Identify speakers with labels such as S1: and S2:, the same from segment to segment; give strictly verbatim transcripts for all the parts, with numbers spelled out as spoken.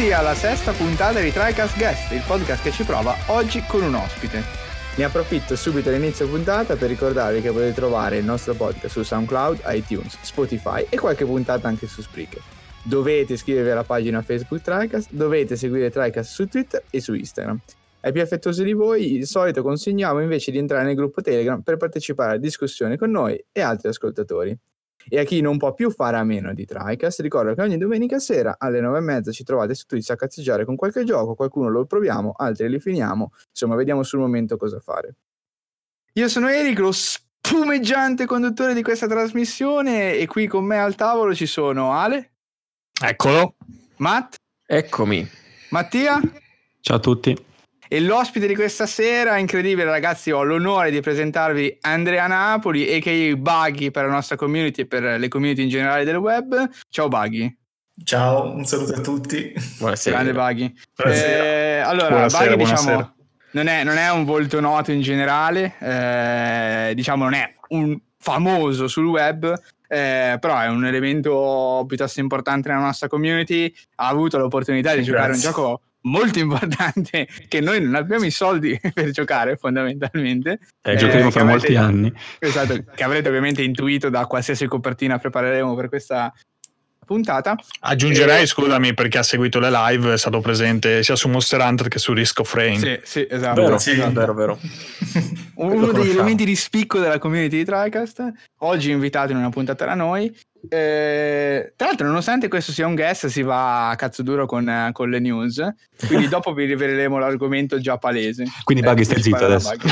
S1: benvenuti alla sesta puntata di TriCast Guest, il podcast che ci prova oggi con un ospite.
S2: Ne approfitto subito all'inizio puntata per ricordarvi che potete trovare il nostro podcast su SoundCloud, iTunes, Spotify e qualche puntata anche su Spreaker. Dovete iscrivervi alla pagina Facebook TriCast, dovete seguire TriCast su Twitter e su Instagram. Ai più affettuosi di voi, di solito consigliamo invece di entrare nel gruppo Telegram per partecipare a discussioni con noi e altri ascoltatori. E a chi non può più fare a meno di TriCast, ricordo che ogni domenica sera alle nove e mezza ci trovate su Twitch a cazzeggiare con qualche gioco, qualcuno lo proviamo, altri li finiamo, insomma vediamo sul momento cosa fare. Io sono Eric, lo spumeggiante conduttore di questa trasmissione, e qui con me al tavolo ci sono Ale.
S3: Eccolo.
S1: Matt.
S4: Eccomi.
S1: Mattia.
S5: Ciao a tutti.
S1: E l'ospite di questa sera, incredibile ragazzi, ho l'onore di presentarvi Andrea Napoli, a k a. Buggy per la nostra community e per le community in generale del web. Ciao Buggy.
S6: Ciao, un saluto a tutti.
S4: Buonasera.
S1: Grande Buggy.
S6: Buonasera.
S1: Eh, allora,
S3: Buonasera,
S1: Buggy
S3: buonasera.
S1: diciamo non è, non è un volto noto in generale, eh, diciamo non è un famoso sul web, eh, però è un elemento piuttosto importante nella nostra community. Ha avuto l'opportunità di
S6: Grazie.
S1: giocare un gioco molto importante che noi non abbiamo i soldi per giocare fondamentalmente,
S5: Eh, giocheremo
S1: che
S5: fra
S1: avete-
S5: molti anni.
S1: esatto, che avrete ovviamente intuito da qualsiasi copertina prepareremo per questa puntata.
S3: Aggiungerei,
S1: Eh,
S3: scusami, perché ha seguito le live, è stato presente sia su Monster Hunter che su Risk of Rain.
S1: sì, sì, esatto.
S4: Vero,
S6: Sì.
S4: vero, vero.
S1: Uno
S4: Lo
S1: degli
S4: conosciamo.
S1: elementi di spicco della community di TriCast, oggi invitato in una puntata da noi. Eh, tra l'altro, nonostante questo sia un guest, si va a cazzo duro con, eh, con le news, quindi dopo vi riveleremo l'argomento già palese.
S5: Quindi Buggy, stai
S1: mi
S5: zitto
S1: spara
S5: adesso.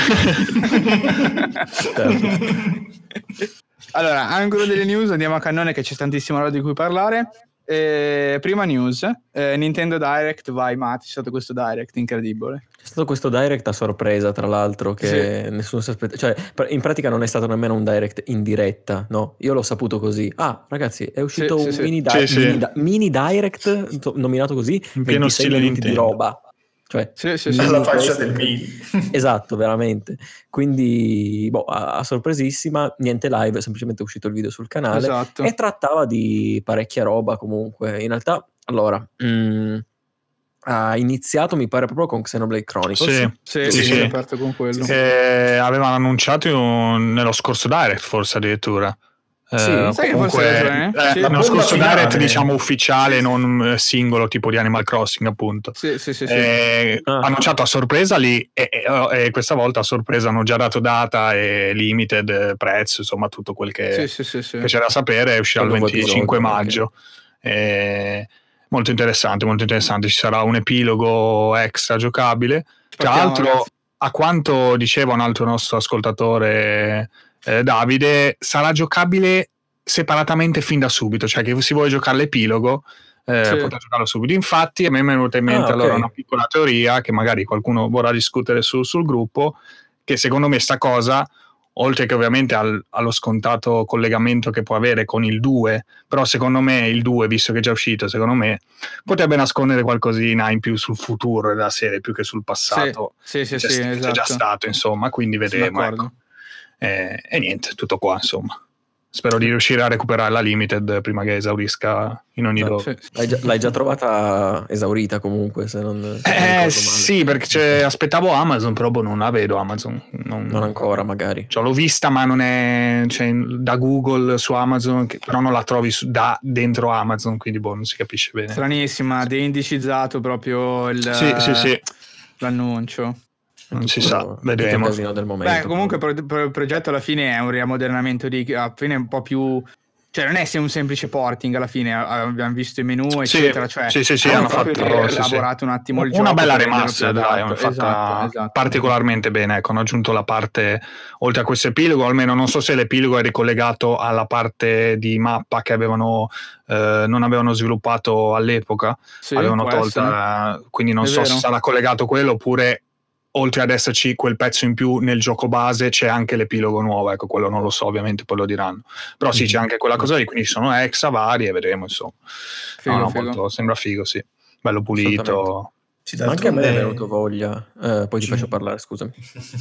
S1: la Buggy. Allora, angolo delle news, andiamo a cannone che c'è tantissima roba di cui parlare. Eh, prima news, eh, Nintendo Direct, vai Matt, c'è stato questo Direct incredibile.
S4: C'è stato questo direct a sorpresa, tra l'altro, che nessuno si aspetta. Cioè, pr- in pratica non è stato nemmeno un direct in diretta, no? Io l'ho saputo così. Ah, ragazzi, è uscito
S1: Sì,
S4: un
S1: sì, sì.
S4: mini, di-
S3: Sì, sì.
S4: mini, di- mini direct, to- nominato così,
S3: In pieno
S4: ventisei
S3: stile
S4: minuti di
S3: Nintendo.
S4: roba. Cioè,
S1: Sì, sì, sì.
S4: mini
S6: Alla faccia
S4: questo-
S6: del mini.
S4: Esatto, veramente. Quindi, boh, a, a sorpresissima, niente live, è semplicemente uscito il video sul canale.
S1: Esatto.
S4: E trattava di parecchia roba comunque. In realtà, allora, mh, ha iniziato mi pare proprio con Xenoblade Chronicles.
S3: Sì.
S1: Sì,
S3: Sì,
S1: sì,
S3: sì.
S1: ho aperto con quello.
S3: Eh, avevano annunciato un- nello scorso Direct, forse addirittura. Eh,
S4: Sì,
S1: sai che
S3: comunque,
S1: forse hai ragione, eh?
S3: eh,
S1: Sì.
S3: nello
S6: La
S3: scorso
S6: bomba
S3: Direct,
S6: finale.
S3: diciamo ufficiale, non eh, singolo, tipo di Animal Crossing, appunto.
S1: Sì, sì, sì, sì.
S3: Eh,
S4: Ah.
S3: annunciato a sorpresa lì e, e- e questa volta a sorpresa hanno già dato data e limited, eh, prezzo, insomma tutto quel che,
S1: Sì, sì, sì, sì.
S3: che c'era da sapere. Uscirà il
S4: Il nuovo
S3: venticinque
S4: episodio,
S3: maggio. Eh, molto interessante, molto interessante. Ci sarà un epilogo extra giocabile. Tra
S1: Partiamo,
S3: l'altro,
S1: ragazzi.
S3: a quanto diceva un altro nostro ascoltatore, eh, Davide, sarà giocabile separatamente fin da subito, cioè che si vuole giocare l'epilogo, eh,
S1: Sì.
S3: poter giocarlo subito. Infatti a me mi è venuta in mente
S4: Ah, ok.
S3: allora una piccola teoria che magari qualcuno vorrà discutere su- sul gruppo, che secondo me sta cosa, oltre che ovviamente al- allo scontato collegamento che può avere con il due, però secondo me il due, visto che è già uscito, secondo me potrebbe nascondere qualcosina in più sul futuro della serie più che sul passato.
S1: Sì, sì,
S3: C'è,
S1: sì,
S3: c'è
S1: esatto.
S3: già stato, insomma, quindi
S1: Sono
S3: vedremo.
S1: d'accordo.
S3: Ecco. Eh, e niente, tutto qua, insomma. Spero di riuscire a recuperare la limited prima che esaurisca in ogni
S4: Eh,
S3: dove.
S1: Sì.
S4: L'hai già, l'hai già trovata esaurita comunque, se non, se non ricordo
S3: Eh
S4: male.
S3: sì, perché c'è- aspettavo Amazon, però boh, non la vedo Amazon. Non,
S4: Non ancora, magari.
S3: Cioè, l'ho vista, ma non è, cioè, da Google su Amazon, che però non la trovi su- da dentro Amazon, quindi boh, non si capisce bene.
S1: Stranissima, deindicizzato proprio il,
S3: Sì, sì, sì.
S1: l'annuncio.
S3: Non si
S4: Tutto-
S3: sa,
S4: tutto il
S3: vedremo.
S4: casino del momento.
S1: Beh, comunque pro- pro- il progetto alla fine è un riammodernamento di alla fine un po' più, cioè non è se un semplice porting alla fine, a- abbiamo visto i menu
S3: Sì,
S1: eccetera, cioè
S3: sì, sì, sì,
S1: hanno
S3: hanno
S1: proprio
S3: fatto sì, sì.
S1: elaborato un attimo il
S3: una
S1: gioco
S3: bella
S1: per renderlo
S3: remaster,
S1: più
S3: dai,
S1: adatto.
S3: hanno fatta
S1: Esatto, esatto.
S3: particolarmente bene. Ecco, hanno aggiunto la parte, oltre a questo epilogo, almeno non so se l'epilogo è ricollegato alla parte di mappa che avevano eh, non avevano sviluppato all'epoca,
S1: Sì,
S3: avevano
S1: può
S3: tolta,
S1: essere.
S3: quindi non
S1: È
S3: so
S1: vero.
S3: se sarà collegato quello oppure oltre ad esserci quel pezzo in più nel gioco base c'è anche l'epilogo nuovo, ecco, quello non lo so, ovviamente poi lo diranno, però sì,
S4: Mhm.
S3: c'è anche quella cosa lì, quindi ci sono extra varie, vedremo, insomma.
S1: Figo,
S3: No, no,
S1: figo.
S3: molto- sembra figo, sì, bello pulito.
S4: Assolutamente.
S6: Sì,
S4: Ma anche a me è
S6: d'altronde-
S4: venuto voglia, eh, poi ti
S6: Sì.
S4: faccio parlare, scusami.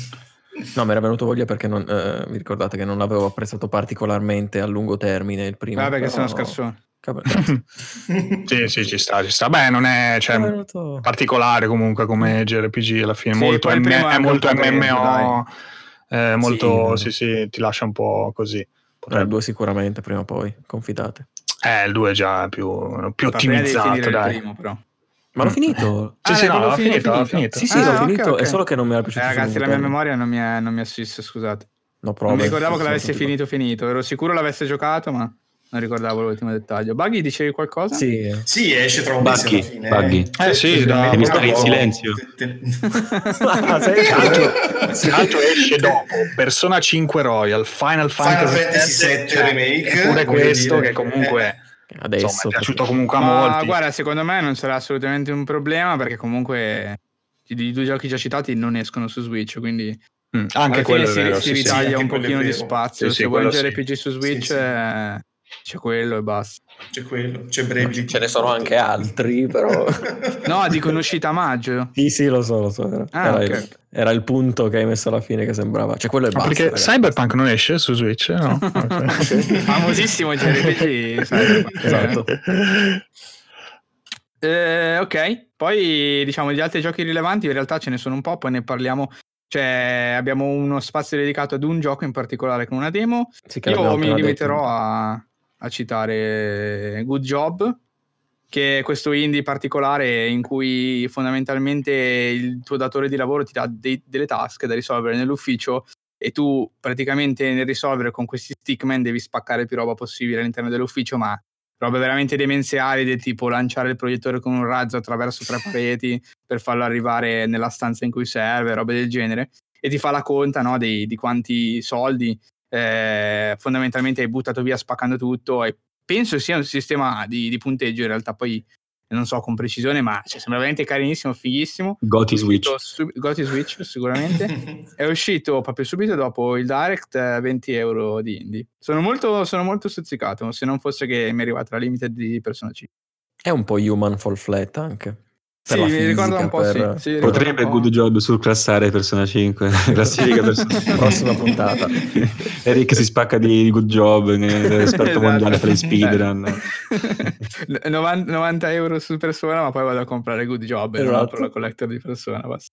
S4: No, mi era venuto voglia perché non, eh, vi ricordate che non l'avevo apprezzato particolarmente a lungo termine il primo.
S1: Vabbè, che
S4: però-
S1: sono scarsone.
S3: Sì, sì, ci sta, ci sta. Beh, non è, cioè,
S4: venuto...
S3: particolare comunque come J R P G alla fine,
S1: Sì,
S3: molto,
S1: poi il
S3: M-
S1: primo è
S3: è
S1: anche
S3: molto
S1: un po'
S3: M M
S1: grezzo,
S3: O, eh, molto,
S4: Sì,
S3: sì, sì, ti lascia un po' così.
S4: Eh, il
S3: Potrebbe.
S4: due sicuramente prima o poi, confidate.
S3: Eh, il due è già più, più
S1: Ma prima devi
S3: ottimizzato,
S1: finire il
S3: dai.
S1: primo, però.
S4: Ma l'ho
S3: Mm.
S4: finito.
S3: Sì,
S1: Ah,
S3: sì,
S1: l'hai
S3: no,
S1: proprio
S3: l'ho
S1: finito,
S3: finito, l'ho
S1: finito?
S3: finito.
S4: Sì, sì,
S1: Ah,
S4: l'ho
S1: ok,
S4: finito,
S1: ok.
S4: è solo che non mi era
S1: Eh,
S4: piaciuto
S1: ragazzi,
S4: sul
S1: la mia
S4: Nintendo.
S1: memoria non mi, è, non mi assiste, scusate.
S4: No
S1: Non
S4: problem.
S1: mi ricordavo che
S4: Sono
S1: l'avesse
S4: tutti
S1: finito finito, ero sicuro l'avesse giocato, ma non ricordavo l'ultimo dettaglio. Buggy, dicevi qualcosa?
S4: qua. Sì.
S6: Sì, esce tra un mese alla
S5: Buggy,
S6: fine.
S5: Buggy.
S3: Eh sì,
S1: sì,
S3: da
S5: Devi
S1: tra
S5: stare in
S1: poco.
S5: silenzio.
S6: Te- te-
S4: Ah, sei
S3: Tra l'altro,
S6: Sì.
S3: tra l'altro esce dopo Persona cinque Royal, Final
S6: Final
S3: Fantasy,
S6: Fantasy sette
S3: cioè,
S6: Remake,
S3: eppure
S6: voglio
S3: questo
S6: dire,
S3: che comunque
S4: Adesso,
S3: insomma, è piaciuto
S4: perché-
S3: comunque a
S1: Ma
S3: molti.
S1: guarda, secondo me non sarà assolutamente un problema perché comunque i due giochi già citati non escono su Switch, quindi
S3: Mm, anche
S1: alla
S3: quello
S1: fine
S3: è
S1: si,
S3: vero,
S1: si
S3: sì, sì.
S1: ritaglia
S6: Sì,
S1: un
S6: anche quello è
S1: pochino di
S6: vero.
S1: spazio.
S3: Sì, sì,
S1: Se vuoi un
S3: quello
S1: J R P G su Switch,
S6: Sì, sì.
S1: eh, c'è quello e basta.
S6: C'è quello, c'è Bravely.
S4: ce ne sono anche altri, però...
S1: No, dico in uscita a maggio.
S4: Sì, sì, lo so, lo so. Era,
S1: Ah,
S4: era
S1: ok.
S4: il, era il punto che hai messo alla fine che sembrava... Cioè, quello è
S3: Ma
S4: basta,
S3: perché
S4: ragazzi,
S3: Cyberpunk non esce su Switch? No?
S1: Famosissimo J R P G. Cyberpunk.
S4: Esatto.
S1: Eh, ok, poi diciamo di altri giochi rilevanti, in realtà ce ne sono un po', poi ne parliamo. Cioè, abbiamo uno spazio dedicato ad un gioco in particolare con una demo.
S4: Sì, che l'abbiamo
S1: Io mi
S4: appena
S1: limiterò
S4: detto.
S1: a, a citare Good Job, che è questo indie particolare in cui fondamentalmente il tuo datore di lavoro ti dà dei- delle task da risolvere nell'ufficio e tu praticamente nel risolvere con questi stickman devi spaccare il più roba possibile all'interno dell'ufficio, ma robe veramente demenziali del tipo lanciare il proiettore con un razzo attraverso tre pareti per farlo arrivare nella stanza in cui serve, robe del genere, e ti fa la conta, no, dei, di quanti soldi eh, fondamentalmente hai buttato via spaccando tutto, e penso sia un sistema di, di punteggio in realtà, poi non so con precisione, ma cioè, sembra veramente carinissimo, fighissimo.
S5: Goti Switch.
S1: Su, Goti Switch sicuramente. È uscito proprio subito dopo il Direct, eh, venti euro di indie. Sono molto, sono molto stuzzicato, se non fosse che mi è arrivata la limited di Persona cinque.
S4: È un po' Human Fall Flat anche. Per
S1: Sì,
S4: la
S1: mi
S4: fisica,
S1: ricorda un po',
S4: per...
S1: sì, sì, ricorda
S5: Potrebbe
S1: un po'.
S5: Good Job surclassare Persona cinque. Classifica Persona cinque.
S4: Prossima puntata.
S5: Eric si spacca di Good Job, esperto
S1: Esatto.
S5: mondiale per le speedrun.
S1: Eh, novanta novanta euro su Persona, ma poi vado a comprare Good Job e non
S4: Esatto.
S1: apro la collector di Persona, basta.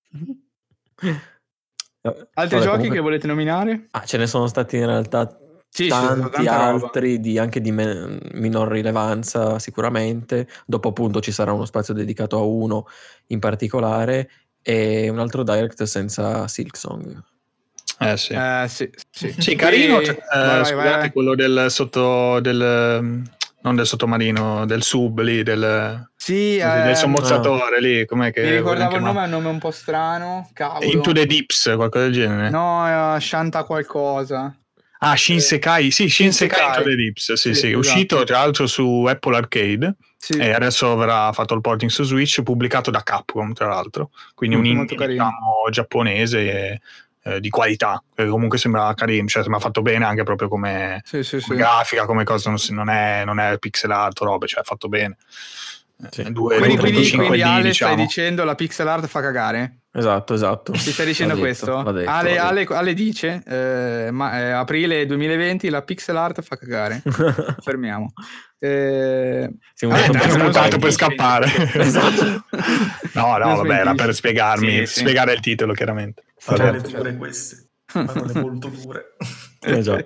S1: Altri
S4: Vabbè,
S1: giochi
S4: comunque-
S1: che volete nominare?
S4: Ah, ce ne sono stati in realtà
S1: Sì, ci sono
S4: tanti
S1: tanta roba.
S4: altri di anche di me- minor rilevanza sicuramente. Dopo appunto ci sarà uno spazio dedicato a uno in particolare e un altro direct senza Silksong.
S3: Eh sì.
S1: Eh, sì, sì.
S3: Sì, carino.
S1: Qui-
S3: cioè, eh,
S1: vai, vai,
S3: scusate,
S1: vai, vai.
S3: quello del sotto del mm, non del sottomarino, del sub lì, del,
S1: Sì,
S3: così, del
S1: ehm,
S3: sommozzatore lì, com'è che
S1: mi ricordavo il
S3: chiamava?
S1: nome, è un nome un po' strano, cavolo.
S3: Into the Deeps, qualcosa del genere.
S1: No, eh, Shanta qualcosa.
S3: Ah, Shinsekai, sì, Shinsekai
S1: Shinsekai.
S3: Into the Deeps, sì,
S1: Sì,
S3: sì,
S1: esatto.
S3: uscito tra l'altro su Apple Arcade
S1: Sì,
S3: e adesso verrà fatto il porting su Switch, pubblicato da Capcom tra l'altro, quindi
S1: Molto,
S3: un
S1: molto
S3: indie,
S1: carino.
S3: diciamo, giapponese e, eh, di qualità, che comunque sembra carino, cioè sembra fatto bene anche proprio come,
S1: sì, sì,
S3: come
S1: sì.
S3: grafica, come cosa, non, si- non è, non è pixel art, robe, cioè è fatto bene.
S4: Sì.
S3: Eh, due-
S1: Quindi,
S3: due
S1: quindi,
S3: trentacinque
S1: quindi
S3: D,
S1: Ale
S3: diciamo.
S1: stai dicendo la pixel art fa cagare?
S4: Esatto, esatto.
S1: Ti stai dicendo
S4: L'ha detto,
S1: questo?
S4: l'ha detto,
S1: Ale,
S4: l'ha
S1: Ale, Ale dice, eh, ma, eh, aprile duemilaventi la pixel art fa cagare.
S4: detto.
S1: Fermiamo. Eh,
S4: Siamo
S1: vabbè,
S4: un
S3: Eh,
S4: po'
S3: dai,
S1: tanto
S3: ho
S1: non
S3: mutato per
S1: smentisci,
S3: scappare.
S1: Esatto.
S3: No, no,
S1: Non
S3: vabbè, era per
S1: smentisci.
S3: spiegarmi,
S1: Sì, sì.
S3: spiegare il titolo chiaramente.
S6: Parole
S1: Certo,
S6: dure
S1: certo.
S6: queste. Parole molto dure.
S4: Eh già.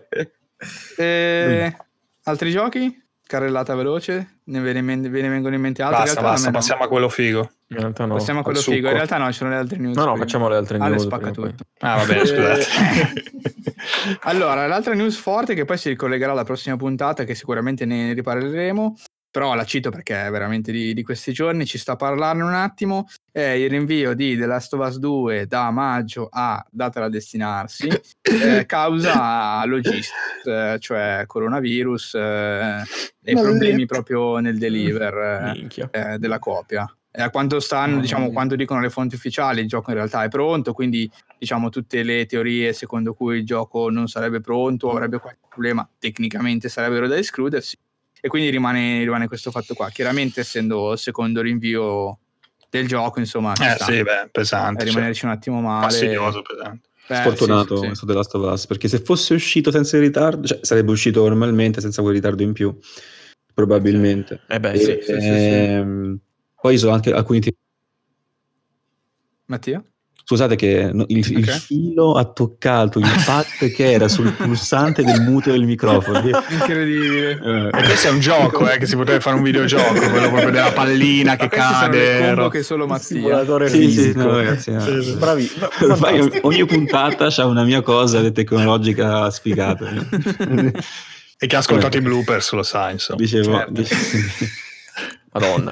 S1: Eh, altri giochi? Carrellata veloce? Ne ve ne, men- ve ne vengono in mente altri?
S3: Basta,
S1: in realtà
S3: basta,
S1: a me no.
S3: passiamo a quello figo.
S4: In realtà no.
S1: Passiamo a quello
S3: al
S1: figo. In
S3: succo.
S1: realtà no, ci sono le altre news.
S4: No, no,
S1: prima.
S4: facciamo le altre
S1: Ale
S4: news
S1: spacca
S4: prima o poi.
S1: tutto.
S3: Ah, va bene,
S1: Eh,
S3: scusate.
S1: Allora, l'altra news forte che poi si ricollegherà alla prossima puntata, che sicuramente ne riparleremo, però la cito perché è veramente di, di questi giorni, ci sta a parlarne un attimo, è il rinvio di The Last of Us due da maggio a data da destinarsi, eh, causa logistics, eh, cioè coronavirus eh, e problemi proprio nel deliver eh,
S4: Minchia.
S1: eh, della copia. E a quanto stanno,
S6: Mamma
S1: diciamo,
S6: mia.
S1: quando dicono le fonti ufficiali, il gioco in realtà è pronto, quindi diciamo tutte le teorie secondo cui il gioco non sarebbe pronto o avrebbe qualche problema tecnicamente sarebbero da escludersi, e quindi rimane, rimane questo fatto qua. Chiaramente essendo il secondo rinvio del gioco, insomma, ci
S3: Eh
S1: sta.
S3: sì, beh,
S1: Eh,
S3: pesante. Cioè,
S1: rimanerci un attimo male.
S3: fastidioso, pesante.
S1: Beh,
S5: Sfortunato
S1: sì, sì,
S5: questo The Last of Us, perché se fosse uscito senza ritardo, cioè sarebbe uscito normalmente senza quel ritardo in più. probabilmente.
S4: Eh beh,
S5: E,
S4: sì,
S1: sì, sì, sì.
S5: ehm, Poi sono anche alcuni tipi.
S1: Mattia?
S5: Scusate che no, il, il
S1: Ok.
S5: filo ha toccato il pad che era sul pulsante del mute del microfono.
S1: Incredibile.
S5: Eh,
S3: E questo è un gioco, eh, che si potrebbe fare un videogioco, quello proprio della pallina che
S1: Queste sono le
S3: cade.
S1: combo
S3: ro-
S1: che solo Mattia.
S4: Simulatore
S5: Sì, sì,
S4: fisico.
S5: no, ragazzi, no.
S4: Sì, sì. Bravi, bra-
S5: Ormai
S4: fantastico.
S5: ogni puntata c'ha una mia cosa tecnologica sfigata.
S3: E che ha ascoltato i bloopers, lo sa, insomma.
S5: Dicevo,
S1: Certo.
S5: dice-
S4: Madonna.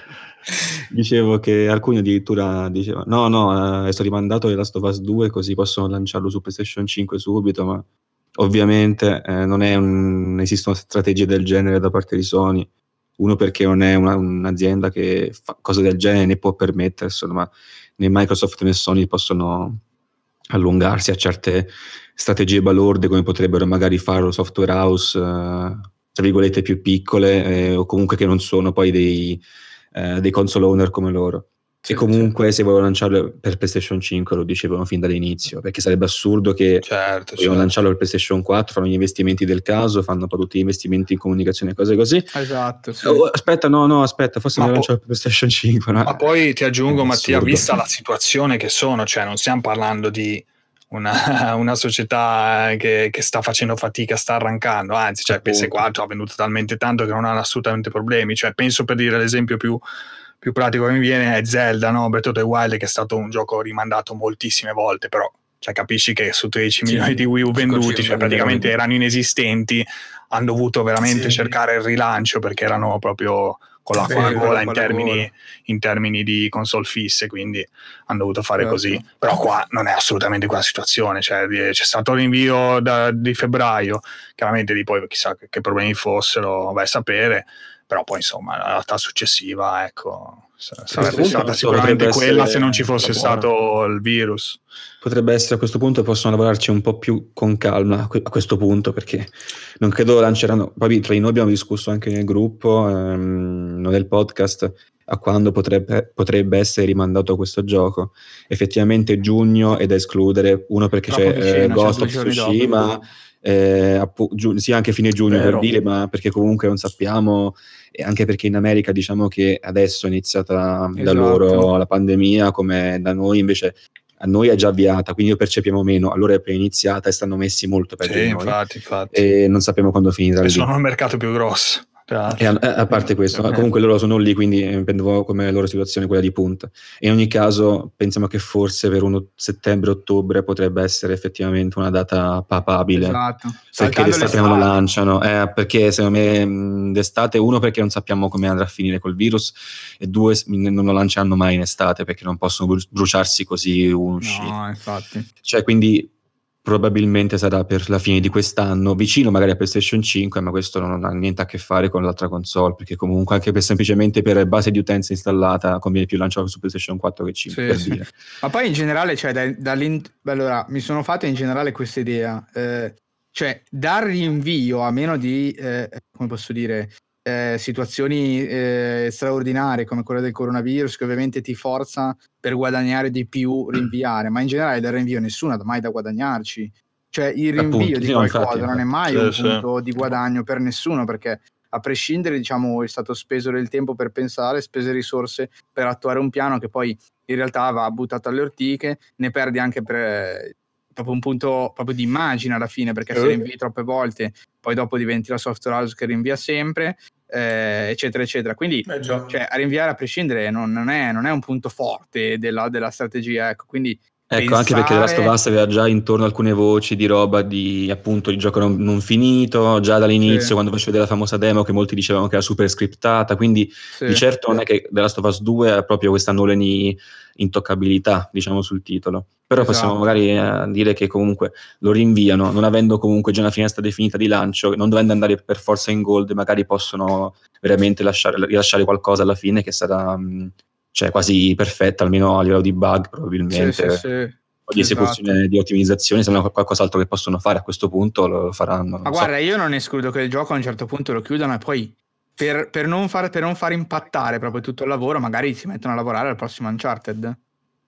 S5: dicevo che alcuni addirittura dicevano no, no, eh, è stato rimandato The Last of Us due così possono lanciarlo su PlayStation cinque subito, ma ovviamente eh, non è un, non esistono strategie del genere da parte di Sony. Uno perché non è una, un'azienda che fa cose del genere né può permetterselo, ma né Microsoft né Sony possono allungarsi a certe strategie balorde come potrebbero magari farlo software house eh, tra virgolette più piccole eh, o comunque che non sono poi dei, eh, dei console owner come loro.
S1: Sì,
S5: E comunque se vogliono lanciarlo per PlayStation cinque lo dicevano fin dall'inizio, perché sarebbe assurdo che
S3: Certo,
S5: vogliono
S3: certo.
S5: lanciarlo per PlayStation quattro, fanno gli investimenti del caso, fanno poi tutti gli investimenti in comunicazione e cose così.
S1: Esatto, sì.
S5: Oh, aspetta, no, no, aspetta, forse
S3: Ma
S5: non
S3: po-
S5: lanciarlo per PlayStation cinque. No?
S3: Ma poi ti aggiungo,
S5: È
S3: Mattia,
S5: assurdo.
S3: vista la situazione che sono, cioè non stiamo parlando di una, una società che, che sta facendo fatica, sta arrancando, anzi, cioè P S quattro ha venduto talmente tanto che non hanno assolutamente problemi. Cioè, penso, per dire l'esempio più, più pratico che mi viene, è Zelda, no? Breath of the Wild, che è stato un gioco rimandato moltissime volte, però cioè, capisci che su tredici
S4: Sì,
S3: milioni di Wii U venduti,
S4: considero
S3: cioè
S4: vendere
S3: praticamente
S4: meno.
S3: erano inesistenti, hanno dovuto veramente
S6: Sì.
S3: cercare il rilancio perché erano proprio con la
S1: Vero,
S3: gola in
S1: con la
S3: termini,
S1: gola.
S3: in termini di console fisse, quindi hanno dovuto fare
S1: Certo.
S3: così. Però qua non è assolutamente quella situazione, cioè c'è stato l'invio da, di febbraio, chiaramente di poi chissà che, che problemi fossero, vai a sapere, però poi insomma la realtà successiva, ecco, sarebbe
S5: punto,
S3: stata
S5: non so,
S3: sicuramente
S5: potrebbe
S3: quella
S5: essere
S3: se non ci fosse
S4: una buona.
S3: stato il virus.
S5: Potrebbe essere a questo punto possono lavorarci un po' più con calma a que- a questo punto, perché non credo lanceranno. Poi tra di noi abbiamo discusso anche nel gruppo, ehm, non nel podcast, a quando potrebbe, potrebbe essere rimandato questo gioco. Effettivamente giugno è da escludere, uno perché
S1: Troppo
S5: c'è
S1: vicino,
S5: eh,
S1: c'è
S5: Ghost
S1: due
S5: of
S1: giorni dopo.
S5: Tsushima, eh, appu- giu- sì anche fine giugno
S4: Vero.
S5: per dire, ma perché comunque non sappiamo, e anche perché in America diciamo che adesso è iniziata da
S1: Esatto.
S5: loro la pandemia, come da noi invece a noi è già avviata, quindi lo percepiamo meno, a loro è appena iniziata e stanno messi molto peggio
S3: Sì,
S5: di noi
S3: infatti, infatti.
S5: e non sappiamo quando finirà
S3: E
S5: lì.
S3: sono il mercato più grosso. tra
S5: E a,
S3: l'altro.
S5: a parte questo,
S4: Eh.
S5: comunque loro sono lì, quindi eh, prendevo come loro situazione quella di punta. E in ogni caso pensiamo che forse per uno settembre-ottobre potrebbe essere effettivamente una data papabile.
S1: Esatto.
S5: Perché
S1: Saltando
S5: d'estate non lo
S1: l'estate.
S5: lanciano, eh, perché secondo me mh, d'estate, uno perché non sappiamo come andrà a finire col virus e due s- non lo lanceranno mai in estate perché non possono bru- bruciarsi così un'uscita.
S1: No, infatti.
S5: Cioè quindi probabilmente sarà per la fine di quest'anno, vicino magari a PlayStation cinque, ma questo non ha niente a che fare con l'altra console, perché comunque anche per, semplicemente per base di utenza installata conviene più lanciarlo su PlayStation quattro che cinque,
S1: Sì,
S5: per
S1: sì.
S5: dire.
S1: Ma poi in generale, cioè, da, dall'in- allora, mi sono fatto in generale questa idea, eh, cioè, dar rinvio a meno di, eh, come posso dire, eh, situazioni eh, straordinarie come quella del coronavirus, che ovviamente ti forza per guadagnare di più rinviare, ma in generale dal rinvio nessuno ha mai da guadagnarci. Cioè, il rinvio
S5: Appunto,
S1: di
S5: sì, no,
S1: qualcosa
S5: infatti,
S1: non è mai
S3: Sì,
S1: un
S3: sì.
S1: punto di guadagno per nessuno, perché a prescindere, diciamo, è stato speso del tempo per pensare, spese risorse per attuare un piano che poi in realtà va buttato alle ortiche, ne perdi anche per eh, proprio un punto proprio di immagine alla fine, perché se
S3: Eh.
S1: rinvii troppe volte poi dopo diventi la software house che rinvia sempre, eh, eccetera eccetera, quindi
S6: Eh già.
S1: cioè, a rinviare a prescindere non, non, è, non è un punto forte della, della strategia, ecco, quindi
S5: Ecco, anche perché The Last of Us aveva già intorno alcune voci di roba di appunto il gioco non, non finito, già dall'inizio
S1: Sì.
S5: quando facevo della famosa demo che molti dicevano che era super scriptata, quindi
S1: sì,
S5: di certo non è che The Last of Us due ha proprio questa noleni intoccabilità, diciamo, sul titolo. Però
S1: Esatto.
S5: possiamo magari eh, dire che comunque lo rinviano, non avendo comunque già una finestra definita di lancio, non dovendo andare per forza in gold, magari possono veramente lasciare, rilasciare qualcosa alla fine che sarà mh, cioè quasi perfetta, almeno a livello di bug probabilmente.
S1: sì, sì, sì.
S5: O di
S1: Esatto.
S5: esecuzione, di ottimizzazione, se non è qualcos'altro che possono fare a questo punto lo faranno.
S1: Ma
S5: non so.
S1: guarda, io non escludo che il gioco a un certo punto lo chiudano e poi per, per, non, far, per non far impattare proprio tutto il lavoro magari si mettono a lavorare al prossimo Uncharted.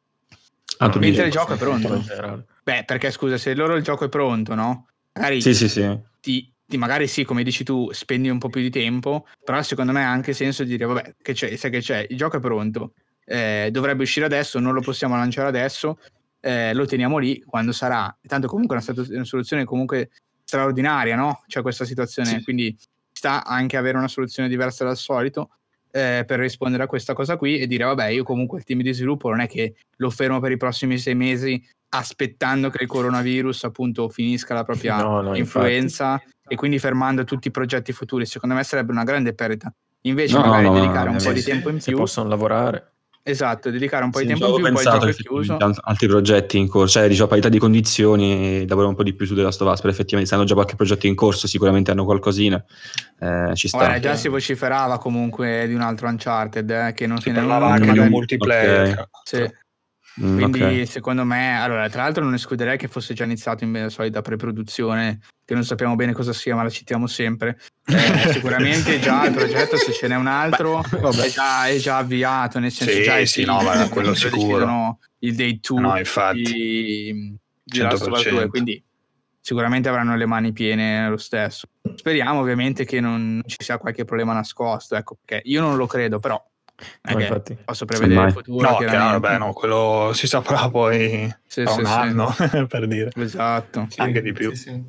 S5: Ah, tu
S1: Mentre
S5: dici-
S1: il gioco è pronto.
S4: in generale.
S1: Beh, perché scusa, se loro il gioco è pronto, no? Magari
S5: Sì, sì, sì.
S1: ti magari sì, come dici tu, spendi un po' più di tempo, però secondo me ha anche senso di dire, vabbè, che c'è, sai che c'è, il gioco è pronto, eh, dovrebbe uscire adesso, non lo possiamo lanciare adesso, eh, lo teniamo lì quando sarà. Tanto comunque è una, statu- una soluzione comunque straordinaria, no? C'è questa situazione,
S5: Sì.
S1: quindi sta anche avere una soluzione diversa dal solito eh, per rispondere a questa cosa qui e dire, vabbè, io comunque il team di sviluppo non è che lo fermo per i prossimi sei mesi aspettando che il coronavirus appunto finisca la propria
S4: No, no,
S1: influenza
S4: infatti.
S1: e quindi fermando tutti i progetti futuri. Secondo me sarebbe una grande perdita. Invece
S5: No,
S1: magari
S5: no, no,
S1: dedicare
S5: no,
S1: un
S5: no,
S1: po' di
S6: sì,
S1: tempo in
S4: Se
S1: più.
S4: possono lavorare.
S1: Esatto, dedicare un po'
S5: Sì,
S1: di
S5: ci
S1: tempo in
S5: avevo
S1: più, poi il
S5: pensato
S1: gioco è chiuso.
S5: effettivamente a altri progetti in corso, cioè diciamo a parità di condizioni lavorare un po' di più su The Last of Us, però effettivamente se hanno già qualche progetto in corso sicuramente hanno qualcosina, eh, ci sta.
S1: Guarda, già si vociferava comunque di un altro Uncharted eh, che non
S3: Si
S1: se ne
S3: parlava
S1: non-
S3: anche di un
S1: magari-
S3: multiplayer.
S5: ok.
S3: tra
S1: sì.
S3: l'altro.
S5: Mm,
S1: Quindi
S5: ok.
S1: secondo me, allora tra l'altro non escluderei che fosse già iniziato in la solita pre-produzione, che non sappiamo bene cosa sia, ma la citiamo sempre. Eh, sicuramente già il progetto, se ce n'è un altro,
S4: Vabbè.
S1: è, già, è già avviato, nel senso
S3: Sì,
S1: già i
S3: sì,
S1: team
S3: no, ma quello
S1: lo
S3: sicuro.
S1: decidono il day two
S3: No, infatti.
S1: di, di Last of Us
S3: cento per cento.
S1: due, quindi sicuramente avranno le mani piene lo stesso. Speriamo ovviamente che non ci sia qualche problema nascosto, ecco, perché io non lo credo, però non è
S4: No,
S1: che
S4: infatti.
S1: posso prevedere il
S5: Semmai.
S1: futuro,
S3: No, chiaro,
S1: chiaramente.
S3: beh, no, quello si saprà poi
S1: Sì,
S3: tra
S1: sì,
S3: un
S1: sì.
S3: anno, per dire.
S1: Esatto.
S6: Sì,
S3: Anche di più.
S6: sì, sì.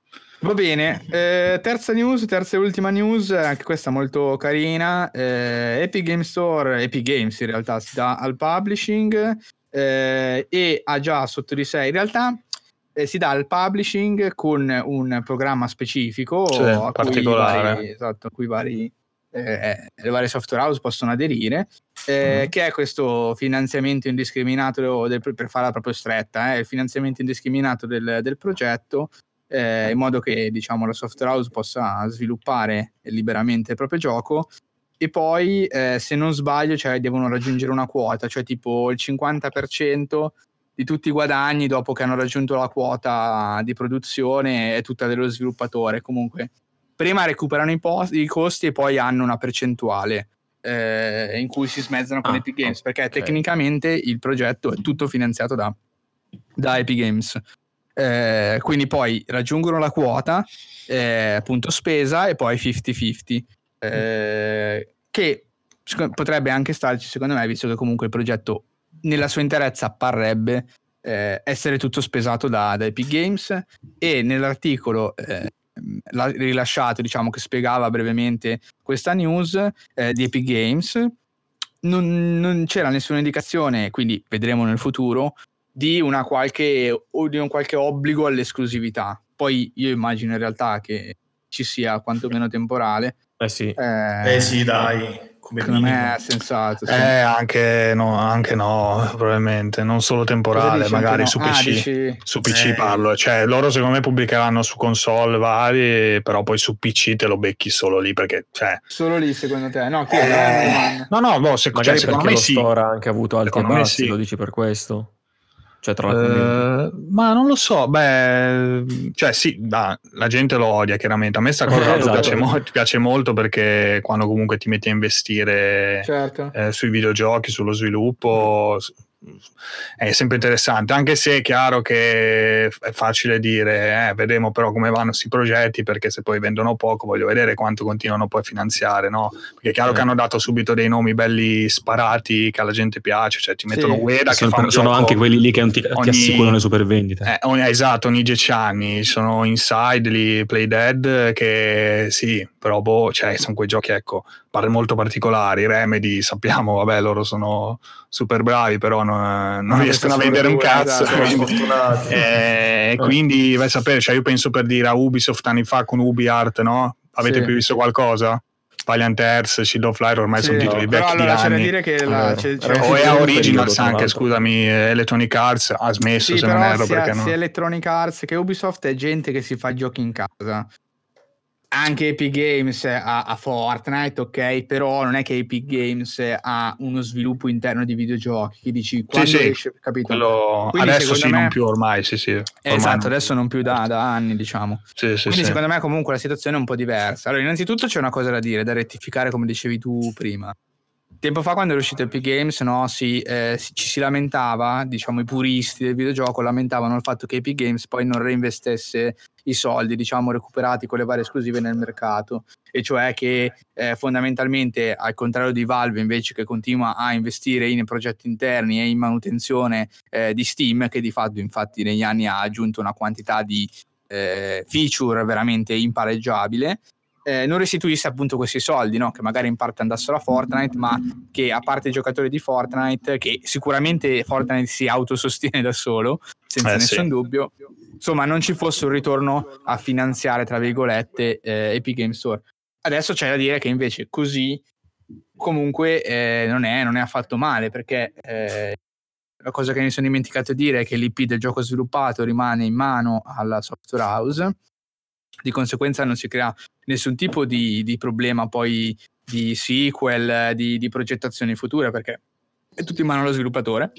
S1: Va bene, eh, terza news, terza e ultima news, anche questa molto carina. eh, Epic Game Store, Epic Games in realtà si dà al publishing eh, e ha già sotto di sé, in realtà eh, si dà al publishing con un programma specifico
S3: Sì,
S1: a cui
S3: particolare.
S1: vari, esatto, a cui vari, eh, le varie software house possono aderire, eh,
S3: Mhm.
S1: che è questo finanziamento indiscriminato del, per farla proprio stretta, eh, il finanziamento indiscriminato del, del progetto. Eh, in modo che diciamo la software house possa sviluppare liberamente il proprio gioco e poi eh, se non sbaglio cioè, devono raggiungere una quota, cioè tipo il cinquanta per cento di tutti i guadagni dopo che hanno raggiunto la quota di produzione è tutta dello sviluppatore. Comunque prima recuperano i, post- i costi e poi hanno una percentuale eh, in cui si smezzano con
S4: Ah,
S1: Epic Games, perché
S4: ok.
S1: tecnicamente il progetto è tutto finanziato da, da Epic Games. Eh, quindi poi raggiungono la quota eh, appunto spesa e poi cinquanta cinquanta eh, che sc- potrebbe anche starci secondo me, visto che comunque il progetto nella sua interezza parrebbe eh, essere tutto spesato da, da Epic Games. E nell'articolo eh, la- rilasciato, diciamo, che spiegava brevemente questa news eh, di Epic Games, non, non c'era nessuna indicazione, quindi vedremo nel futuro, di una qualche o di un qualche obbligo all'esclusività. Poi io immagino in realtà che ci sia quantomeno temporale.
S4: Eh sì.
S1: Eh,
S6: Eh sì, dai, come
S1: secondo
S6: minimo.
S1: me è sensato. Sì.
S3: Eh, anche no, anche no, probabilmente, non solo temporale,
S1: dici,
S3: magari
S1: anche
S3: su
S1: no?
S3: P C.
S1: Ah, dici-
S3: Su P C
S6: Eh.
S3: parlo, cioè loro secondo me pubblicheranno su console varie, però poi su P C te lo becchi solo lì perché, cioè...
S1: Solo lì secondo te? No, chiedo,
S3: Eh,
S1: eh, domanda.
S3: no, no, boh, se,
S4: Magari
S3: cioè, secondo
S4: perché
S3: me
S4: lo
S3: sì.
S4: store ha anche avuto alti e
S3: Secondo me
S4: bassi,
S3: sì.
S4: lo dici per questo? Cioè tra la community.
S3: Eh, ma non lo so, beh, cioè sì, da, la gente lo odia chiaramente. A me sta cosa tra l'altro
S4: Esatto.
S3: piace, mo- piace molto perché quando comunque ti metti a investire
S1: Certo.
S3: eh, sui videogiochi, sullo sviluppo, s- è sempre interessante, anche se è chiaro che è facile dire eh, vedremo però come vanno questi progetti, perché se poi vendono poco voglio vedere quanto continuano poi a finanziare, no? Perché è chiaro
S4: Eh.
S3: che hanno dato subito dei nomi belli sparati che alla gente piace, cioè ti
S1: Sì.
S3: mettono Ueda che
S5: Sono,
S3: fa un
S5: sono
S3: gioco
S5: anche quelli lì che non ti, ti
S3: ogni-
S5: assicurano le supervendite.
S3: eh, ogni- esatto, ogni dieci anni sono Inside, lì, Play Dead, che sì, però boh, cioè sono quei giochi, ecco, par- molto particolari. Remedy, sappiamo, vabbè, loro sono super bravi, però non, non
S1: Ah,
S3: riescono a
S1: questa
S3: vendere un
S1: sfortuna,
S3: cazzo.
S1: esatto.
S6: Sono sfortunati.
S3: E quindi vai a sapere, cioè io penso per dire a Ubisoft anni fa con UbiArt, no? Avete
S1: Sì.
S3: più visto qualcosa? Valiant Earth, Shield of Light ormai
S1: Sì,
S3: sono titoli
S1: però
S3: vecchi
S1: allora
S3: di
S1: c'è da
S3: anni.
S1: dire che
S4: È
S1: la,
S4: vero.
S1: c'è,
S4: Era
S1: c'è-
S4: un
S3: O è
S4: periodo, un
S3: Originals
S4: periodo,
S3: anche,
S4: tra
S3: scusami, Electronic Arts ha smesso
S1: sì,
S3: se non
S1: però
S3: erro,
S1: sia,
S3: perché no?
S1: sia Electronic Arts che Ubisoft è gente che si fa giochi in casa. Anche Epic Games ha, ha Fortnite, ok, però non è che Epic Games ha uno sviluppo interno di videogiochi. Che dici quando
S3: sì,
S1: esce, capito?
S3: quello
S1: Quindi
S3: adesso
S1: secondo
S3: sì,
S1: me-
S3: non più ormai, sì, sì.
S1: Eh,
S3: ormai
S1: esatto,
S3: non
S1: adesso
S3: più.
S1: non più da, da anni, diciamo.
S3: Sì, sì,
S1: Quindi
S3: sì.
S1: secondo me comunque la situazione è un po' diversa. Allora, innanzitutto c'è una cosa da dire, da rettificare, come dicevi tu prima. tempo fa quando è uscito Epic Games, no, si, eh, si- ci si lamentava, diciamo i puristi del videogioco lamentavano il fatto che Epic Games poi non reinvestesse i soldi, diciamo, recuperati con le varie esclusive nel mercato, e cioè che eh, fondamentalmente, al contrario di Valve invece, che continua a investire in progetti interni e in manutenzione eh, di Steam, che di fatto infatti negli anni ha aggiunto una quantità di eh, feature veramente impareggiabile, eh, non restituisse appunto questi soldi, no? Che magari in parte andassero a Fortnite, ma che a parte i giocatori di Fortnite, che sicuramente Fortnite si autosostiene da solo, senza
S3: Eh,
S1: nessun
S3: sì.
S1: dubbio, insomma non ci fosse un ritorno a finanziare, tra virgolette, eh, Epic Games Store. Adesso c'è da dire che invece così comunque eh, non, è, non è affatto male, perché eh, la cosa che mi sono dimenticato di dire è che l'I P del gioco sviluppato rimane in mano alla software house, di conseguenza non si crea nessun tipo di, di problema poi di sequel, di, di progettazioni future, perché è tutto in mano allo sviluppatore.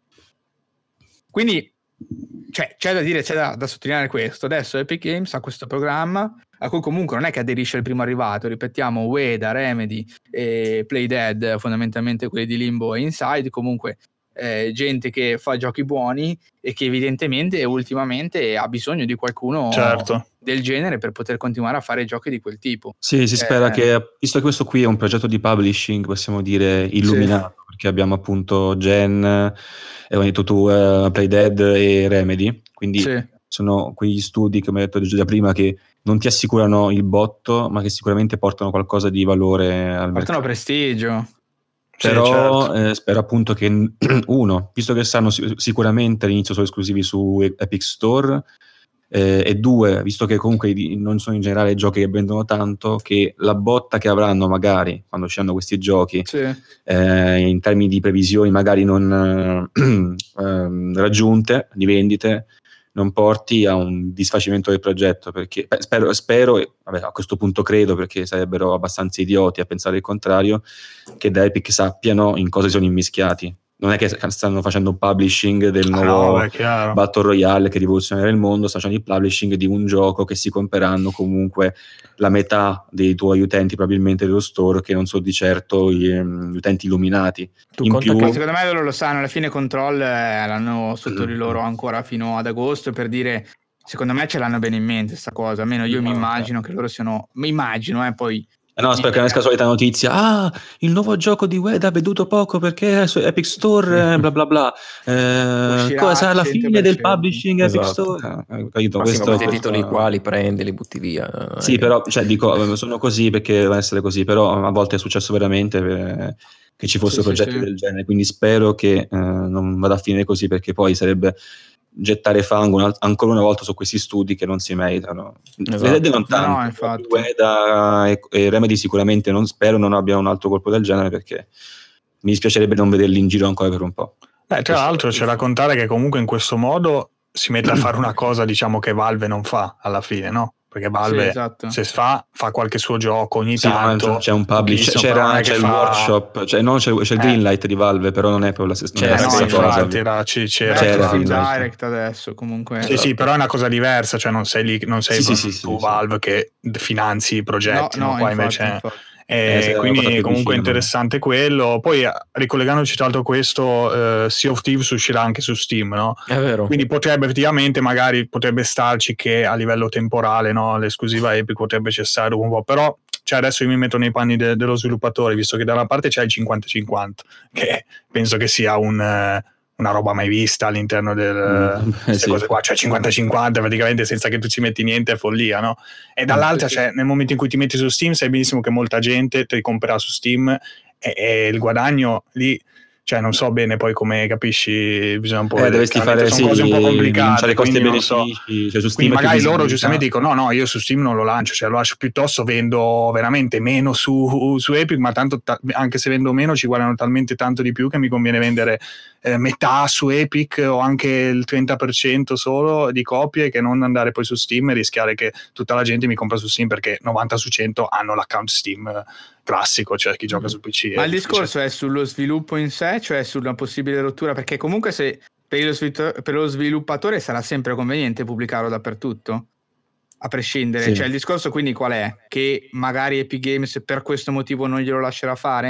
S1: Quindi cioè, c'è da dire, c'è da, da sottolineare questo. Adesso Epic Games ha questo programma a cui comunque non è che aderisce il primo arrivato, ripetiamo, Ueda, Remedy e Playdead, fondamentalmente quelli di Limbo e Inside, comunque eh, gente che fa giochi buoni e che evidentemente ultimamente ha bisogno di qualcuno
S3: Certo.
S1: del genere per poter continuare a fare giochi di quel tipo.
S5: Sì, si spera
S1: Eh,
S5: che, visto che questo qui è un progetto di publishing, possiamo dire illuminato, perché abbiamo appunto Gen, e come hai detto tu, uh, Playdead e Remedy, quindi
S1: sì.
S5: sono quegli studi, come ho detto già prima, che non ti assicurano il botto, ma che sicuramente portano qualcosa di valore al
S1: Portano
S5: mercato.
S1: prestigio.
S3: Sì,
S5: Però
S3: certo.
S5: eh, spero appunto che, uno, visto che saranno sic- sicuramente all'inizio solo esclusivi su Epic Store, eh, e due, visto che comunque i- non sono in generale giochi che vendono tanto, che la botta che avranno magari quando usciranno questi giochi,
S1: Sì.
S5: eh, in termini di previsioni magari non eh, ehm, raggiunte di vendite, non porti a un disfacimento del progetto, perché beh, spero, spero e vabbè, a questo punto credo, perché sarebbero abbastanza idioti a pensare il contrario, che da Epic sappiano in cosa si sono immischiati. Non è che stanno facendo un publishing del
S3: Ah,
S5: nuovo
S3: no, beh, chiaro.
S5: Battle Royale che rivoluzionerà il mondo, stanno facendo il publishing di un gioco che si compreranno comunque la metà dei tuoi utenti probabilmente dello store, che non sono di certo gli, gli utenti illuminati.
S4: Tu
S5: In
S4: conta
S5: più,
S1: Ma secondo me loro lo sanno, alla fine Control eh, l'hanno sotto di loro ancora fino ad agosto, per dire, secondo me ce l'hanno bene in mente sta cosa, almeno io mi immagino che loro siano, mi immagino, eh, poi...
S5: Eh no, spero che non esca la solita notizia. Ah, il nuovo gioco di Ueda ha veduto poco perché è su Epic Store, eh, bla bla bla. Eh,
S1: Uscirà
S5: cosa sarà la
S1: cento
S5: fine
S1: per
S5: del
S1: cento.
S5: publishing Epic
S4: Esatto.
S5: Store? Eh, capito,
S4: Ma sì, ma
S5: questo,
S4: questi
S5: questo-
S4: titoli qua li prendi, li butti via. non è
S5: Sì,
S4: che-
S5: però, cioè, dico, sono così perché devono essere così, però a volte è successo veramente eh, che ci fossero
S1: Sì, sì,
S5: progetti
S1: sì.
S5: del genere, quindi spero che eh, non vada a finire così, perché poi sarebbe gettare fango un- ancora una volta su questi studi che non si meritano.
S4: Esatto.
S5: Vedete non
S1: No,
S5: tanto,
S1: no, infatti.
S5: Ueda e, e Remedy sicuramente non spero non abbiano un altro colpo del genere, perché mi dispiacerebbe non vederli in giro ancora per un po'.
S3: Beh, tra
S5: Questo-
S3: l'altro c'è da contare che comunque in questo modo si mette a fare una cosa, diciamo, che Valve non fa alla fine, no? Perché Valve,
S1: Sì, esatto.
S3: se fa, fa qualche suo gioco ogni
S5: Sì,
S3: tanto.
S5: ma c'è un publish,
S3: pochissimo, però
S5: c'era,
S3: non è
S5: c'è
S3: che
S5: il
S3: fa-
S5: workshop, cioè, no, c'è, c'è il
S3: Eh.
S5: Greenlight di Valve, però non è proprio la, stessa- non è la
S3: C'era,
S1: no,
S5: stessa
S3: sì,
S5: cosa.
S3: infatti, era, c- c'era,
S1: Beh,
S3: tra
S5: c'era,
S1: Steam
S3: l'altro.
S5: Greenlight.
S1: Direct adesso comunque.
S3: Sì, sì, però è una cosa diversa, cioè non sei lì, non sei
S5: Sì, sì,
S3: proprio
S5: sì,
S3: tu
S5: sì, sì.
S3: Valve che finanzi i progetti,
S1: No,
S3: no?
S1: no,
S3: Qua
S1: infatti,
S3: invece
S1: infatti.
S3: eh,
S5: Eh, sarebbe una cosa
S3: quindi
S5: più
S3: comunque è
S5: vicina,
S3: interessante quello. Poi eh, ricollegandoci tra l'altro a questo, eh, Sea of Thieves uscirà anche su Steam, no?
S4: È vero.
S3: Quindi potrebbe effettivamente, magari potrebbe starci che a livello temporale, no, l'esclusiva Epic potrebbe cessare un po', però cioè adesso io mi metto nei panni de- dello sviluppatore, visto che da una parte c'è il cinquanta cinquanta, che penso che sia un, eh, una roba mai vista all'interno di
S5: Mm, eh,
S3: queste
S5: sì.
S3: cose qua, cioè cinquanta cinquanta praticamente senza che tu ci metti niente è follia, no? E dall'altra,
S1: Sì, sì.
S3: cioè nel momento in cui ti metti su Steam sai benissimo che molta gente te li comprerà su Steam e, e il guadagno lì, cioè non so bene poi come capisci, bisogna un po'
S5: Eh,
S3: vedere,
S5: dovresti
S3: chiaramente
S5: fare,
S3: sono cose un po'
S5: sì,
S3: complicate,
S5: bilanciare costi e
S3: quindi non so.
S5: benefici, cioè su Steam
S3: Quindi
S5: è più
S3: magari loro
S5: visibilità.
S3: giustamente dicono no no io su Steam non lo lancio, cioè lo lascio, piuttosto vendo veramente meno su, su Epic, ma tanto ta- anche se vendo meno ci guadagnano talmente tanto di più che mi conviene vendere eh, metà su Epic o anche il trenta per cento solo di copie, che non andare poi su Steam e rischiare che tutta la gente mi compra su Steam, perché novanta su cento hanno l'account Steam eh, classico, cioè chi gioca su P C.
S1: Ma
S3: è
S1: il
S3: difficile.
S1: discorso è sullo sviluppo in sé, cioè sulla possibile rottura, perché comunque se per lo, svil- per lo sviluppatore sarà sempre conveniente pubblicarlo dappertutto, a prescindere.
S5: Sì.
S1: Cioè il discorso quindi qual è? Che magari Epic Games per questo motivo non glielo lascerà fare?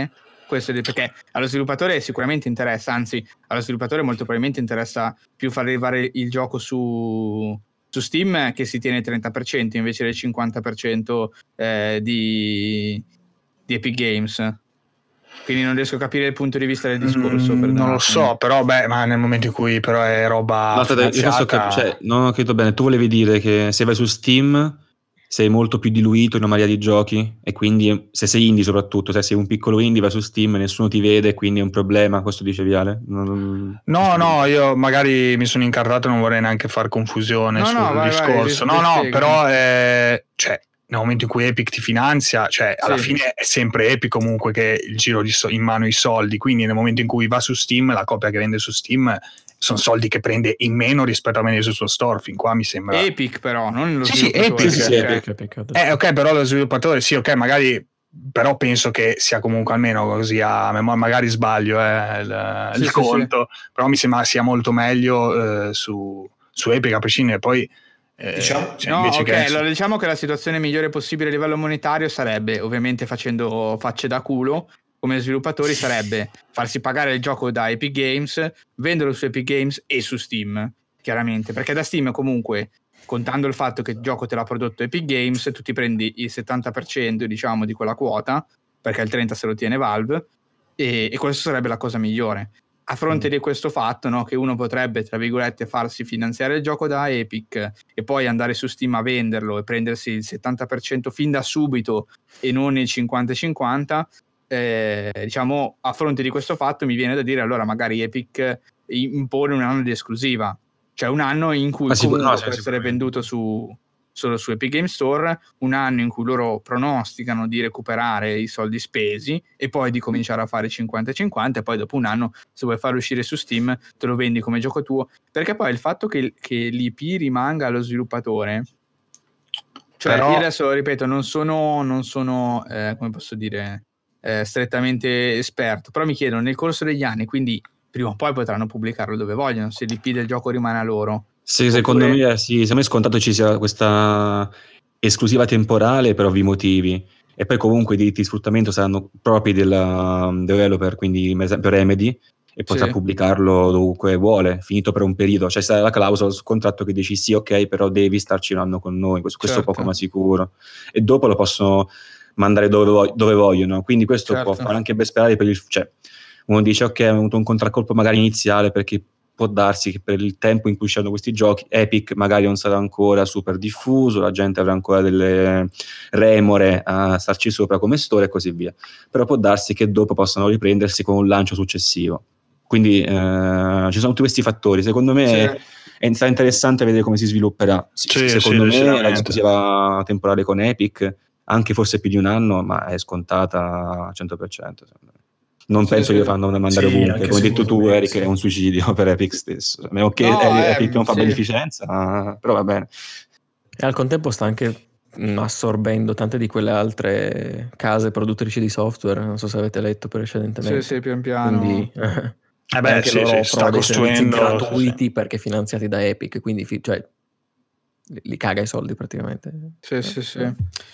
S1: Questo è perché allo sviluppatore sicuramente interessa, anzi allo sviluppatore molto probabilmente interessa più far arrivare il gioco su, su Steam, che si tiene il trenta per cento invece del cinquanta per cento eh, di, di Epic Games. Quindi non riesco a capire il punto di vista del discorso.
S3: Mm, non lo so, però beh, ma nel momento in cui però è roba
S5: No, aspetta, io posso cap- cioè, non ho capito bene. Tu volevi dire che se vai su Steam sei molto più diluito in una marea di giochi, e quindi se sei indie soprattutto, se sei un piccolo indie vai su Steam e nessuno ti vede, quindi è un problema, questo dicevi Ale? Non...
S3: No, no, io magari mi sono incartato e non vorrei neanche far confusione
S1: no,
S3: sul
S1: no, vai,
S3: discorso.
S1: vai,
S3: no, no,
S1: spiegami.
S3: però eh, cioè, nel momento in cui Epic ti finanzia, cioè alla
S1: Sì.
S3: fine è sempre Epic comunque che il giro di so- in mano i soldi, quindi nel momento in cui va su Steam, la copia che vende su Steam sono soldi che prende in meno rispetto a vendere sul suo store. Fin qua mi sembra
S1: Epic però, non lo
S3: Sì, sì,
S1: sviluppatore.
S3: Epic,
S5: sì, sì,
S1: cioè,
S5: Epic.
S4: Epic, Epic.
S3: Eh, ok, però lo sviluppatore, sì, ok, magari, però penso che sia comunque almeno così a memoria, magari sbaglio eh, il,
S1: Sì,
S3: il
S1: sì,
S3: conto, però mi sembra sia molto meglio eh, su, su Epic, a prescindere. Poi, eh,
S6: Diciamo-
S3: cioè,
S1: No,
S3: invece
S1: ok,
S3: che
S1: allora diciamo che la situazione migliore possibile a livello monetario sarebbe, ovviamente facendo facce da culo, come sviluppatori sarebbe farsi pagare il gioco da Epic Games, venderlo su Epic Games e su Steam, chiaramente, perché da Steam comunque, contando il fatto che il gioco te l'ha prodotto Epic Games, tu ti prendi il settanta per cento, diciamo, di quella quota, perché il trenta per cento se lo tiene Valve, e, e questo sarebbe la cosa migliore. A fronte
S5: Mm.
S1: di questo fatto, no, che uno potrebbe, tra virgolette, farsi finanziare il gioco da Epic e poi andare su Steam a venderlo e prendersi il settanta per cento fin da subito e non il cinquanta cinquanta, eh, diciamo, a fronte di questo fatto mi viene da dire allora magari Epic impone un anno di esclusiva, cioè un anno in cui
S5: Ah, sicur-
S1: comunque
S5: no,
S1: può
S5: sì,
S1: essere
S5: sicuramente.
S1: venduto su, solo su Epic Game Store, un anno in cui loro pronosticano di recuperare i soldi spesi e poi di cominciare a fare cinquanta cinquanta, e poi dopo un anno se vuoi farlo uscire su Steam te lo vendi come gioco tuo, perché poi il fatto che, che l'I P rimanga allo sviluppatore, cioè
S3: Però-
S1: io adesso ripeto non sono, non sono eh, come posso dire eh, strettamente esperto, però mi chiedo nel corso degli anni, quindi prima o poi potranno pubblicarlo dove vogliono se l'I P del gioco rimane a loro.
S5: Sì, secondo
S1: Oppure-
S5: me sì, secondo me è scontato ci sia questa esclusiva temporale per ovvi motivi, e poi comunque i diritti di sfruttamento saranno propri della developer, quindi per esempio Remedy, e potrà
S1: Sì.
S5: pubblicarlo dovunque vuole, finito per un periodo, cioè sarà la clausola sul contratto che dici sì, ok, però devi starci un anno con noi, questo, questo
S1: Certo.
S5: è poco ma sicuro, e dopo lo possono mandare dove, vog- dove vogliono, quindi questo
S1: Certo.
S5: può fare anche ben sperare per il, cioè uno dice ok, ha avuto un contraccolpo magari iniziale perché può darsi che per il tempo in cui c'erano questi giochi Epic magari non sarà ancora super diffuso, la gente avrà ancora delle remore a starci sopra come store e così via, però può darsi che dopo possano riprendersi con un lancio successivo, quindi eh, ci sono tutti questi fattori, secondo me
S1: Sì.
S5: è, è sarà interessante vedere come si svilupperà. S-
S3: Sì,
S5: secondo
S3: sì,
S5: me la
S3: decisamente.
S5: esclusiva temporale con Epic anche forse più di un anno, ma è scontata al cento per cento secondo me. Non
S1: Sì,
S5: penso
S1: sì.
S5: che fanno mandare
S6: Sì,
S5: ovunque,
S6: anche
S5: come hai detto
S6: secondo
S5: tu
S6: me,
S5: Eric,
S6: sì.
S5: è un suicidio per Epic stesso, a meno che
S1: No, eh,
S5: Epic non fa
S1: sì.
S5: beneficenza, però va bene.
S4: E al contempo sta anche mh, assorbendo tante di quelle altre case produttrici di software, non so se avete letto precedentemente.
S1: Sì, sì, pian piano.
S4: Quindi
S3: Eh beh,
S4: anche
S3: sì,
S4: loro
S3: sì,
S4: offrono
S3: sta
S4: dei servizi
S3: costruendo,
S4: gratuiti
S3: sì.
S4: perché finanziati da Epic, quindi fi- cioè, li, li caga i soldi praticamente.
S1: Sì, sì, sì.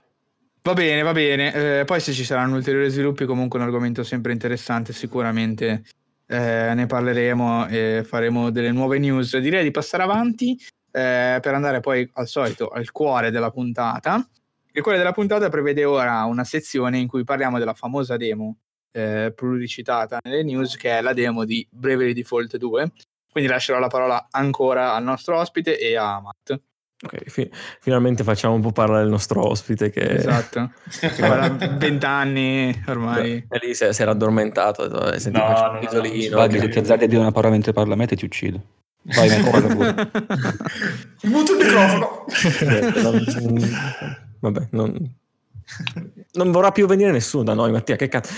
S1: Va bene, va bene. Eh, poi se ci saranno ulteriori sviluppi, comunque un argomento sempre interessante, sicuramente eh, ne parleremo e faremo delle nuove news. Direi di passare avanti eh, per andare poi al solito al cuore della puntata. Il cuore della puntata prevede ora una sezione in cui parliamo della famosa demo eh, pluricitata nelle news, che è la demo di Bravely Default due. Quindi lascerò la parola ancora al nostro ospite e a Matt.
S4: Ok, fi- finalmente facciamo un po' parlare il nostro ospite che
S1: Esatto, che guarda vent'anni ormai.
S4: e lì si, si era addormentato, ha detto, "Eh, senti,
S6: No,
S4: faccio
S6: no,
S4: un
S6: no,
S4: pisolino,
S6: Sbagli,
S4: ok."
S5: Se ti azzardi a dire una parola mentre parla a me ti uccido. Vai, Matt, parla pure.
S6: Muto il microfono.
S4: Niente, non- vabbè, non, non vorrà più venire nessuno da noi, Mattia, che cazzo.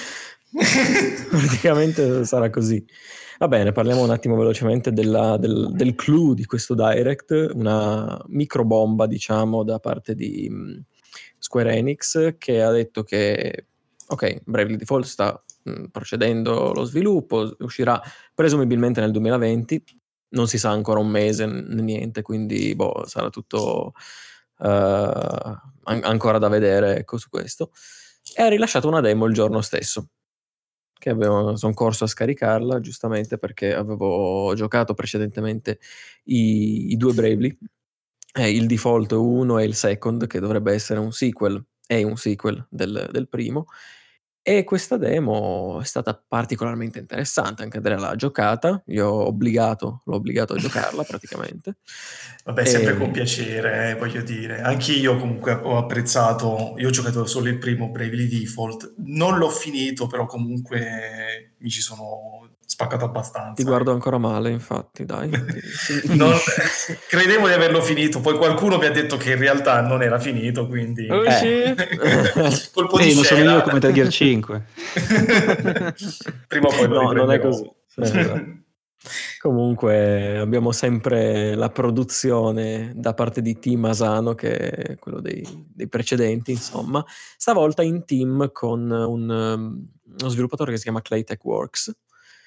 S4: Praticamente sarà così. Va bene, parliamo un attimo velocemente della- del, del clou di questo Direct, una microbomba, diciamo, da parte di mh, Square Enix, che ha detto che, ok, Bravely Default sta mh, procedendo lo sviluppo, uscirà presumibilmente nel duemilaventi, non si sa ancora un mese né niente, quindi boh, sarà tutto eh, an- ancora da vedere, ecco, su questo. E ha rilasciato una demo il giorno stesso. che avevo, sono corso a scaricarla giustamente perché avevo giocato precedentemente i, i due Bravely, eh, il Default uno e il Second, che dovrebbe essere un sequel, è un sequel del, del primo, e questa demo è stata particolarmente interessante. Anche Andrea l'ha giocata, io ho obbligato, l'ho obbligato a giocarla praticamente.
S6: Vabbè, sempre
S4: E-
S6: con piacere, eh, voglio dire. Anch'io comunque ho apprezzato, io ho giocato solo il primo Bravely Default, non l'ho finito, però comunque mi ci sono spaccato abbastanza.
S4: Ti guardo ancora male, infatti, dai. ti-
S6: Non- credevo di averlo finito, poi qualcuno mi ha detto che in realtà non era finito, quindi
S1: Oh,
S4: Eh.
S1: sì.
S6: colpo di
S5: Ehi, lo sono
S6: scena.
S5: io come Metal Gear cinque.
S6: Prima o poi lo
S4: No, non è
S6: riprenderò.
S4: così. Eh, esatto. Comunque abbiamo sempre la produzione da parte di Team Asano, che è quello dei, dei precedenti, insomma, stavolta in team con un, um, uno sviluppatore che si chiama Claytech Works,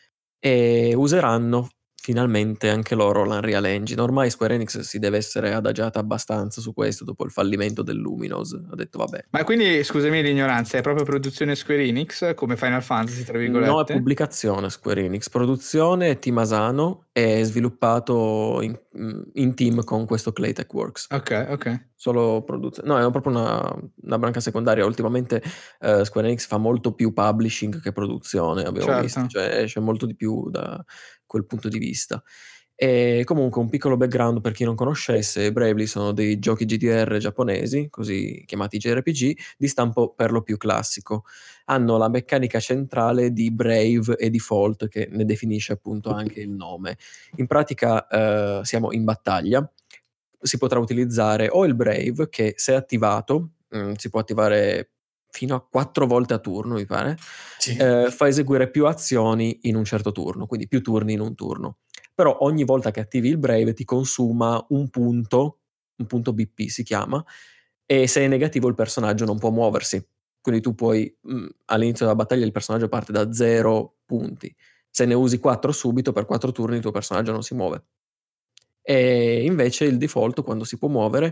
S4: e useranno finalmente anche loro l'Unreal Engine. Ormai Square Enix si deve essere adagiata abbastanza su questo dopo il fallimento del Luminous. Ha detto vabbè,
S1: Ma quindi, scusami l'ignoranza, è proprio produzione Square Enix, come Final Fantasy, tra virgolette?
S4: no, è pubblicazione Square Enix, produzione Team Asano, è sviluppato in, in team con questo Claytech Works.
S1: Ok, ok.
S4: Solo produzione, no, è proprio una, una branca secondaria. Ultimamente eh, Square Enix fa molto più publishing che produzione, abbiamo
S1: Certo.
S4: visto, cioè c'è molto di più da quel punto di vista. E comunque un piccolo background per chi non conoscesse: Bravely sono dei giochi G D R giapponesi, così chiamati J R P G, di stampo per lo più classico. Hanno la meccanica centrale di Brave e Default, che ne definisce appunto anche il nome. In pratica eh, siamo in battaglia, si potrà utilizzare o il Brave, che se attivato mh, si può attivare fino a quattro volte a turno, mi pare,
S6: Sì.
S4: eh, fa eseguire più azioni in un certo turno, quindi più turni in un turno. Però ogni volta che attivi il Brave ti consuma un punto, un punto B P si chiama, e se è negativo il personaggio non può muoversi. Quindi tu puoi, mh, all'inizio della battaglia il personaggio parte da zero punti. Se ne usi quattro subito, per quattro turni il tuo personaggio non si muove. E invece il default, quando si può muovere,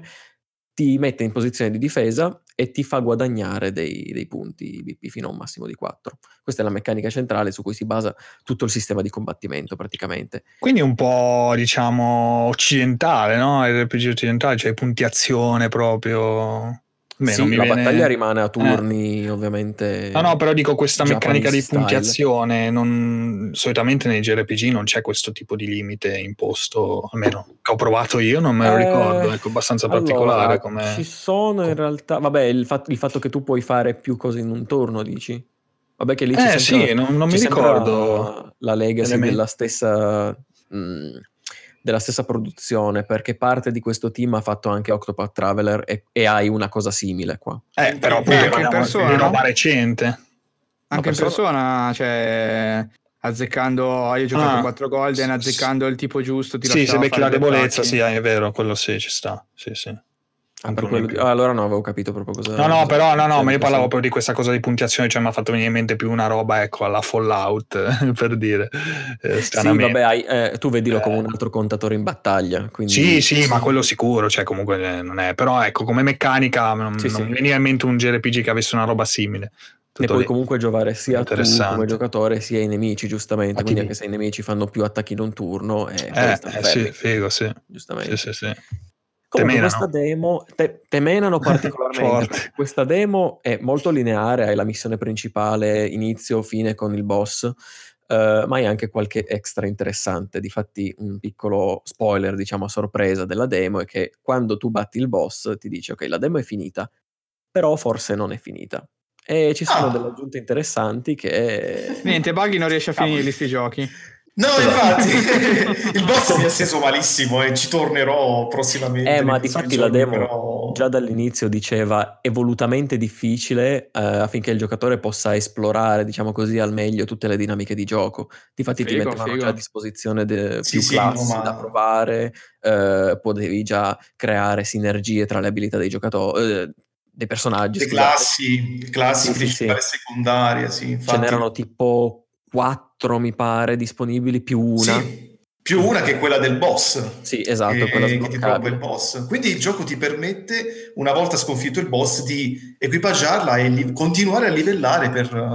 S4: ti mette in posizione di difesa e ti fa guadagnare dei, dei punti B P fino a un massimo di quattro. Questa è la meccanica centrale su cui si basa tutto il sistema di combattimento praticamente.
S3: Quindi un po', diciamo, occidentale, no? R P G occidentale, cioè puntiazione proprio. Beh,
S4: sì,
S3: non mi
S4: la
S3: viene-
S4: battaglia rimane a
S3: Eh.
S4: turni, ovviamente.
S3: No, no, però dico questa meccanica di
S4: Japanese style.
S3: puntiazione, non, solitamente nei J R P G non c'è questo tipo di limite imposto, almeno che ho provato io, non me lo
S4: Eh,
S3: ricordo, ecco, abbastanza particolare
S4: allora,
S3: come...
S4: ci sono in realtà, vabbè, il, fat- il fatto che tu puoi fare più cose in un turno, dici? Vabbè, che lì c'è
S3: Eh
S4: sempre,
S3: sì, non, non
S4: c'è
S3: mi
S4: sempre
S3: ricordo.
S4: la, la legacy
S3: elementi.
S4: della stessa mh, della stessa produzione, perché parte di questo team ha fatto anche Octopath Traveler e, e hai una cosa simile qua.
S3: Eh, però
S6: Beh,
S3: appunto
S1: anche in
S3: parliamo
S1: persona,
S3: di
S1: no?
S3: roba recente.
S1: Anche in persona, cioè, azzeccando, io ho giocato
S3: Ah.
S1: quattro Golden, azzeccando il tipo giusto, ti
S3: Sì, se
S1: lasciava
S3: becchi
S1: fare
S3: la
S1: due
S3: debolezza,
S1: attacchi.
S3: sì, è vero, quello sì, ci sta. Sì, sì.
S4: Ah, per quello di- ah, allora no, avevo capito proprio cosa.
S3: No, no,
S4: cosa-
S3: però no, no,
S4: cosa
S3: ma io parlavo
S4: cosa-
S3: proprio di questa cosa di puntiazione, cioè mi ha fatto venire in mente più una roba, ecco, alla Fallout, per dire. Eh,
S4: Sì,
S3: stranamente.
S4: vabbè, hai- eh, tu vedilo
S3: Eh.
S4: come un altro contatore in battaglia. Quindi...
S3: Sì, sì, ma quello sicuro, cioè comunque eh, non è, però ecco, come meccanica non,
S4: Sì,
S3: non
S4: sì.
S3: mi veniva in mente un J R P G che avesse una roba simile.
S4: Ne
S3: Tutto
S4: puoi
S3: lì.
S4: comunque giocare sia tu
S3: Interessante.
S4: come giocatore sia i nemici, giustamente. Quindi
S3: Attivi.
S4: anche se i nemici fanno più attacchi in un turno e poi
S3: Eh,
S4: stanno
S3: eh,
S4: fermi.
S3: sì, figo, sì.
S4: Giustamente.
S3: Sì, sì, sì.
S4: Comunque
S3: Temenano.
S4: questa demo te, te menano particolarmente
S3: Forte.
S4: perché questa demo è molto lineare, hai la missione principale, inizio, fine con il boss, eh, ma hai anche qualche extra interessante. Difatti un piccolo spoiler, diciamo a sorpresa della demo, è che quando tu batti il boss ti dice ok, la demo è finita, però forse non è finita. E ci sono
S6: Ah.
S4: delle aggiunte interessanti che...
S1: Niente, Buggy non riesce a
S4: Cavolo.
S1: finirli sti giochi.
S6: No,
S4: Esatto.
S6: infatti, il boss mi ha steso malissimo e ci tornerò prossimamente.
S4: Eh,
S6: nei
S4: ma
S6: prossimi
S4: difatti la
S6: giorni,
S4: demo
S6: però...
S4: già dall'inizio diceva è volutamente difficile eh, affinché il giocatore possa esplorare, diciamo così, al meglio tutte le dinamiche di gioco. Difatti ti
S1: Figo,
S4: mettevano
S1: figo.
S4: già a disposizione de-
S6: Sì,
S4: più
S6: sì, no,
S4: classi
S6: ma-
S4: da provare, eh, potevi già creare sinergie tra le abilità dei giocatori, eh, dei personaggi,
S6: Le
S4: scusate.
S6: classi, le classi
S4: Sì, sì,
S6: principali
S4: sì.
S6: e secondarie, sì,
S4: Ce
S6: infatti.
S4: n'erano tipo quattro, mi pare, disponibili più una.
S6: Sì, più una che quella del boss.
S4: Sì, esatto,
S6: che,
S4: quella
S6: che ti tromba il
S4: sbloccabile.
S6: boss. Quindi il gioco ti permette, una volta sconfitto il boss, di equipaggiarla e li- continuare a livellare per,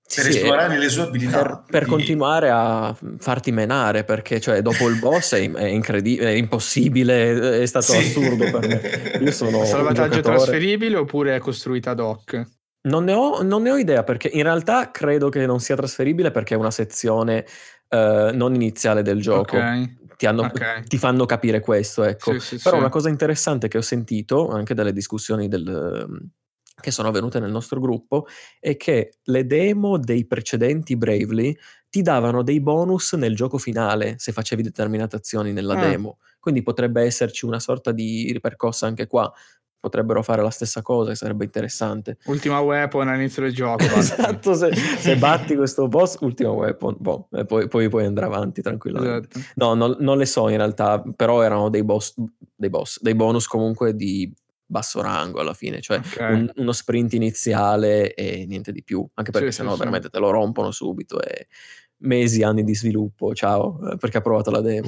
S6: per
S4: Sì,
S6: esplorare le sue abilità.
S4: per, per
S6: Quindi-
S4: continuare a farti menare, perché cioè dopo il boss è, è incredibile, è impossibile, è stato
S6: Sì.
S4: assurdo per me. Io sono un
S1: Salvataggio
S4: giocatore,
S1: trasferibile oppure è costruita ad hoc?
S4: non ne ho, non ne ho idea, perché in realtà credo che non sia trasferibile perché è una sezione eh, non iniziale del gioco.
S1: Ok.
S4: Ti, hanno-
S1: Ok.
S4: ti fanno capire questo, ecco.
S1: Sì, sì,
S4: Però
S1: sì.
S4: una cosa interessante che ho sentito anche dalle discussioni del, che sono avvenute nel nostro gruppo è che le demo dei precedenti Bravely ti davano dei bonus nel gioco finale se facevi determinate azioni nella
S1: Ah.
S4: demo. Quindi potrebbe esserci una sorta di ripercossa anche qua. Potrebbero fare la stessa cosa e sarebbe interessante.
S1: Ultima weapon all'inizio del gioco. basta.
S4: Esatto, se, se batti questo boss, ultima weapon, boh, e poi, poi puoi andare avanti tranquillamente.
S1: Esatto.
S4: No, non, non le so in realtà, però erano dei boss, dei boss, dei bonus comunque di basso rango alla fine, cioè
S1: Ok.
S4: un- uno sprint iniziale e niente di più, anche perché
S1: Sì,
S4: sennò
S1: sì, sì.
S4: veramente te lo rompono subito e mesi, anni di sviluppo, ciao, eh, perché ha provato la demo.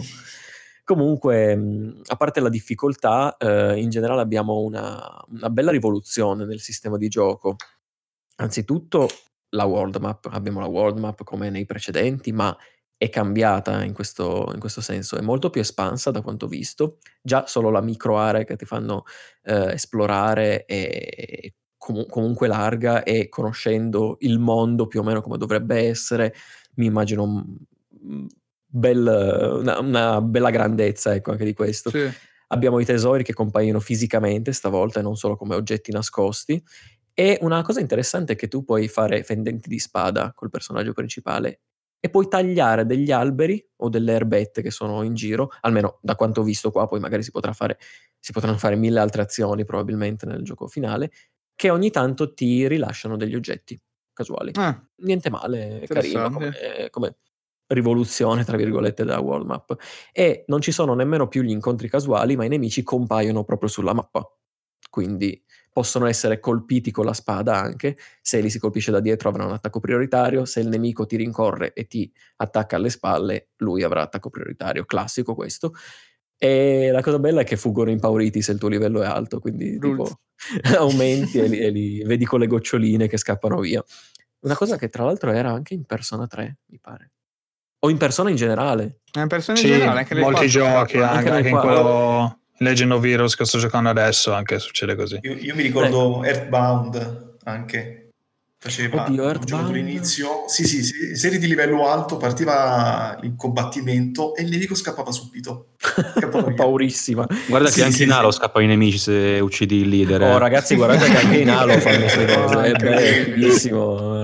S4: Comunque, mh, a parte la difficoltà, eh, in generale abbiamo una, una bella rivoluzione nel sistema di gioco. Anzitutto la world map, abbiamo la world map come nei precedenti, ma è cambiata in questo, in questo senso, è molto più espansa da quanto visto, già solo la micro area che ti fanno eh, esplorare è comu- comunque larga e conoscendo il mondo più o meno come dovrebbe essere, mi immagino un- un bel- una, una bella grandezza, ecco, anche di questo.
S1: Sì.
S4: Abbiamo i tesori che compaiono fisicamente stavolta e non solo come oggetti nascosti. E una cosa interessante è che tu puoi fare fendenti di spada col personaggio principale e puoi tagliare degli alberi o delle erbette che sono in giro, almeno da quanto ho visto qua, poi magari si potrà fare, si potranno fare mille altre azioni probabilmente nel gioco finale, che ogni tanto ti rilasciano degli oggetti casuali.
S1: Ah,
S4: Niente male, è carino come,
S1: interessante.
S4: come rivoluzione, tra virgolette, della world map. E non ci sono nemmeno più gli incontri casuali, ma i nemici compaiono proprio sulla mappa. Quindi possono essere colpiti con la spada anche, se li si colpisce da dietro avrà un attacco prioritario, se il nemico ti rincorre e ti attacca alle spalle, lui avrà attacco prioritario, classico questo. E la cosa bella è che fuggono impauriti se il tuo livello è alto, quindi
S1: Rules.
S4: tipo aumenti e li, e li vedi con le goccioline che scappano via. Una cosa che tra l'altro era anche in Persona tre, mi pare. O in Persona in generale.
S1: È una persona in
S3: Sì,
S1: generale, anche nel
S3: molti
S1: quattro
S3: giochi,
S1: scappa.
S3: anche,
S4: Anche nel
S3: anche in
S4: quattro.
S3: quello Legend of Heroes che sto giocando adesso, anche succede così.
S6: Io, io mi ricordo Earthbound anche. Faceva
S4: Oddio,
S6: un gioco
S4: Earthbound.
S6: all'inizio. Sì, sì, sì, se eri di livello alto partiva il combattimento e il nemico scappava subito. Scappava via.
S4: Paurissima.
S5: Guarda
S6: Sì,
S5: che anche
S6: sì,
S5: in Halo
S6: sì.
S5: scappano i nemici se uccidi il leader.
S4: Oh
S5: eh.
S4: ragazzi, guardate che anche in Halo fanno queste cose.
S1: Oh,
S4: Eh, beh, è
S1: incredibile.
S4: fighissimo.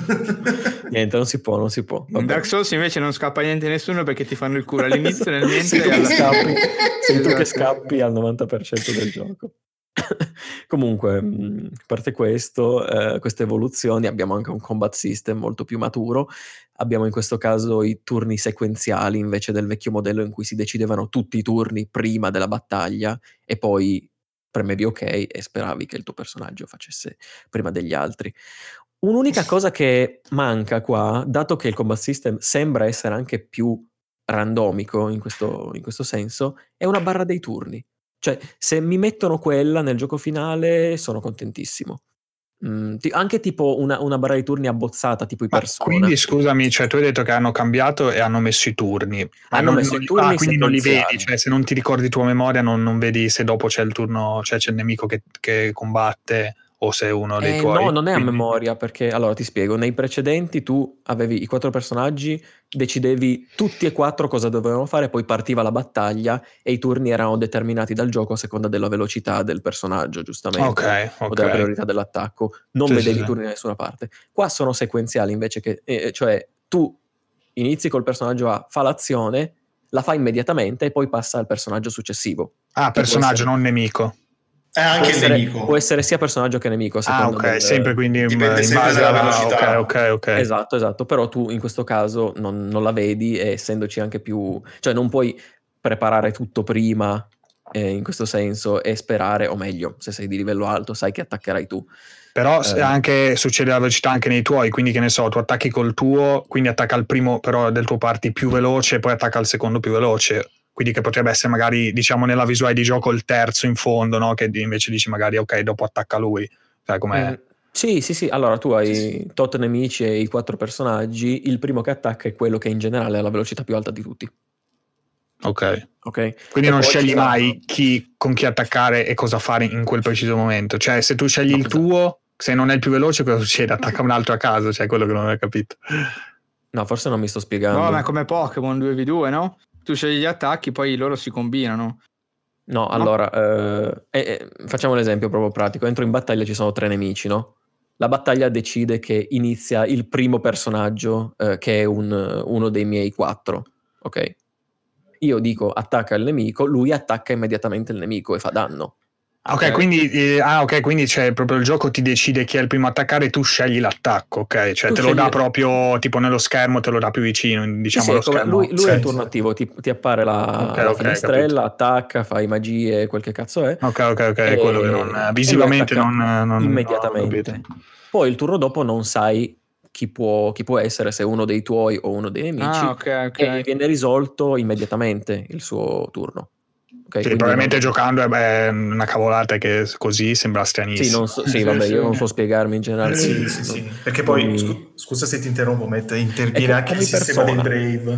S4: Niente, non si può, non si può.
S1: In
S4: Vabbè.
S1: Dark Souls invece non scappa niente nessuno perché ti fanno il culo all'inizio, nel
S4: Sei
S1: mentre
S4: tu
S1: e
S4: che
S1: alla
S4: scappi, sei tu che
S1: Esatto.
S4: scappi al novanta per cento del gioco. Comunque, mh, a parte questo, eh, queste evoluzioni, abbiamo anche un combat system molto più maturo. Abbiamo in questo caso i turni sequenziali invece del vecchio modello in cui si decidevano tutti i turni prima della battaglia e poi premevi ok e speravi che il tuo personaggio facesse prima degli altri. Un'unica cosa che manca qua, dato che il combat system sembra essere anche più randomico in questo, in questo senso, è una barra dei turni. Cioè, se mi mettono quella nel gioco finale, sono contentissimo. Mm, ti- anche tipo una, una barra di turni abbozzata, tipo i
S3: Ma
S4: Persona.
S3: quindi scusami, cioè tu hai detto che hanno cambiato e hanno messo i turni. Ma
S4: Hanno
S3: non,
S4: messo
S3: non
S4: i
S3: li-
S4: turni
S3: ah, quindi non li
S4: sequenziali.
S3: vedi, cioè se non ti ricordi tua memoria non, non vedi se dopo c'è il turno, cioè c'è il nemico che, che combatte o se è uno dei
S4: Eh,
S3: tuoi.
S4: no, non è a
S3: quindi-
S4: memoria, perché allora ti spiego, nei precedenti tu avevi i quattro personaggi, decidevi tutti e quattro cosa dovevano fare, poi partiva la battaglia e i turni erano determinati dal gioco a seconda della velocità del personaggio, giustamente,
S3: Ok,
S4: o
S3: ok.
S4: della priorità dell'attacco. Non
S3: Sì,
S4: vedevi
S3: sì,
S4: i
S3: sì.
S4: turni da nessuna parte. Qua sono sequenziali invece che, eh, cioè tu inizi col personaggio A, fa l'azione, la fa immediatamente e poi passa al personaggio successivo.
S3: Ah,
S4: Che può
S3: personaggio,
S4: essere-
S3: non nemico.
S6: È
S4: Può
S6: anche il
S4: essere,
S6: nemico.
S4: può essere sia personaggio che nemico a
S3: Ah,
S4: seconda
S3: ok,
S4: del-
S3: sempre quindi in,
S6: Dipende
S3: in
S6: sempre
S3: base
S6: dalla
S3: alla...
S6: velocità.
S3: Ok, ok, ok.
S4: Esatto, esatto, però tu in questo caso non, non la vedi e essendoci anche più... cioè non puoi preparare tutto prima eh, in questo senso e sperare, o meglio, se sei di livello alto sai che attaccherai tu.
S3: Però se
S4: Eh.
S3: anche succede la velocità anche nei tuoi, quindi che ne so, tu attacchi col tuo, quindi attacca il primo però del tuo party più veloce e poi attacca il secondo più veloce, quindi che potrebbe essere magari, diciamo, nella visuale di gioco il terzo in fondo, no? Che invece dici magari ok, dopo attacca lui, sai com'è?
S4: Mm, Sì, sì, sì. Allora tu hai
S6: Sì, sì.
S4: tot nemici e i quattro personaggi. Il primo che attacca è quello che in generale ha la velocità più alta di tutti.
S3: Ok.
S4: Ok.
S3: Quindi
S4: E
S3: non
S4: poi ci
S3: scegli
S4: saranno-
S3: mai chi, con chi attaccare e cosa fare in quel preciso momento. Cioè, se tu scegli
S4: No,
S3: il
S4: esatto.
S3: tuo, se non è il più veloce, cosa succede? Attacca un altro a caso, cioè quello che non ho capito.
S4: No, forse non mi sto spiegando.
S1: No, ma è come Pokémon due vu due, no? Tu scegli gli attacchi, poi loro si combinano.
S4: No, allora, eh, eh, eh, facciamo l'esempio proprio pratico. Entro in battaglia, ci sono tre nemici, no? La battaglia decide che inizia il primo personaggio, eh, che è un, uno dei miei quattro, ok? Io dico attacca il nemico, lui attacca immediatamente il nemico e fa danno.
S3: Ok,
S4: Ok.
S3: quindi, eh, ah, ok, quindi c'è proprio il gioco ti decide chi è il primo a attaccare e tu scegli l'attacco, ok? Cioè
S4: Tu
S3: te lo dà
S4: scegli-
S3: proprio tipo nello schermo, te lo dà più vicino,
S4: Sì,
S3: diciamo
S4: sì, è
S3: allo
S4: come-
S3: schermo.
S4: lui, lui
S6: Sì,
S4: è il turno
S6: sì.
S4: attivo, ti, ti appare la,
S3: Ok,
S4: la
S3: ok,
S4: finestrella, attacca, fai magie, quel che cazzo è.
S3: Ok, ok, ok, è
S4: e-
S3: quello che non,
S4: e lui
S3: visivamente
S4: attacca
S3: non, non, non ho
S4: immediatamente.
S3: capito.
S4: Poi il turno dopo non sai chi può, chi può essere, se uno dei tuoi o uno dei nemici,
S1: Ah, ok, ok.
S4: e viene risolto immediatamente il suo turno. Ok,
S3: Sì,
S4: quindi
S3: probabilmente
S4: non-
S3: giocando è beh, una cavolata che così sembra
S4: Sì,
S3: stranissimo.
S4: non so- sì,
S1: Sì,
S4: vabbè,
S1: sì.
S4: io non so spiegarmi in generale.
S6: Sì,
S4: quindi
S6: sì,
S4: non-
S6: sì. Perché
S4: non
S6: poi,
S4: mi-
S6: scu- scusa se ti interrompo, Matt,
S4: È
S6: interviene
S4: co-
S6: anche il
S4: come
S6: sistema del
S4: Persona.
S6: Brave.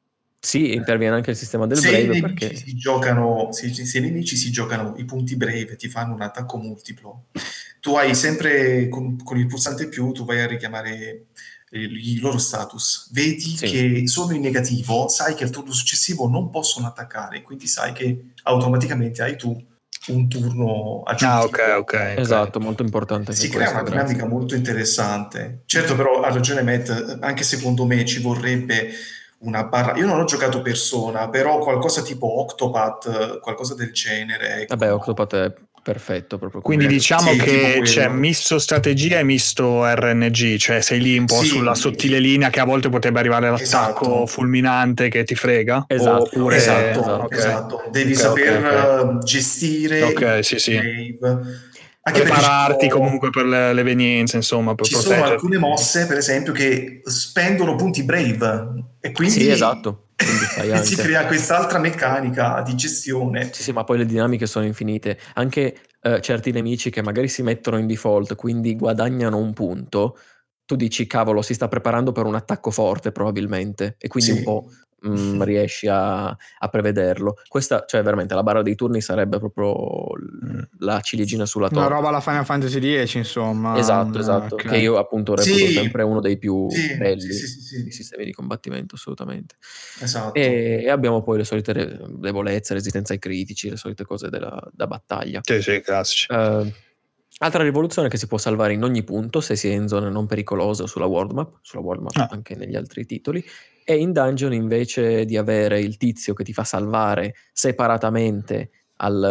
S4: Sì, interviene anche il sistema del
S6: Se i
S4: Brave
S6: nemici
S4: perché...
S6: si giocano, se, se i nemici si giocano i punti Brave, ti fanno un attacco multiplo. Tu hai sempre con, con il pulsante più, tu vai a richiamare eh, i loro status. Vedi
S4: Sì.
S6: che sono in negativo, sai che al turno successivo non possono attaccare, quindi sai che automaticamente hai tu un turno aggiuntivo.
S3: Ah, ok, ok.
S4: Esatto, molto importante anche
S6: Si crea
S4: questo,
S6: una
S4: grazie.
S6: dinamica molto interessante. Certo, però ha ragione Matt, anche secondo me ci vorrebbe una barra. Io non ho giocato Persona, però qualcosa tipo Octopath, qualcosa del genere. Ecco.
S4: Vabbè, Octopath è perfetto proprio come...
S3: Quindi diciamo
S6: Sì, tipo
S3: che
S6: quello.
S3: c'è misto strategia e misto R N G, cioè sei lì un po'
S6: Sì.
S3: sulla sottile linea che a volte potrebbe arrivare l'attacco
S6: Esatto.
S3: fulminante che ti frega.
S4: Esatto,
S3: Oppure...
S6: Esatto,
S4: esatto.
S3: ok.
S6: esatto. Devi
S3: Ok,
S6: saper
S3: ok, ok.
S6: eh, gestire
S3: Ok,
S6: i
S3: sì, sì.
S6: Brave. Anche perché ci
S3: Prepararti
S6: sono-
S3: comunque per le, le evenienze, insomma, per
S6: Ci sono
S3: proteggerti.
S6: alcune mosse, per esempio, che spendono punti Brave e quindi
S4: Sì, esatto. Quindi sai
S6: si
S4: anche.
S6: crea quest'altra meccanica di gestione.
S4: Sì, sì, ma poi le dinamiche sono infinite. Anche eh, certi nemici che magari si mettono in default, quindi guadagnano un punto, tu dici, cavolo, si sta preparando per un attacco forte probabilmente, e quindi
S6: Sì.
S4: un po' mh, riesci a, a prevederlo. Questa, cioè veramente, la barra dei turni sarebbe proprio l- la ciliegina sulla
S1: Una
S4: torta.
S1: roba alla Final Fantasy dieci, insomma.
S4: Esatto,
S1: Ah,
S4: esatto,
S1: ok.
S4: che io appunto reputo
S6: Sì.
S4: sempre uno dei più
S6: Sì,
S4: belli
S6: sì, sì, sì, sì.
S4: di sistemi di combattimento, assolutamente.
S6: Esatto.
S4: E, e abbiamo poi le solite re- debolezze, resistenza ai critici, le solite cose della, da battaglia.
S3: Sì, sì, classici.
S4: Eh, altra rivoluzione che si può salvare in ogni punto se si è in zone non pericolose o sulla world map, sulla world map
S3: Ah.
S4: anche negli altri titoli, e in dungeon invece di avere il tizio che ti fa salvare separatamente al,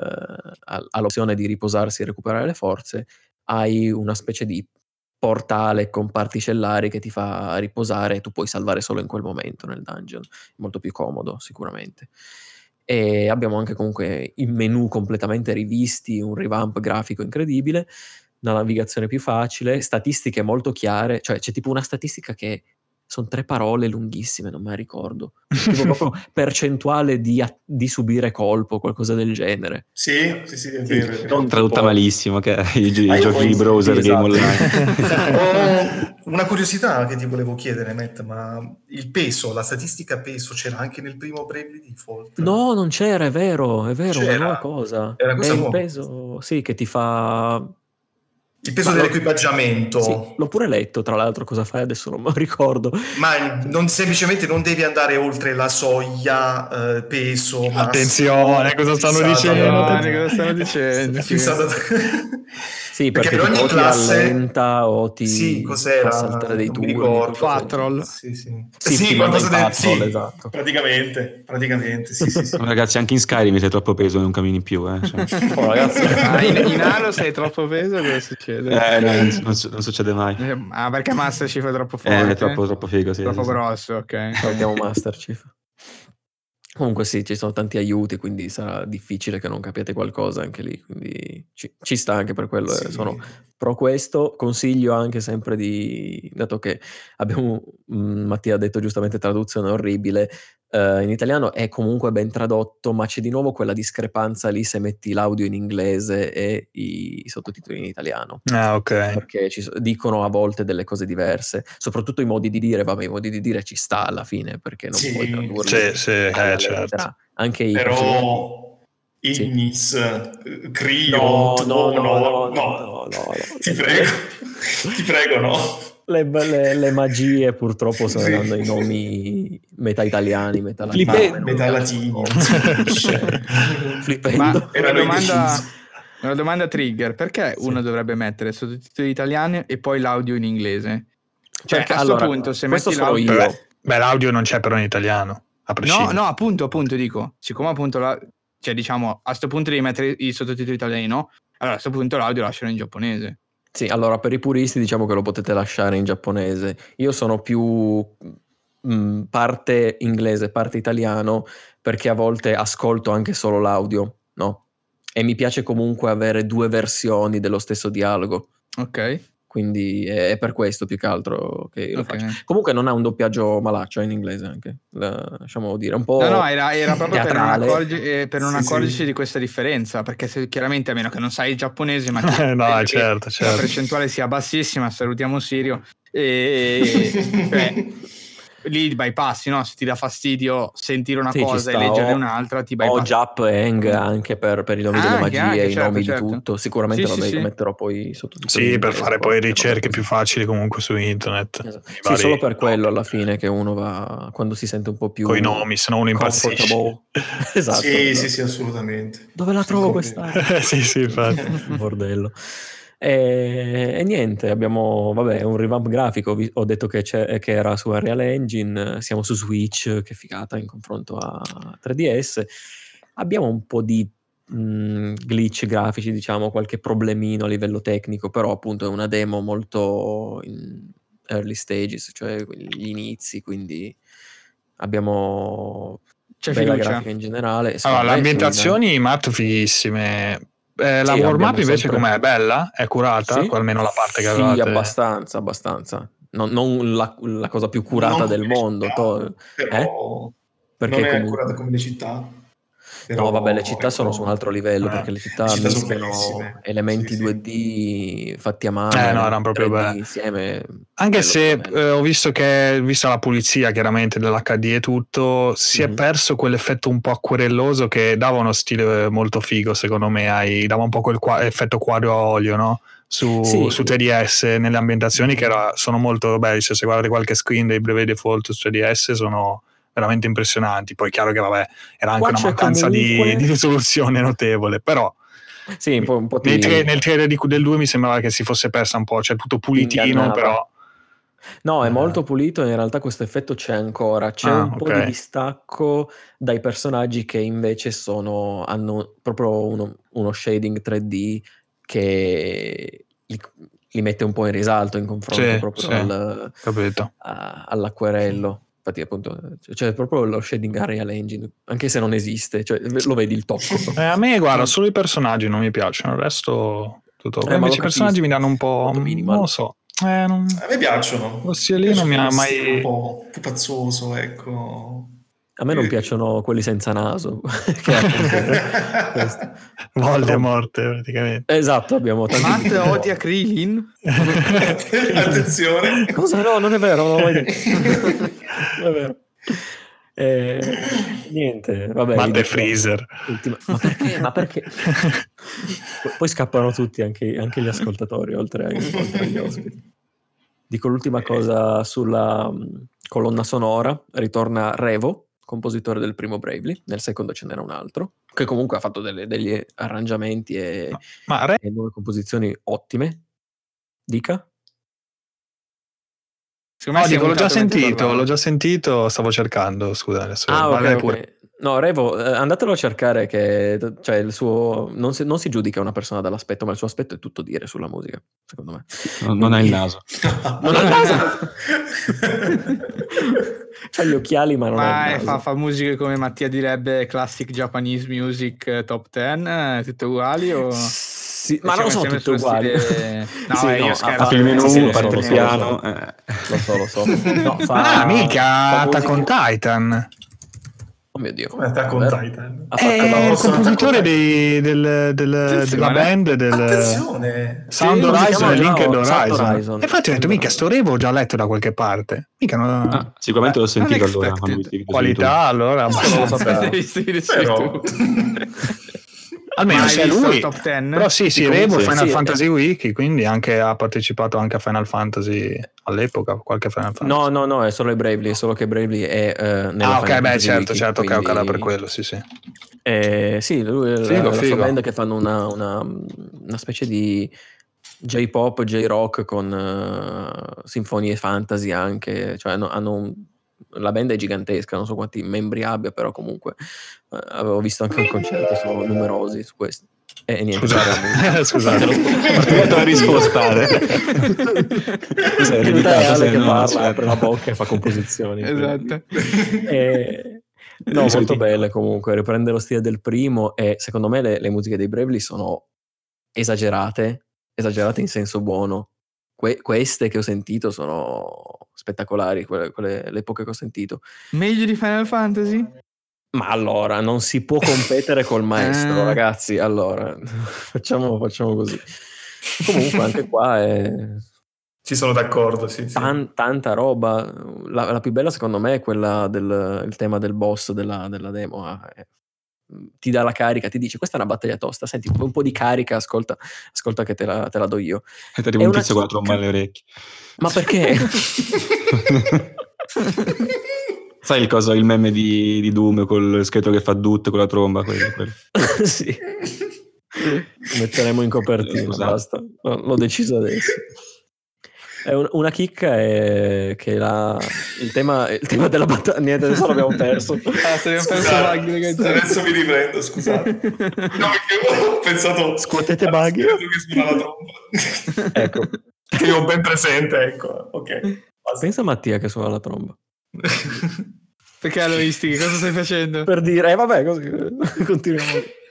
S4: al- all'opzione di riposarsi e recuperare le forze, hai una specie di portale con particellari che ti fa riposare e tu puoi salvare solo in quel momento nel dungeon, molto più comodo sicuramente. E abbiamo anche comunque i menu completamente rivisti, un revamp grafico incredibile, una navigazione più facile, statistiche molto chiare, cioè c'è tipo una statistica che sono tre parole lunghissime, non me la ricordo, tipo proprio percentuale di, a- di subire colpo, qualcosa del genere.
S6: Sì, sì, sì, è
S5: Sì,
S6: vero. È vero.
S5: non tradotta
S4: tipo-
S5: malissimo, che i, gi-
S6: Ah,
S5: i
S6: io
S5: giochi
S6: poi-
S5: di browser
S4: sì,
S5: game
S4: esatto.
S5: online.
S6: Ho una curiosità che ti volevo chiedere, Matt, ma il peso, la statistica peso c'era anche nel primo Bravely Default?
S4: No, non c'era, è vero, è vero, una
S6: C'era.
S4: nuova cosa.
S6: È una cosa
S4: È il
S6: nuova.
S4: peso, sì, che ti fa...
S6: Il peso
S4: Ma lo-
S6: dell'equipaggiamento.
S4: Sì, l'ho pure letto, tra l'altro, cosa fai adesso non me lo ricordo.
S6: Ma non, semplicemente non devi andare oltre la soglia eh, peso massimo
S3: Attenzione, cosa stanno
S6: fissata
S3: dicendo?
S6: da-
S1: Attenzione, cosa stanno dicendo, sì.
S6: fissata da-
S4: Sì, perché,
S6: per
S4: tipo
S6: ogni
S4: o ti
S6: classe
S4: rallenta o ti
S6: sì,
S4: fa
S6: cos'era?
S4: saltare dei
S6: Non mi
S4: turni.
S6: ricordo.
S4: qualcosa del
S1: Patrol.
S4: genere.
S6: Sì, sì.
S4: Sì,
S6: Sì,
S4: ti manda
S6: qualcosa
S4: in
S6: del
S4: patrol,
S6: sì,
S4: esatto.
S6: praticamente, praticamente, sì, sì, sì.
S5: Ma ragazzi, anche in Skyrim sei troppo peso e non cammini più. Eh, cioè.
S4: Oh, ragazzi.
S1: Ah, in, in Halo sei troppo peso, cosa succede?
S5: Eh, no, non, non su- non succede mai.
S1: Eh, Ah, perché Master Chief è troppo forte?
S5: Eh, è troppo, troppo figo, sì,
S1: Troppo
S5: sì, sì.
S1: grosso, ok.
S4: Salutiamo Master Chief. Comunque sì, ci sono tanti aiuti, quindi sarà difficile che non capiate qualcosa anche lì, quindi ci, ci sta anche per quello. eh,
S6: Sì.
S4: Sono Pro questo consiglio anche sempre di, dato che abbiamo, mh, Mattia ha detto giustamente traduzione orribile, eh, in italiano è comunque ben tradotto, ma c'è di nuovo quella discrepanza lì se metti l'audio in inglese e i, i sottotitoli in italiano.
S3: Ah, ok.
S4: Perché ci so- dicono a volte delle cose diverse, soprattutto i modi di dire, vabbè, i modi di dire ci sta alla fine, perché non
S6: Sì,
S4: puoi tradurli
S3: Sì, sì, eh,
S4: alla
S3: certo.
S4: lettera. Anche i personaggi-
S6: Però
S4: Sì.
S6: Ignis, eh, Crio,
S4: No, no,
S6: Tuono,
S4: no, no,
S6: no,
S4: no, no, no,
S6: ti
S4: no.
S6: prego, ti prego, no.
S4: Le, le- le magie purtroppo stanno
S6: Sì.
S4: dando i nomi metà italiani, metà latini.
S6: Ma
S4: a me non
S6: metà
S4: piacciono
S6: latini,
S4: troppo.
S6: non si capisce.
S4: Flippendo.
S1: Ma
S6: Era
S1: una
S6: noi
S1: domanda,
S6: decisi.
S1: una domanda trigger, perché
S4: Sì.
S1: uno dovrebbe mettere sottotitoli italiani e poi l'audio in inglese? Cioè,
S4: Perché,
S1: a sto
S4: allora,
S1: punto, se
S4: questo
S1: metti
S4: sono
S1: l'audio...
S4: io.
S3: Beh, beh, l'audio non c'è però in italiano, a
S1: No,
S3: prescindere.
S1: no, appunto, appunto, dico, siccome appunto, la... cioè diciamo, a sto punto devi mettere i sottotitoli italiani, no? Allora a sto punto l'audio lascialo in giapponese.
S4: Sì, allora per i puristi diciamo che lo potete lasciare in giapponese. Io sono più mh, parte inglese, parte italiano, perché a volte ascolto anche solo l'audio, no? E mi piace comunque avere due versioni dello stesso dialogo.
S1: Ok,
S4: Quindi è, è per questo più che altro che io lo
S1: ok.
S4: faccio. Comunque non ha un doppiaggio malaccio, è in inglese anche, la- lasciamo dire, un po'
S1: No, no, era, era proprio per non,
S4: teatrale.
S1: accorgi- eh, per non
S6: Sì,
S1: accorgersi
S6: sì.
S1: di questa differenza, perché se, chiaramente a meno che non sai il giapponese, ma ti-
S3: No,
S1: credo che
S3: certo,
S1: la
S3: certo.
S1: percentuale sia bassissima, salutiamo Sirio, e, cioè, lì bypassi, no? Se ti dà fastidio sentire una
S4: Sì, ci
S1: cosa e
S4: sta,
S1: leggerne
S4: o-
S1: un'altra, ti
S4: O
S1: bypassi.
S4: Jap Eng anche per, per i nomi delle
S1: Anche,
S4: magie,
S1: anche,
S4: i
S1: certo,
S4: nomi
S1: certo.
S4: di tutto. Sicuramente
S1: Sì, sì,
S4: vabbè,
S1: sì.
S4: io metterò poi i sottotitoli in
S3: Sì, per
S4: inglese,
S3: fare poi
S4: robe
S3: ricerche
S4: così.
S3: più facili comunque su internet.
S4: Esatto.
S3: I
S4: Sì,
S3: vari
S4: solo per quello
S3: nomi.
S4: alla fine che uno va quando si sente un po' più
S3: Coi nomi, se no uno impazzisce.
S4: comfortable. Esatto,
S6: Sì,
S4: esatto.
S6: sì, sì, assolutamente.
S4: Dove la
S6: Sono
S4: trovo
S6: convinto.
S4: questa?
S3: Sì, sì, infatti.
S4: Bordello. E, e niente, abbiamo vabbè, un revamp grafico. Vi- ho detto che, c'è, che era su Unreal Engine, siamo su Switch, che figata in confronto a tre D S. Abbiamo un po' di mh, glitch grafici, diciamo, qualche problemino a livello tecnico, però appunto è una demo molto in early stages, cioè gli inizi, quindi abbiamo
S1: C'è
S4: bella
S1: fiducia.
S4: grafica in generale.
S3: Allora,
S4: secondo
S3: le
S4: me sì,
S3: ambientazioni matte fighissime. Eh, la
S4: Sì,
S3: world map
S4: abbiamo
S3: invece
S4: sempre-
S3: com'è? Bella? È curata?
S4: Sì?
S3: Almeno la parte che
S4: Sì,
S3: avevate.
S4: abbastanza, abbastanza. Non, non la, la cosa più curata
S6: Non
S4: del
S6: come le
S4: mondo.
S6: città,
S4: to-
S6: però
S4: eh? Perché
S6: non è
S4: comunque...
S6: accurata come le città. Però,
S4: No, vabbè, le città sono
S6: ecco,
S4: su un altro livello,
S6: eh,
S4: perché le città,
S6: le città sono
S4: mischiano
S6: bellissime.
S4: elementi
S6: Sì, sì.
S4: due D fatti a mano,
S3: Eh, no,
S4: elementi
S3: erano proprio
S4: tre D
S3: belli.
S4: insieme.
S3: Anche
S4: bello,
S3: se
S4: bello.
S3: eh, ho visto che, vista la pulizia chiaramente dell'H D e tutto, si è
S4: Mhm.
S3: perso quell'effetto un po' acquerelloso che dava uno stile molto figo, secondo me. Hai, dava un po' quel qua- effetto quadro a olio, no? Su,
S4: Sì.
S3: su tre D S, nelle ambientazioni che era, sono molto belli. Cioè, se guardate qualche screen dei Breve Default su tre D S sono veramente impressionanti. Poi chiaro che vabbè, era anche
S4: Qua
S3: una
S4: c'è
S3: mancanza
S4: comunque-
S3: di, di risoluzione notevole, però
S4: Sì, un po', un po'
S3: nei
S4: ti-
S3: tre- nel trailer di- del due mi sembrava che si fosse persa un po', cioè tutto pulitino,
S4: ingannava.
S3: però
S4: No, è
S3: Eh.
S4: molto pulito e in realtà questo effetto c'è ancora. C'è
S3: Ah,
S4: un po'
S3: ok.
S4: di distacco dai personaggi che invece sono, hanno proprio uno, uno shading tre D che li, li mette un po' in risalto in confronto
S3: Sì,
S4: proprio
S3: sì.
S4: al-
S3: capito.
S4: a- all'acquerello. Infatti, appunto, c'è proprio lo shading Unreal Engine, anche se non esiste, cioè lo vedi il tocco.
S3: Eh, a me, guarda, solo i personaggi non mi piacciono, il resto tutto.
S4: Eh, ma
S3: Invece
S4: lo
S3: i personaggi
S4: capisco.
S3: mi danno un po'.
S4: Molto minimal.
S3: Non lo so. Eh, non...
S6: A me piacciono.
S3: Lo stile
S6: Mi
S3: lì
S6: piace
S3: non mi ha
S6: quello stile
S3: mai.
S6: un po' pupazzoso, ecco.
S4: A me non
S6: Eh,
S4: piacciono quelli senza naso, che è appunto questo.
S3: Voldemort, praticamente.
S4: Esatto, abbiamo tanti
S1: Matt
S4: tipi.
S1: odia Krillin.
S6: Attenzione.
S4: Cosa? No, non è vero, non l'ho mai detto. Non è vero. Eh, niente, vabbè.
S3: Matt
S4: vi
S3: e
S4: dico-
S3: Freezer.
S4: ultima- Ma perché? Ma perché? Poi- Poi scappano tutti, anche, anche gli ascoltatori, oltre, ai- oltre agli ospiti. Dico l'ultima cosa sulla mh, colonna sonora. Ritorna Revo, compositore del primo Bravely. Nel secondo ce n'era un altro, che comunque ha fatto delle- degli arrangiamenti e,
S3: Ma Re-
S4: e nuove composizioni ottime. Dica?
S1: Secondo
S3: no,
S1: me si è
S3: dico, l'ho già
S1: mutato mentre
S3: sentito,
S1: parlava.
S3: l'ho già sentito, stavo cercando, scusa adesso.
S4: Ah, ok,
S3: Vai
S4: ok.
S3: pure.
S4: No, Revo, eh, andatelo a cercare che cioè, il suo non si, non si giudica una persona dall'aspetto, ma il suo aspetto è tutto dire sulla musica, secondo me.
S5: Non, non ha il naso.
S4: Non ha il naso. C'ha gli occhiali, ma non ha
S1: Ma
S4: il
S1: è-
S4: naso.
S1: fa, fa musiche come Mattia direbbe classic Japanese music eh, top dieci, eh, tutte uguali o...
S4: Sì, ma non sono tutte uguali.
S1: Stile... No,
S4: sì,
S1: eh,
S4: no,
S1: io scherzo.
S5: Film in
S4: sì,
S5: uno,
S4: sì, lo so,
S5: parte
S4: lo
S5: il
S4: so,
S5: piano.
S4: lo so.
S5: eh.
S4: Lo so, lo so. No, fa,
S3: Ah, mica
S4: fa
S3: Attack on
S4: musiche...
S3: Titan.
S4: Oh mio Dio.
S6: Come Attack on
S4: Davvero?
S6: Titan?
S4: Ha fatto
S3: È
S4: la
S3: il
S6: posso
S3: compositore
S6: attaccare?
S3: dei- del- del-
S1: Attenzione.
S3: della band del
S6: Attenzione!
S3: Sound
S1: Sì,
S4: come si
S3: Horizon
S4: chiama
S3: e
S4: già?
S3: Linked
S4: Sound
S3: Horizon.
S4: Horizon.
S3: E infatti ho detto, mica sto Revo ho già letto da qualche parte. Mica non...
S5: Ah, sicuramente l'ho sentito allora
S1: Unexpected.
S5: quando visti i video su
S3: qualità, allora
S4: Questo non lo
S3: abbastanza.
S4: sapevo.
S1: Avete visto i video su
S6: Però...
S1: YouTube?
S3: Almeno
S1: Ma hai
S3: se è
S1: visto
S3: lui.
S1: il top dieci?
S3: Però sì, sì,
S5: comunque
S3: Revo
S5: sì.
S3: Final
S4: Sì,
S3: Fantasy Wiki, quindi anche ha partecipato anche a Final Fantasy all'epoca, qualche Final Fantasy.
S4: No, no, no, è solo i Bravely, è solo che Bravely è eh, nella
S3: Ah, ok,
S4: Final
S3: beh,
S4: Fantasy
S3: certo,
S4: Wiki,
S3: certo, ok,
S4: quindi...
S3: ok, era per quello, sì, sì.
S4: Eh, sì, lui è la,
S3: Figo,
S4: la sua
S3: figo.
S4: band che fanno una, una, una specie di J-pop, J-rock con eh, sinfonie fantasy anche, cioè hanno, hanno un- la band è gigantesca, non so quanti membri abbia, però comunque eh, avevo visto anche un concerto, sono numerosi su questo. E niente,
S3: Scusa.
S4: parliamo-
S3: Scusate.
S5: Aspetta la risposta. eh. Cos'è,
S4: In realtà è
S5: eredità,
S4: Ale
S5: cos'è?
S4: che
S5: No,
S4: parla,
S5: aspetta.
S4: apre la bocca e fa composizioni.
S1: Esatto.
S4: E- no,
S5: Di solito-
S4: molto belle comunque, riprende lo stile del primo e secondo me le, le musiche dei Bravely sono esagerate, esagerate in senso buono. Que- queste che ho sentito sono spettacolari, quelle, quelle- le poche che ho sentito.
S1: Meglio di Final Fantasy?
S4: Ma allora, non si può competere col maestro,
S1: Eh.
S4: ragazzi, allora, facciamo, facciamo così. Comunque anche qua è...
S6: Ci sono d'accordo, sì, sì.
S4: Tan- tanta roba. La, la più bella secondo me è quella del il tema del boss della, della demo. Ah, eh, ti dà la carica, ti dice questa è una battaglia tosta, senti un po' di carica, ascolta, ascolta che te la, te la do io.
S5: E ti
S4: È
S5: arriva un
S4: una
S5: tizio con la
S4: chicca.
S5: tromba alle orecchie.
S4: Ma perché?
S5: Sai il coso, il meme di, di Doom col scheletro che fa dut con la tromba? Quello, quello.
S4: Sì. Lo metteremo in copertina,
S5: Scusate.
S4: basta. L'ho l'ho deciso adesso. È un- una chicca è che la, il, tema, il tema della battaglia. Niente, adesso l'abbiamo perso.
S1: Ah, se abbiamo perso
S6: Scusate,
S1: Buggy, ragazzi.
S6: adesso mi riprendo, scusate. No, perché ho pensato...
S4: Scuotete Buggy?
S6: Che suona la tromba.
S4: Ecco.
S6: Che io ho ben presente, ecco. Ok. basta.
S4: Pensa a Mattia che suona la tromba.
S1: Perché alloristi, che cosa stai facendo?
S4: Per dire, eh vabbè, così continuiamo.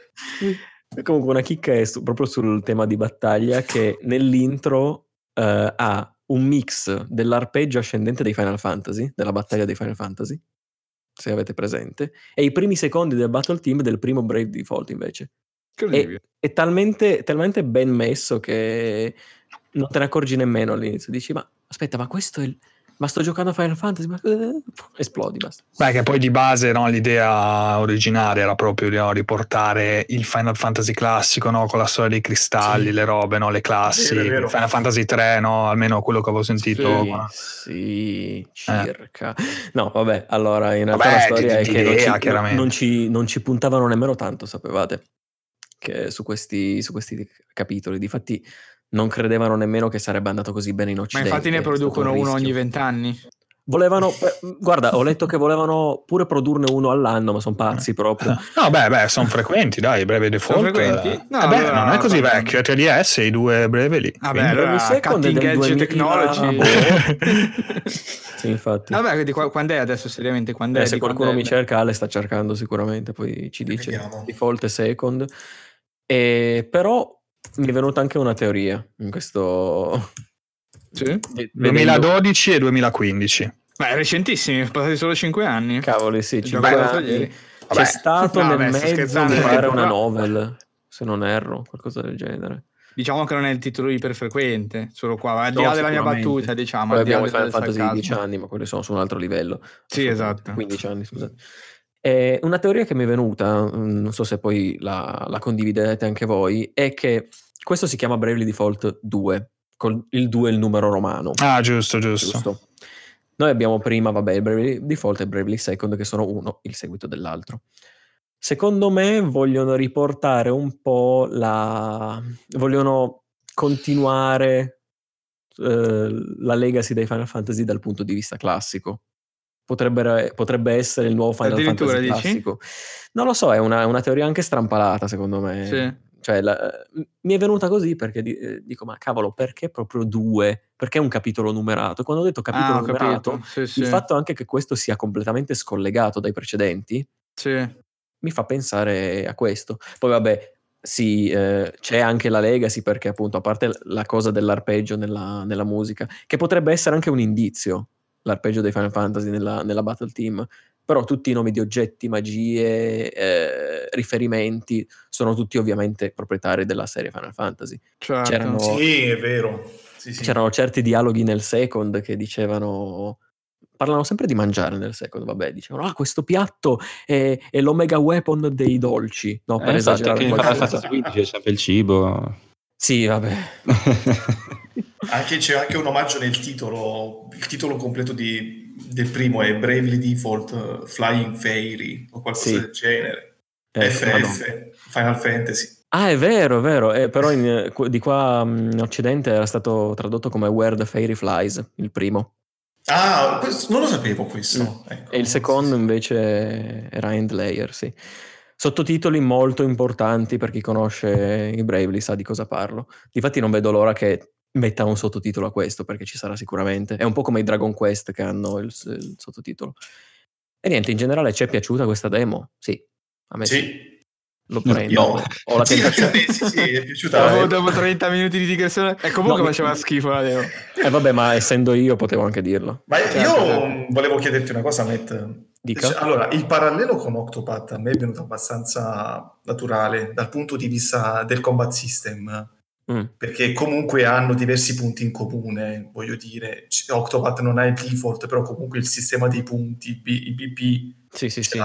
S4: E comunque una chicca è su- proprio sul tema di battaglia che nell'intro eh, ha un mix dell'arpeggio ascendente dei Final Fantasy, della battaglia dei Final Fantasy, se avete presente, e i primi secondi del battle team del primo Brave Default invece. È, è talmente, talmente ben messo che non te ne accorgi nemmeno all'inizio. Dici, ma aspetta, ma questo è il... Ma sto giocando a Final Fantasy? Ma... Esplodi, basta.
S3: Beh, che poi di base, no, l'idea originaria era proprio no, riportare il Final Fantasy classico, no, con la storia dei cristalli,
S6: Sì.
S3: le robe, no, le classi.
S6: Vero, vero.
S3: Final Fantasy tre, no, almeno quello che avevo sentito.
S4: Sì,
S3: ma-
S4: sì, circa. No, vabbè, allora in realtà
S3: Vabbè,
S4: la storia
S3: di-
S4: è
S3: di
S4: che non
S3: idea,
S4: ci,
S3: chiaramente.
S4: non, ci, non ci puntavano nemmeno tanto, sapevate, che su questi, su questi capitoli. Difatti non credevano nemmeno che sarebbe andato così bene in
S1: Ma
S4: Occidente.
S1: infatti ne
S4: è stato
S1: producono
S4: un
S1: uno
S4: rischio.
S1: ogni vent'anni.
S4: Volevano, eh, guarda, ho letto che volevano pure produrne uno all'anno, ma sono pazzi proprio.
S3: No, beh, beh, sono frequenti, dai, Breve Default.
S1: Sono frequenti?
S3: eh.
S1: No,
S3: Eh beh,
S1: allora
S3: non è così
S1: parliamo.
S3: vecchio, è tre D S, i due Breve lì.
S1: Vabbè,
S3: quindi-
S1: allora,
S4: Brave Second è
S1: Cutting
S4: del
S1: Edge
S4: duemila,
S1: Technology.
S4: boh. Sì, infatti.
S1: Vabbè, quindi qua- quando è adesso seriamente? Quando
S4: Eh,
S1: è?
S4: se
S1: Di
S4: qualcuno
S1: quando
S4: mi
S1: è?
S4: cerca, Ale sta cercando sicuramente, poi ci dice
S6: Vediamo.
S4: default e second. E però mi è venuta anche una teoria in questo
S1: Sì?
S4: ve- vedendo-
S3: duemiladodici e duemilaquindici.
S1: Beh, è recentissimi, sono passati solo cinque anni.
S4: Cavoli, sì,
S1: Ho
S4: cinque
S1: giocato
S4: anni.
S1: ieri.
S4: C'è
S3: Vabbè.
S4: stato
S1: No,
S4: nel
S1: vabbè, sto
S4: mezzo,
S1: scherzando,
S4: mi
S1: eh,
S4: pare, una
S1: però-
S4: novel, se non erro, qualcosa del genere.
S1: Diciamo che non è il titolo iperfrequente, solo qua. Al di
S4: No,
S1: là della mia
S4: sicuramente.
S1: battuta, diciamo.
S4: Poi
S1: al di là
S4: abbiamo i
S1: del-
S4: Final
S1: del
S4: Fantasy
S1: sarcasmo.
S4: dieci anni, ma quelli sono su un altro livello.
S1: Sì, esatto.
S4: quindici anni, scusate. Eh, una teoria che mi è venuta, mm, non so se poi la, la condividete anche voi, è che questo si chiama Bravely Default due, con il due il numero romano.
S3: Ah, giusto, giusto.
S4: Giusto. Noi abbiamo prima, vabbè, il Bravely Default e il Bravely Second, che sono uno il seguito dell'altro. Secondo me vogliono riportare un po' la... vogliono continuare eh, la legacy dei Final Fantasy dal punto di vista classico. Potrebbe, potrebbe essere il nuovo Final
S1: Addirittura,
S4: Fantasy
S1: dici?
S4: classico. Non lo so, è una, una teoria anche strampalata, secondo me.
S1: Sì.
S4: Cioè, la- mi è venuta così perché di- eh, dico, ma cavolo, perché proprio due? Perché un capitolo numerato? Quando ho detto capitolo
S1: Ah, ho
S4: numerato,
S1: capito. Sì, sì.
S4: il fatto anche che questo sia completamente scollegato dai precedenti
S1: Sì.
S4: mi fa pensare a questo. Poi vabbè, sì, eh, c'è anche la legacy, perché appunto, a parte la cosa dell'arpeggio nella, nella musica, che potrebbe essere anche un indizio, l'arpeggio dei Final Fantasy nella, nella Battle Team, però tutti i nomi di oggetti, magie, eh, riferimenti sono tutti ovviamente proprietari della serie Final Fantasy.
S1: Certo.
S4: C'erano,
S6: Sì, è vero. Sì, sì.
S4: c'erano certi dialoghi nel Second che dicevano, parlano sempre di mangiare nel Second, vabbè, dicevano ah, questo piatto è, è l'omega weapon dei dolci, no, per
S5: Eh, infatti,
S4: esagerare
S5: anche in Final
S4: qualcosa.
S5: Fantasy quindici c'è sempre il cibo.
S4: Sì, vabbè.
S6: Anche, c'è anche un omaggio nel titolo. Il titolo completo di, del primo è Bravely Default uh, Flying Fairy o qualcosa
S4: Sì.
S6: del genere.
S4: Eh,
S6: F F, Final Fantasy.
S4: Ah, è vero, è vero, eh, però in, qu- di qua mh, in Occidente era stato tradotto come Where the Fairy Flies, il primo.
S6: Ah, questo, non lo sapevo questo.
S4: Mm.
S6: Ecco,
S4: E il secondo
S6: sì, sì.
S4: invece era Endlayer, sì. Sottotitoli molto importanti per chi conosce i Bravely, sa di cosa parlo. Difatti non vedo l'ora che metta un sottotitolo a questo, perché ci sarà sicuramente. È un po' come i Dragon Quest che hanno il, il sottotitolo. E niente, in generale ci è piaciuta questa demo? Sì, a me sì.
S6: Sì.
S4: Lo prendo.
S6: Io-
S4: Ho la
S6: sì,
S4: tentazione.
S6: anche a me, sì, sì, è piaciuta.
S1: Dopo,
S6: eh.
S1: dopo trenta minuti di digressione, e comunque
S4: No,
S1: faceva
S4: mi-
S1: schifo la demo.
S4: Eh vabbè, ma essendo io potevo anche dirlo.
S6: Ma
S1: Certo,
S6: io
S1: certo.
S6: volevo chiederti una cosa, Matt.
S4: Dica.
S6: Cioè, allora, il parallelo con Octopath a me è venuto abbastanza naturale dal punto di vista del combat system,
S4: Mm.
S6: perché comunque hanno diversi punti in comune, voglio dire. C- Octopath non ha il default, però comunque il sistema dei punti, i B- i B P,
S4: Sì, sì,
S6: ce
S4: sì.
S6: l'ha.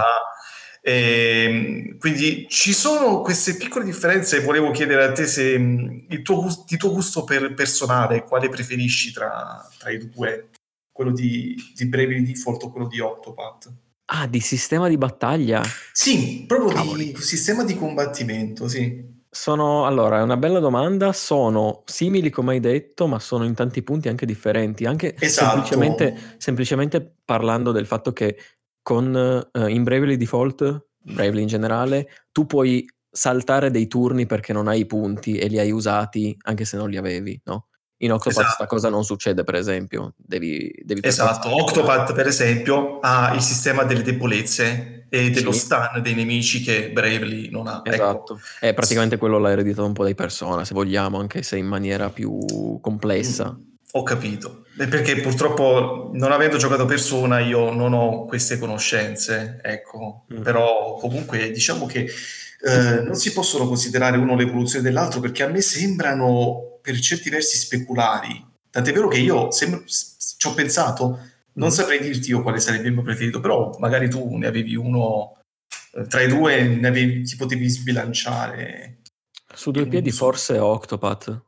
S6: Ehm, quindi ci sono queste piccole differenze e volevo chiedere a te se mh, il tuo, gus- di tuo gusto per personale, quale preferisci tra, tra i due? Quello di, di Bravely Default o quello di Octopath?
S4: Ah, di sistema di battaglia?
S6: Sì, proprio
S4: Cavoli.
S6: di sistema di combattimento, sì.
S4: Sono, allora, è una bella domanda. Sono simili, come hai detto, ma sono in tanti punti anche differenti. Anche
S6: Esatto.
S4: semplicemente, semplicemente parlando del fatto che con eh, in Bravely Default, Bravely in generale, tu puoi saltare dei turni perché non hai i punti e li hai usati anche se non li avevi, no? In Octopath
S6: Esatto.
S4: sta cosa non succede, per esempio. Devi, devi per
S6: Esatto,
S4: forza-
S6: Octopath per esempio ha il sistema delle debolezze e dello
S4: Sì.
S6: stun dei nemici che Bravely non ha. Ecco.
S4: Esatto, è praticamente quello l'ha ereditato un po' dai Persona, se vogliamo, anche se in maniera più complessa.
S6: Mm, ho capito. Eh, Perché purtroppo non avendo giocato Persona io non ho queste conoscenze, ecco.
S4: Mm.
S6: Però comunque diciamo che eh, non si possono considerare uno l'evoluzione dell'altro perché a me sembrano per certi versi speculari. Tant'è vero che io sem- s- ci ho pensato, non
S4: Mm.
S6: saprei dirti io quale sarebbe il mio preferito, però magari tu ne avevi uno eh, tra i due, ne avevi, ti potevi sbilanciare.
S4: Su due
S6: in
S4: piedi
S6: uso.
S4: forse Octopath.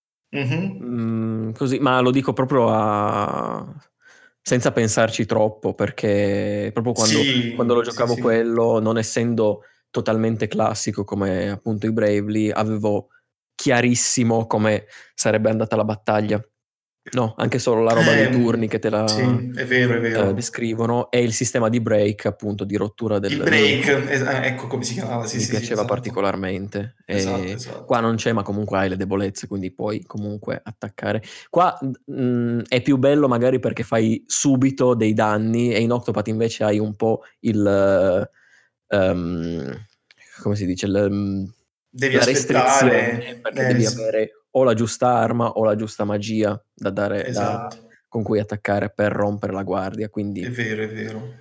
S6: Mhm.
S4: Mm, così, ma lo dico proprio a... senza pensarci troppo, perché proprio quando,
S6: Sì,
S4: quando lo
S6: sì,
S4: giocavo
S6: sì.
S4: quello, non essendo totalmente classico come appunto i Bravely, avevo chiarissimo come sarebbe andata la battaglia. No, anche solo la roba dei
S6: Eh,
S4: turni che te la
S6: sì, è vero, è vero.
S4: eh, descrivono, e il sistema di break, appunto, di rottura del
S6: Il break,
S4: nemico,
S6: es- ah, ecco come si chiamava, sì,
S4: mi
S6: sì, sì,
S4: piaceva
S6: esatto.
S4: particolarmente.
S6: Esatto,
S4: E
S6: esatto.
S4: qua non c'è, ma comunque hai le debolezze, quindi puoi comunque attaccare. Qua mh, è più bello magari perché fai subito dei danni, e in Octopath invece hai un po' il... ehm, come si dice? Il, mm,
S6: Devi
S4: la restrizione,
S6: aspettare.
S4: perché
S6: eh,
S4: devi
S6: sì,
S4: avere o la giusta arma o la giusta magia da dare, da-
S6: esatto,
S4: con cui attaccare per rompere la guardia. Quindi,
S6: è vero, è vero.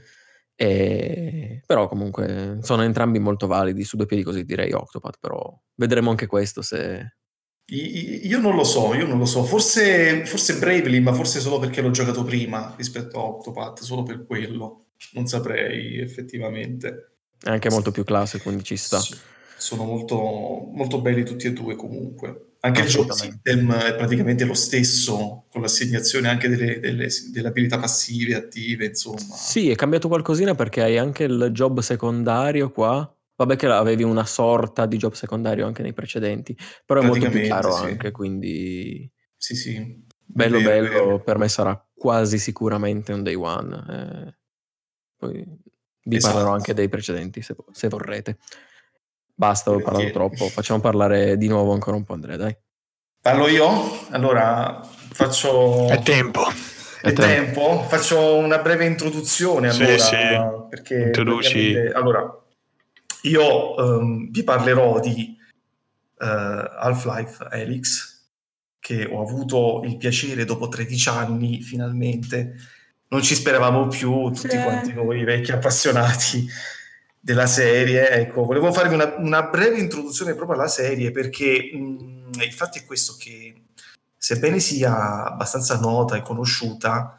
S4: eh, però comunque sono entrambi molto validi. Su due piedi così direi Octopath, però vedremo anche questo se...
S6: I- i- Io non lo so, io non lo so. Forse, forse Bravely, ma forse solo perché l'ho giocato prima rispetto a Octopath, solo per quello. Non saprei effettivamente.
S4: è anche molto più classe, quindi ci sta.
S6: S- Sono molto, molto belli tutti e due comunque. Anche il job
S4: Assolutamente.
S6: system è praticamente lo stesso, con l'assegnazione anche delle, delle- delle abilità passive, attive, insomma.
S4: Sì, è cambiato qualcosina perché hai anche il job secondario qua. Vabbè che avevi una sorta di job secondario anche nei precedenti, però è molto più
S6: Praticamente,
S4: chiaro
S6: sì.
S4: anche, quindi
S6: Sì, sì, è
S4: bello
S6: vero, è
S4: bello,
S6: vero.
S4: per me sarà quasi sicuramente un day one. eh, Poi vi parlerò
S6: Esatto.
S4: anche dei precedenti se, se vorrete. Basta, ho parlato
S6: Volentieri.
S4: troppo, facciamo parlare di nuovo ancora un po' Andrea, dai.
S6: Parlo io? Allora, faccio...
S3: È tempo.
S6: È
S5: È tempo.
S6: tempo? Faccio una breve introduzione
S3: Sì,
S6: allora,
S3: sì.
S6: perché
S3: Introduci.
S6: praticamente- allora, io ehm, vi parlerò di Half-Life Alyx, che ho avuto il piacere dopo tredici anni finalmente. Non ci speravamo più tutti
S4: Sì.
S6: quanti noi vecchi appassionati della serie. Ecco, volevo farvi una, una breve introduzione proprio alla serie, perché mh, il fatto è questo, che sebbene sia abbastanza nota e conosciuta,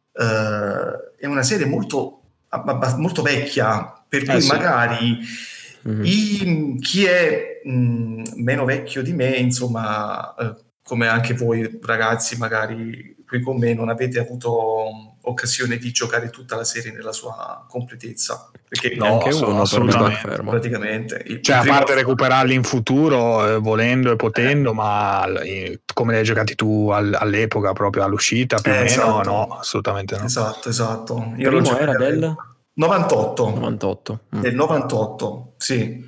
S6: eh, è una serie molto, abba- molto vecchia, per cui
S3: Eh, sì.
S6: magari
S4: Mhm.
S6: i- chi è mh, meno vecchio di me, insomma, eh, come anche voi ragazzi magari qui con me, non avete avuto occasione di giocare tutta la serie nella sua completezza, perché
S3: No,
S4: Neanche
S3: ass-
S4: uno, per me
S3: assolutamente.
S4: confermo.
S6: praticamente il,
S3: Cioè,
S6: il
S3: a
S6: primo-
S3: parte recuperarli in futuro, eh, volendo e potendo, ma l- eh, come li hai giocati tu al- all'epoca, proprio all'uscita, più o
S6: Eh,
S3: meno,
S6: esatto.
S3: no, assolutamente no.
S6: Esatto, esatto. Io
S4: Primo
S6: l'ho giocato
S4: era del
S6: all'epoca. novantotto.
S4: novantotto. Mm.
S6: Del novantotto, sì.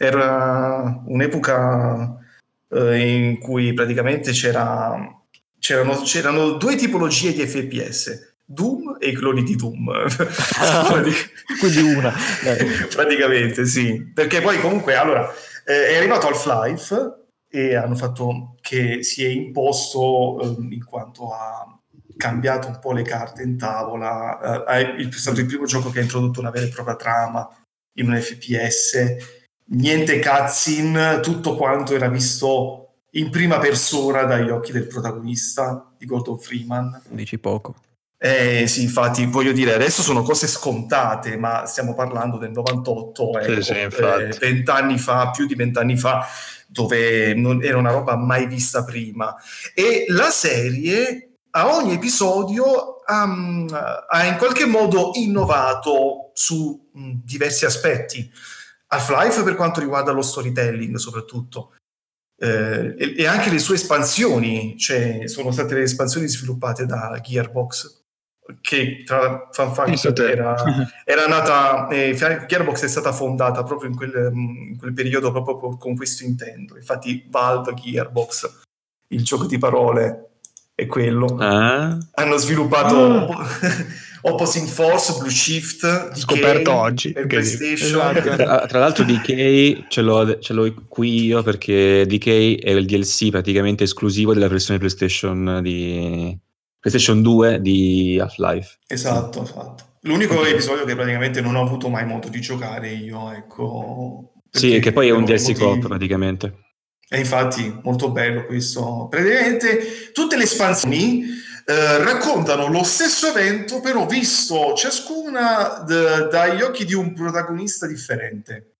S6: Era un'epoca eh, in cui praticamente c'era, c'erano, c'erano due tipologie di F P S, Doom e i cloni di Doom. Pratic-
S4: Quindi una. Dai.
S6: Praticamente sì, perché poi comunque allora eh, è arrivato Half-Life e hanno fatto che si è imposto eh, in quanto ha cambiato un po' le carte in tavola, eh, è stato il primo gioco che ha introdotto una vera e propria trama in un F P S, niente cutscene, tutto quanto era visto in prima persona dagli occhi del protagonista, di Gordon Freeman.
S4: Dici poco.
S6: Eh sì, infatti, voglio dire, adesso sono cose scontate, ma stiamo parlando del novantotto,
S3: Sì,
S6: ecco,
S3: sì,
S6: eh,
S3: infatti.
S6: vent'anni fa, più di vent'anni fa, dove non, era una roba mai vista prima. E la serie, a ogni episodio, um, ha in qualche modo innovato su mh, diversi aspetti. Half-Life per quanto riguarda lo storytelling, soprattutto. Eh, e, e anche le sue espansioni, cioè sono state le espansioni sviluppate da Gearbox, che tra fun fact
S3: Pensa te.
S6: era, era nata eh, Gearbox è stata fondata proprio in quel, in quel periodo, proprio con questo intento. Infatti Valve Gearbox, il gioco di parole è quello.
S5: Ah,
S6: Hanno sviluppato Opposing Force, Blue Shift, D K
S3: Scoperto oggi,
S6: per
S3: che dico.
S6: PlayStation.
S4: Esatto.
S5: tra, tra l'altro D K ce l'ho, ce l'ho qui io perché D K è il D L C praticamente esclusivo della versione PlayStation di PlayStation due di Half-Life.
S6: Esatto, esatto. L'unico episodio che praticamente non ho avuto mai modo di giocare io, ecco.
S5: Sì,
S6: perché
S5: che poi è un
S6: per
S5: D L C
S6: motivi-
S5: co-op praticamente.
S6: E infatti molto bello questo. Praticamente tutte le espansioni eh, raccontano lo stesso evento, però visto ciascuna d- dagli occhi di un protagonista differente.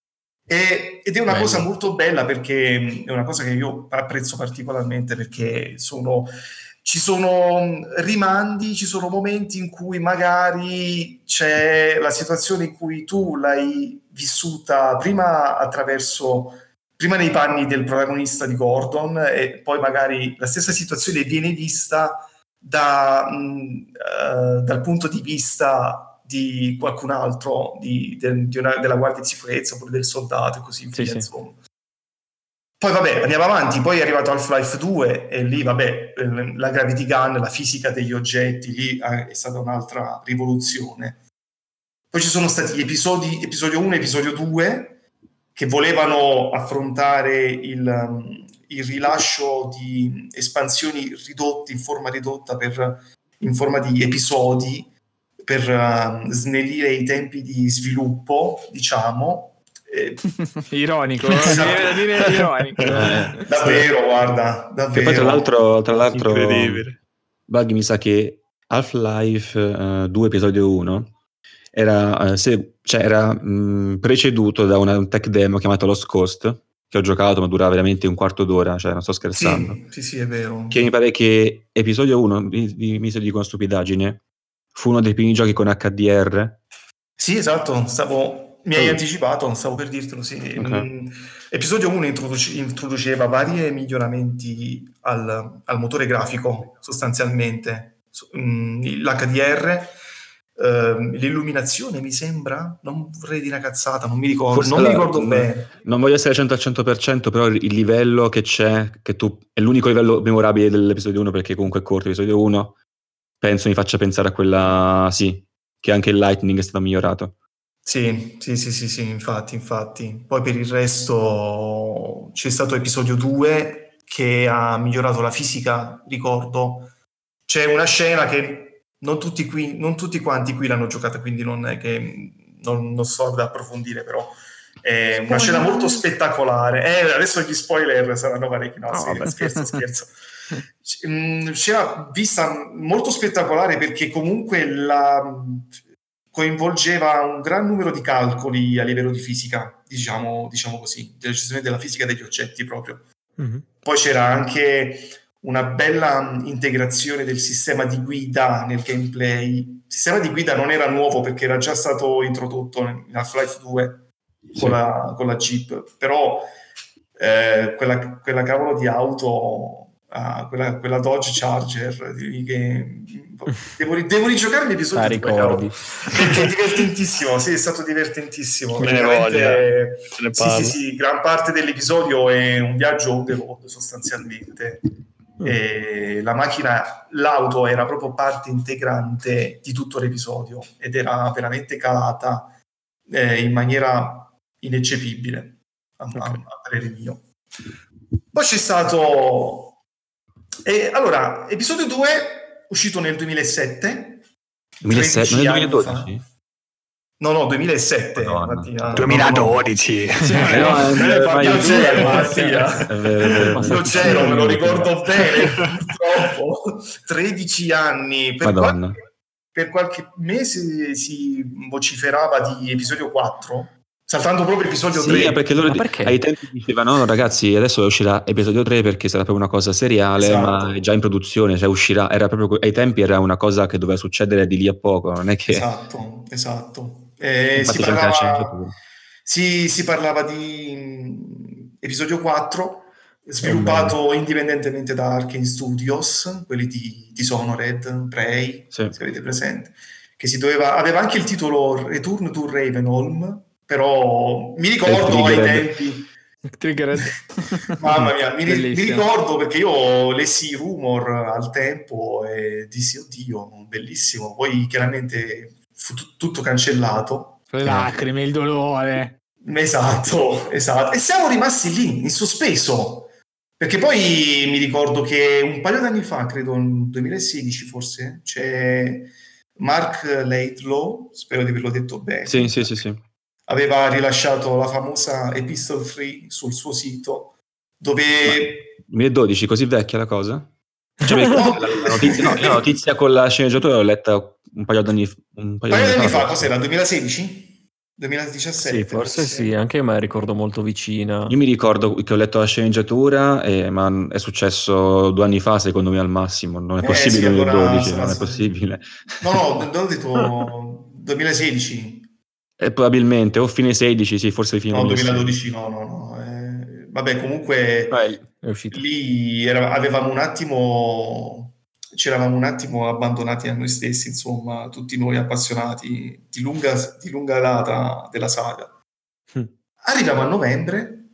S6: E- ed è una
S4: Bello.
S6: cosa molto bella, perché mh, è una cosa che io apprezzo particolarmente, perché sono, ci sono mh, rimandi, ci sono momenti in cui magari c'è la situazione in cui tu l'hai vissuta prima attraverso prima nei panni del protagonista di Gordon, e poi magari la stessa situazione viene vista da, mh, eh, dal punto di vista di qualcun altro, di, del- di una- della guardia di sicurezza oppure del soldato e così
S4: Sì,
S6: via,
S4: sì.
S6: insomma. Poi vabbè, andiamo avanti, poi è arrivato Half-Life due e lì vabbè, eh, la gravity gun, la fisica degli oggetti, lì eh, è stata un'altra rivoluzione. Poi ci sono stati gli episodi, episodio uno e episodio due, che volevano affrontare il, um, il rilascio di espansioni ridotte, in forma ridotta, per, in forma di episodi, per uh, snellire i tempi di sviluppo, diciamo. Eh,
S1: Ironico,
S6: Esatto.
S1: mi viene da dire ironico.
S5: Eh,
S6: davvero, guarda, davvero.
S5: Che poi tra l'altro, tra l'altro
S3: Incredibile.
S5: Buggy mi sa che Half-Life eh, due episodio uno era, eh, se- cioè era mh, preceduto da una, un tech demo chiamato Lost Coast, che ho giocato ma dura veramente un quarto d'ora, cioè non sto scherzando.
S6: Sì, sì, sì, è vero.
S5: Che mi pare che episodio uno, mi, mi, mi dico una stupidaggine, fu uno dei primi giochi con H D R.
S6: Sì, esatto, stavo, mi hai
S5: Oh.
S6: anticipato, stavo per dirtelo, sì.
S5: Ok.
S6: Mm, episodio uno introduce- introduceva vari miglioramenti al, al motore grafico, sostanzialmente. So- mm, L'H D R, ehm, l'illuminazione, mi sembra, non vorrei dire una cazzata, non mi ricordo,
S5: Forse
S6: non mi
S5: allora,
S6: ricordo
S5: mh,
S6: bene.
S5: Non voglio essere cento al cento per cento, però il il livello che c'è, che tu è l'unico livello memorabile dell'episodio uno, perché comunque è corto l'episodio uno, penso mi faccia pensare a quella, sì, che anche il lightning è stato migliorato.
S6: Sì, sì, sì, sì, sì, infatti, infatti. Poi per il resto c'è stato episodio due che ha migliorato la fisica, ricordo. C'è una scena che non tutti, qui, non tutti quanti qui l'hanno giocata, quindi non è che non, non so ad approfondire, però è una scena molto spettacolare. Eh, adesso gli spoiler saranno parecchi, no,
S4: Oh,
S6: sì,
S4: vabbè.
S6: scherzo, scherzo. C- mm, Scena vista molto spettacolare perché comunque la coinvolgeva un gran numero di calcoli a livello di fisica, diciamo, diciamo così, della gestione della fisica degli oggetti proprio.
S4: Mhm.
S6: Poi c'era anche una bella integrazione del sistema di guida nel gameplay. Il sistema di guida non era nuovo perché era già stato introdotto in Half-Life due con,
S5: Sì.
S6: la, con la Jeep, però eh, quella, quella cavolo di auto, uh, quella, quella Dodge Charger, di- che devo, devo rigiocare l'episodio
S4: Ah,
S6: due,
S4: ricordi.
S6: cavolo, perché è divertentissimo, sì, è stato divertentissimo.
S3: Me ne
S6: Veramente,
S3: voglia, se ne
S6: sì, sì,
S3: parla.
S6: sì, gran parte dell'episodio è un viaggio on the road sostanzialmente.
S4: Mm.
S6: E la macchina, l'auto era proprio parte integrante di tutto l'episodio ed era veramente calata eh, in maniera ineccepibile a, a,
S4: Ok.
S6: a parere mio. Poi c'è stato eh, allora, episodio due uscito nel duemilasette,
S5: duemilasette, non è
S6: tredici anni
S5: duemiladodici?
S6: fa. No, no, duemilasette,
S5: Madonna.
S6: Mattia.
S3: duemiladodici.
S6: Sì,
S5: Eh,
S6: no,
S5: no,
S6: no,
S5: eh,
S6: io
S5: vai,
S6: c'ero,
S5: vai,
S6: Mattia.
S5: È vero, è vero.
S6: Io c'ero, me lo ricordo bene, purtroppo. tredici anni. Per
S5: Madonna.
S6: qualche, per qualche mese si vociferava di episodio quattro, saltando proprio episodio
S5: Sì,
S6: tre.
S5: perché loro
S4: Ma
S5: di-
S4: perché?
S5: ai tempi dicevano no ragazzi adesso uscirà episodio tre perché sarà proprio una cosa seriale,
S6: Esatto.
S5: ma è già in produzione, cioè uscirà, era proprio ai tempi era una cosa che doveva succedere di lì a poco, non è che
S6: Esatto, esatto. Eh,
S5: infatti
S6: si,
S5: c'è anche la
S6: parlava,
S5: sceneggiatura.
S6: si, si parlava di mh, episodio quattro, sviluppato indipendentemente da Arkane Studios, quelli di Dishonored, Prey,
S5: Sì.
S6: se avete presente, che si doveva, aveva anche il titolo Return to Ravenholm, però mi ricordo ai
S5: Triggered.
S6: tempi...
S1: Triggered.
S6: Mamma mia, mi, ri- mi
S1: Bellissimo.
S6: ricordo perché io lessi i rumor al tempo e dissi oddio, bellissimo. Poi chiaramente fu t- tutto cancellato.
S1: Le lacrime, il dolore.
S6: Esatto, esatto. E siamo rimasti lì, in sospeso. Perché poi mi ricordo che un paio d'anni fa, credo nel duemilasedici forse, c'è Mark Laidlaw, spero di averlo detto bene,
S5: Sì, sì, sì, sì.
S6: aveva rilasciato la famosa Epistle tre sul suo sito, dove...
S5: duemiladodici, così vecchia la cosa? Cioè, perché la, la notizia, no, io la notizia con la sceneggiatura l'ho letta un paio d'anni, un paio
S6: Un paio di anni fa,
S5: forse.
S6: cos'era? duemilasedici? duemiladiciassette?
S4: Sì, forse sì, anche io me la ricordo molto vicina.
S5: Io mi ricordo che ho letto la sceneggiatura, eh, ma è successo due anni fa, secondo me al massimo. Non è
S6: Eh,
S5: possibile
S6: sì, allora
S5: duemiladodici,
S6: sarà
S5: non è
S6: stato-
S5: possibile.
S6: No, no, non ho detto duemilasedici.
S5: E probabilmente, o fine sedici, sì, forse fine
S6: No,
S5: duemilasedici.
S6: duemiladodici, no, no, no. Eh, vabbè, comunque
S4: È uscito.
S6: lì era- avevamo un attimo, ci eravamo un attimo abbandonati a noi stessi, insomma, tutti noi appassionati di lunga, di lunga data della saga.
S4: Mm.
S6: Arriviamo a novembre,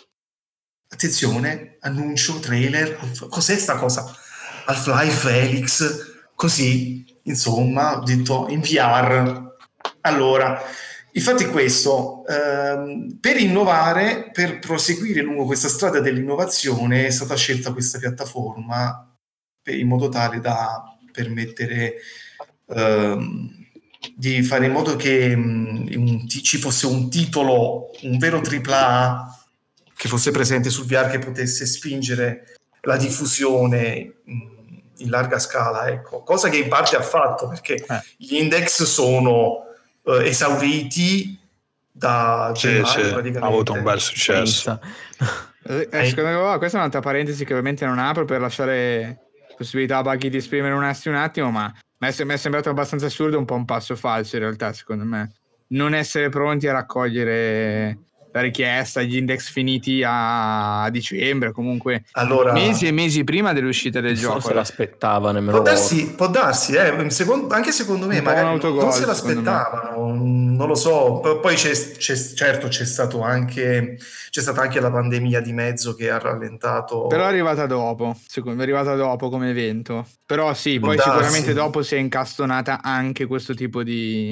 S6: attenzione, annuncio, trailer, cos'è sta cosa? Half-Life Helix, così, insomma, ho detto in V R. Allora, infatti questo, ehm, per innovare, per proseguire lungo questa strada dell'innovazione è stata scelta questa piattaforma per- in modo tale da permettere ehm, di fare in modo che mh, un ti- ci fosse un titolo, un vero tripla A che fosse presente sul V R, che potesse spingere la diffusione mh, in larga scala, ecco. Cosa che in parte ha fatto, perché
S1: Eh.
S6: gli index sono eh, esauriti da
S3: Sì,
S6: gennaio
S3: sì, ha
S6: praticamente.
S3: avuto un bel successo.
S4: Insta.
S1: Eh, eh, secondo me oh, questa è un'altra parentesi che ovviamente non apro per lasciare possibilità a Buggy di esprimere un attimo, un attimo, ma mi è, mi è sembrato abbastanza assurdo, un po' un passo falso in realtà, secondo me. Non essere pronti a raccogliere la richiesta, gli index finiti a, a dicembre, comunque
S6: Allora,
S1: mesi e mesi prima dell'uscita del
S4: Non
S1: gioco.
S4: se l'aspettava nemmeno
S6: può
S4: loro.
S6: darsi, può darsi eh, secondo- anche secondo me
S1: Un po' un
S6: magari
S1: autogol,
S6: non se
S1: secondo me.
S6: l'aspettavano, non lo so. P- poi c'è, c'è- certo c'è stato anche c'è stata anche la pandemia di mezzo che ha rallentato.
S1: Però è arrivata dopo, secondo me è arrivata dopo come evento. Però sì,
S6: Può
S1: poi
S6: darsi.
S1: sicuramente dopo si è incastonata anche questo tipo di,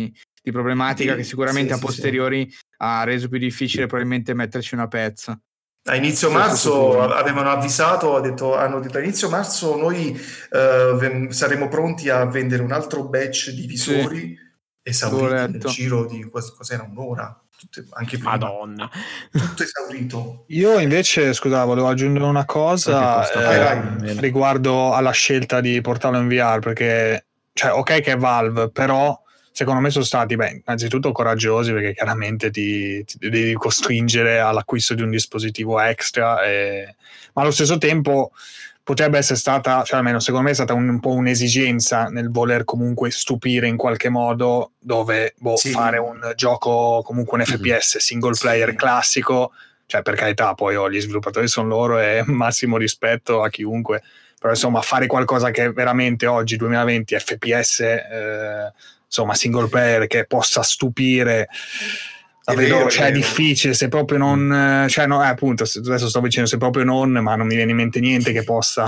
S1: di problematica
S6: Sì,
S1: che sicuramente
S6: sì,
S1: a posteriori
S6: sì, sì.
S1: ha reso più difficile probabilmente metterci una pezza.
S6: A inizio marzo avevano avvisato, ha detto, hanno detto a inizio marzo noi uh, saremo pronti a vendere un altro batch di visori sì. esauriti nel giro di cos'era un'ora, tutte, anche prima.
S4: Madonna,
S6: tutto esaurito.
S3: Io invece, scusa, volevo aggiungere una cosa so eh, riguardo alla scelta di portarlo in V R, perché cioè ok che è Valve, però secondo me sono stati, beh, innanzitutto coraggiosi, perché chiaramente ti, ti devi costringere all'acquisto di un dispositivo extra, e, ma allo stesso tempo potrebbe essere stata, cioè almeno secondo me è stata un, un po' un'esigenza nel voler comunque stupire in qualche modo, dove boh, sì. fare un gioco comunque un F P S single player sì. classico, cioè per carità poi oh, gli sviluppatori sono loro e massimo rispetto a chiunque, però insomma fare qualcosa che veramente oggi duemilaventi F P S eh, insomma single player che possa stupire la vedo, vero, cioè è, è difficile se proprio non cioè no, eh, appunto adesso sto dicendo se proprio non, ma non mi viene in mente niente che possa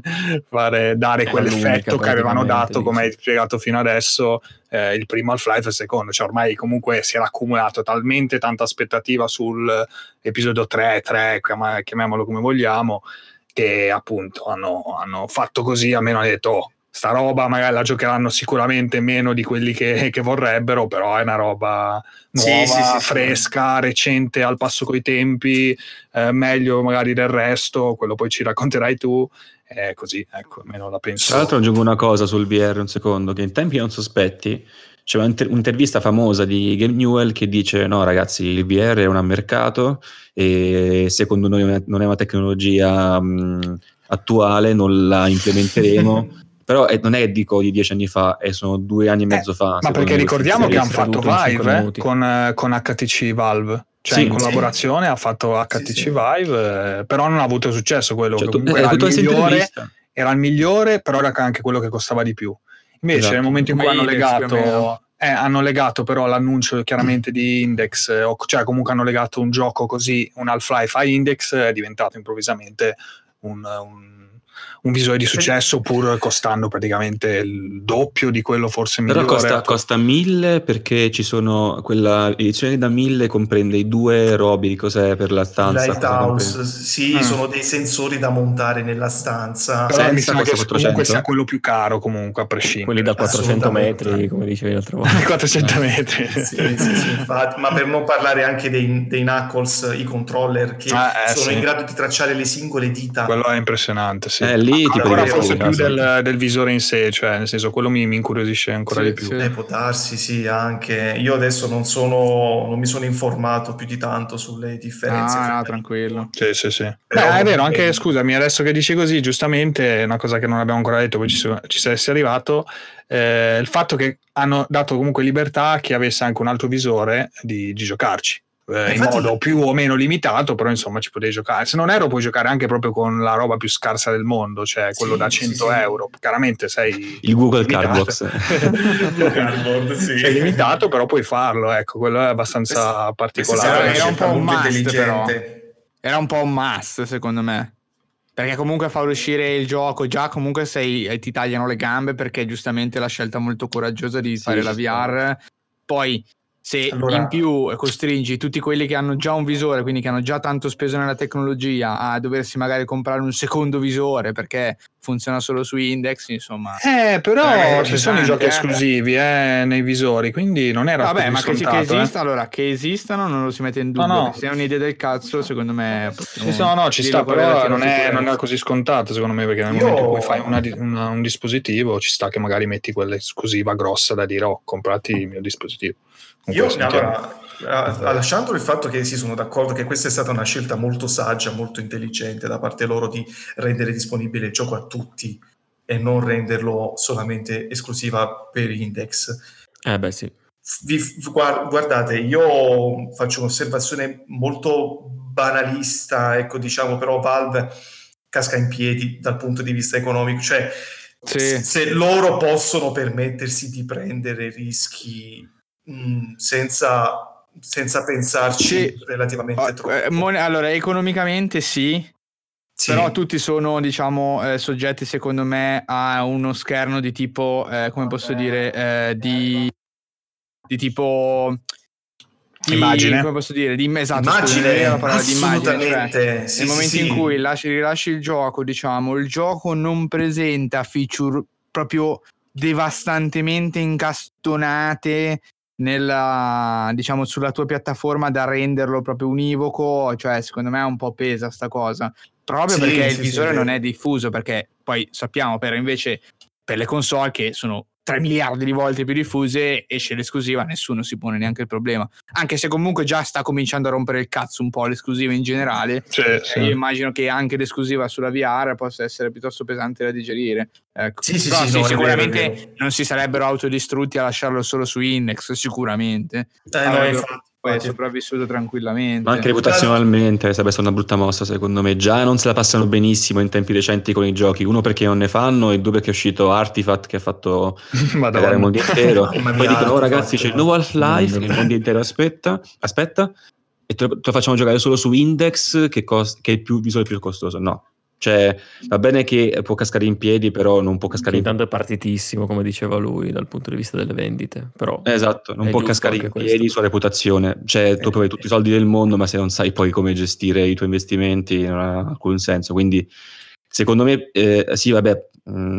S3: fare dare è quell'effetto che avevano dato, come hai spiegato fino adesso, eh, il primo Half-Life e il secondo, cioè ormai comunque si era accumulato talmente tanta aspettativa sull'episodio tre, tre chiamiamolo come vogliamo, che appunto hanno, hanno fatto così, almeno hanno detto oh, sta roba magari la giocheranno sicuramente meno di quelli che, che vorrebbero, però è una roba nuova, sì, sì, sì, fresca, sì. recente, al passo coi tempi, eh, meglio magari del resto, quello poi ci racconterai tu, è così, ecco, almeno la penso.
S5: Tra l'altro aggiungo una cosa sul V R un secondo, che in tempi non sospetti c'è un'intervista famosa di Gabe Newell che dice no ragazzi, il V R è un mercato e secondo noi non è una tecnologia mh, attuale, non la implementeremo. Però è, non è che dico di dieci anni fa, e sono due anni e mezzo
S3: eh,
S5: fa.
S3: Ma perché ricordiamo che hanno fatto Vive eh, con, con H T C Valve, cioè sì, in collaborazione sì. ha fatto H T C sì, sì. Vive, eh, però non ha avuto successo quello, cioè, che comunque eh, era, il migliore, era il migliore, però era anche quello che costava di più. Invece esatto. nel momento in cui hanno legato, eh, hanno legato però l'annuncio chiaramente di Index, eh, cioè comunque hanno legato un gioco così, un Half-Life a Index, è diventato improvvisamente un... un un visore di successo pur costando praticamente il doppio di quello forse migliore.
S5: Però costa, costa mille perché ci sono quella edizione da mille comprende i due robi, cos'è per la stanza?
S6: Lighthouse, sì, mm. sono dei sensori da montare nella stanza.
S3: Però mi sembra che quattrocento comunque sia quello più caro comunque a prescindere.
S4: Quelli da quattrocento metri, come dicevi l'altra volta.
S3: quattrocento no. metri.
S6: Sì, sì, sì, infatti, ma per non parlare anche dei, dei Knuckles, i controller che ah, eh, sono sì. in grado di tracciare le singole dita.
S3: Quello è impressionante, sì.
S5: Eh, lì
S3: ancora forse più del, del visore in sé, cioè nel senso quello mi, mi incuriosisce ancora
S1: sì,
S3: di più.
S1: Sì.
S6: Eh, può darsi, sì, anche io adesso non sono non mi sono informato più di tanto sulle differenze.
S1: Ah, no, tranquillo.
S3: Sì, sì, sì. Però Beh, è vero, anche scusami, adesso che dici così, giustamente, una cosa che non abbiamo ancora detto, poi ci, ci saresti arrivato, eh, il fatto che hanno dato comunque libertà a chi avesse anche un altro visore di, di giocarci. Eh, in modo più o meno limitato, però insomma ci potevi giocare. Se non ero puoi giocare anche proprio con la roba più scarsa del mondo, cioè quello sì, da cento sì, euro. Sì. Chiaramente sei
S5: il Google Cardbox.
S6: Cardboard, sì.
S3: Sei limitato, però puoi farlo, ecco, quello è abbastanza particolare.
S1: Era un po' un must, però. Era un po' un must, secondo me. Perché comunque far uscire il gioco già comunque sei, ti tagliano le gambe, perché giustamente la scelta molto coraggiosa di fare la V R. Poi se allora, in più costringi tutti quelli che hanno già un visore, quindi che hanno già tanto speso nella tecnologia, a doversi magari comprare un secondo visore perché funziona solo su Index, insomma.
S3: Eh, però ci sono i giochi eh? esclusivi eh, nei visori, quindi non era
S1: Vabbè, ma che, che esista,
S3: eh.
S1: allora, che esistano non lo si mette in dubbio. No, no. Se è un'idea del cazzo, secondo me...
S3: Sì, no, no, ci sta, però non è, non è così scontato, secondo me, perché nel Io... momento in cui fai una, una, un dispositivo, ci sta che magari metti quell'esclusiva grossa da dire, oh, comprati il mio dispositivo.
S6: Io, allora, lasciando il fatto che si sono d'accordo che questa è stata una scelta molto saggia, molto intelligente da parte loro di rendere disponibile il gioco a tutti e non renderlo solamente esclusiva per Index.
S4: Eh beh sì.
S6: Vi, guardate, io faccio un'osservazione molto banalista, ecco, diciamo, però Valve casca in piedi dal punto di vista economico, cioè sì. se loro possono permettersi di prendere rischi mh, senza, senza pensarci sì. relativamente troppo.
S1: Eh, allora, economicamente sì. Sì. Però tutti sono, diciamo, eh, soggetti, secondo me, a uno scherno di tipo, eh, come posso dire, eh, di di tipo di,
S3: immagine,
S1: come posso dire, di esatto,
S6: immagine,
S1: scusami, la parola di immagine,
S6: assolutamente,
S1: cioè,
S6: sì,
S1: nel
S6: sì,
S1: momento
S6: sì.
S1: in cui lasci, rilasci il gioco, diciamo, il gioco non presenta feature proprio devastantemente incastonate nella, diciamo, sulla tua piattaforma da renderlo proprio univoco, cioè secondo me un po' pesa sta cosa, proprio
S6: Sì,
S1: perché
S6: sì,
S1: il visore
S6: sì,
S1: non
S6: vero.
S1: è diffuso, perché poi sappiamo per invece per le console che sono tre miliardi di volte più diffuse, esce l'esclusiva, nessuno si pone neanche il problema, anche se comunque già sta cominciando a rompere il cazzo un po' l'esclusiva in generale.
S3: sì,
S1: eh,
S3: sì.
S1: io immagino che anche l'esclusiva sulla V R possa essere piuttosto pesante da digerire, ecco.
S6: Sì, sì,
S1: Però
S6: sì,
S1: sì,
S6: no, è
S1: sicuramente
S6: vero, è vero.
S1: non si sarebbero autodistrutti a lasciarlo solo su Index, sicuramente
S6: Eh, no,
S1: avrebbero
S6: infatti,
S1: poi
S6: infatti.
S1: sopravvissuto tranquillamente.
S5: Ma anche reputazionalmente sarebbe stata una brutta mossa, secondo me. Già non se la passano benissimo in tempi recenti con i giochi. Uno perché non ne fanno, e due perché è uscito Artifact che ha fatto cagare il mondo intero.
S6: Mamma
S5: Poi
S6: mia,
S5: dicono, oh
S6: Artifact,
S5: ragazzi, c'è il nuovo Half-Life, il mondo intero aspetta, aspetta, e te lo, te lo facciamo giocare solo su Index, che, cost- che è il più visore più costoso. No. Cioè, va bene che può cascare in piedi, però non può cascare
S4: Che
S5: in
S4: intanto è partitissimo, come diceva lui, dal punto di vista delle vendite, però
S5: Esatto, non
S4: è
S5: può
S4: giusto
S5: cascare
S4: anche
S5: in
S4: questo.
S5: piedi sulla reputazione. Cioè, tu
S6: Eh,
S5: puoi avere tutti i soldi del mondo, ma se non sai poi come gestire i tuoi investimenti non ha alcun senso. Quindi, secondo me, eh, sì, vabbè,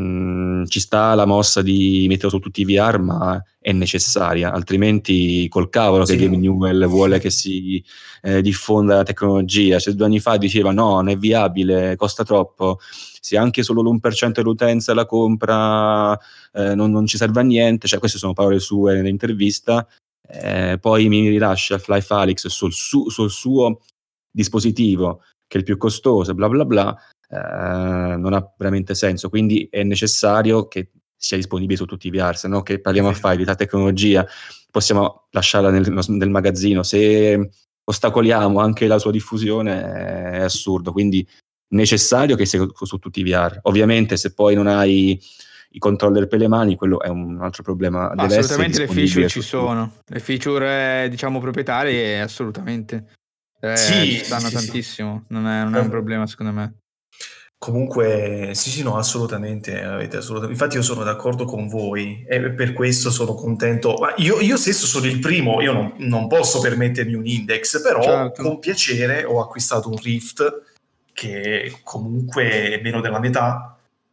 S5: mh, ci sta la mossa di metterlo su tutti i V R, ma è necessaria. Altrimenti, col cavolo che
S6: Sì.
S5: Gabe Newell vuole che si eh, diffonda la tecnologia. Cioè, due anni fa diceva no, non è viabile, costa troppo. Se anche solo l'uno per cento dell'utenza la compra, eh, non, non ci serve a niente. Cioè, queste sono parole sue nell'intervista. Eh, poi mi rilascia Half-Life Alyx sul, su, sul suo dispositivo, che è il più costoso, bla bla bla, eh, non ha veramente senso. Quindi è necessario che sia disponibile su tutti i V R, se no che parliamo a fare di questa tecnologia, possiamo lasciarla nel, nel magazzino. Se ostacoliamo anche la sua diffusione è assurdo, quindi necessario che sia su tutti i V R. Ovviamente se poi non hai i controller per le mani, quello è un altro problema.
S1: Ma
S5: Deve
S1: assolutamente
S5: essere
S1: le feature ci
S5: su
S1: sono, le feature eh, diciamo proprietarie assolutamente eh,
S6: Sì,
S1: ci stanno
S6: sì, sì,
S1: tantissimo, non è, non è un problema secondo me.
S6: Comunque, sì, sì, no, assolutamente, avete assolutamente. Infatti io sono d'accordo con voi e per questo sono contento. Ma io, io stesso sono il primo, io non, non posso permettermi un Index, però
S1: Certo.
S6: con piacere ho acquistato un Rift che comunque è meno della metà.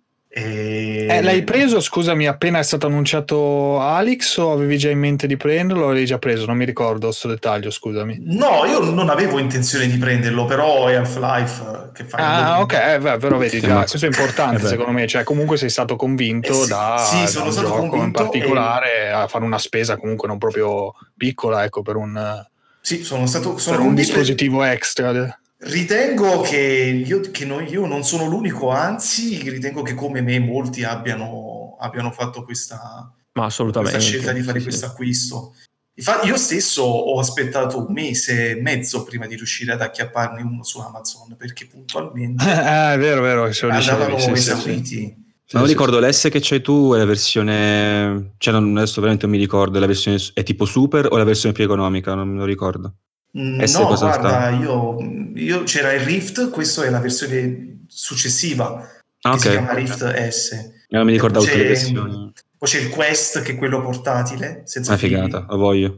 S6: E...
S3: Eh, l'hai preso, scusami, appena è stato annunciato Alyx, o avevi già in mente di prenderlo o l'avevi già preso? Non mi ricordo sto dettaglio, scusami.
S6: No, io non avevo intenzione di prenderlo, però è Half-Life che fa.
S3: Ah, ok, eh, beh, però vedi già,
S5: Ammazza.
S3: questo è importante
S5: Eh beh.
S3: secondo me, cioè comunque sei stato convinto
S6: Eh sì,
S3: da,
S6: sì,
S3: da
S6: sono
S3: un
S6: stato
S3: gioco in
S6: convinto
S3: particolare a fare una spesa comunque non proprio piccola, ecco, per un,
S6: Sì, sono stato sono
S3: per un
S6: convinto.
S3: dispositivo extra.
S6: Ritengo che io, che no, io non sono l'unico, anzi ritengo che come me molti abbiano, abbiano fatto questa,
S4: Ma assolutamente.
S6: questa scelta di fare
S4: sì,
S6: questo
S4: sì.
S6: acquisto. Infatti io stesso ho aspettato un mese e mezzo prima di riuscire ad acchiapparne uno su Amazon, perché puntualmente
S3: Eh, è vero, vero, che se lo
S6: andavano
S3: dicevi, sì, sì, sì.
S6: esauriti.
S5: Ma non
S3: Sì,
S5: ricordo, l'S che c'hai tu è la versione, cioè non, adesso veramente non mi ricordo, è la versione è tipo super o la versione più economica, non me lo ricordo.
S6: Mm,
S5: S
S6: No,
S5: cosa
S6: guarda,
S5: sta?
S6: io, io c'era il Rift, questo è la versione successiva,
S5: Ah,
S6: che
S5: ok.
S6: si chiama Rift S.
S5: Eh, non mi
S6: E
S5: ricordavo
S6: poi
S5: tutte le
S6: c'è,
S5: versioni.
S6: poi c'è il Quest, che è quello portatile, senza
S5: Ah,
S6: fili.
S5: figata, lo voglio.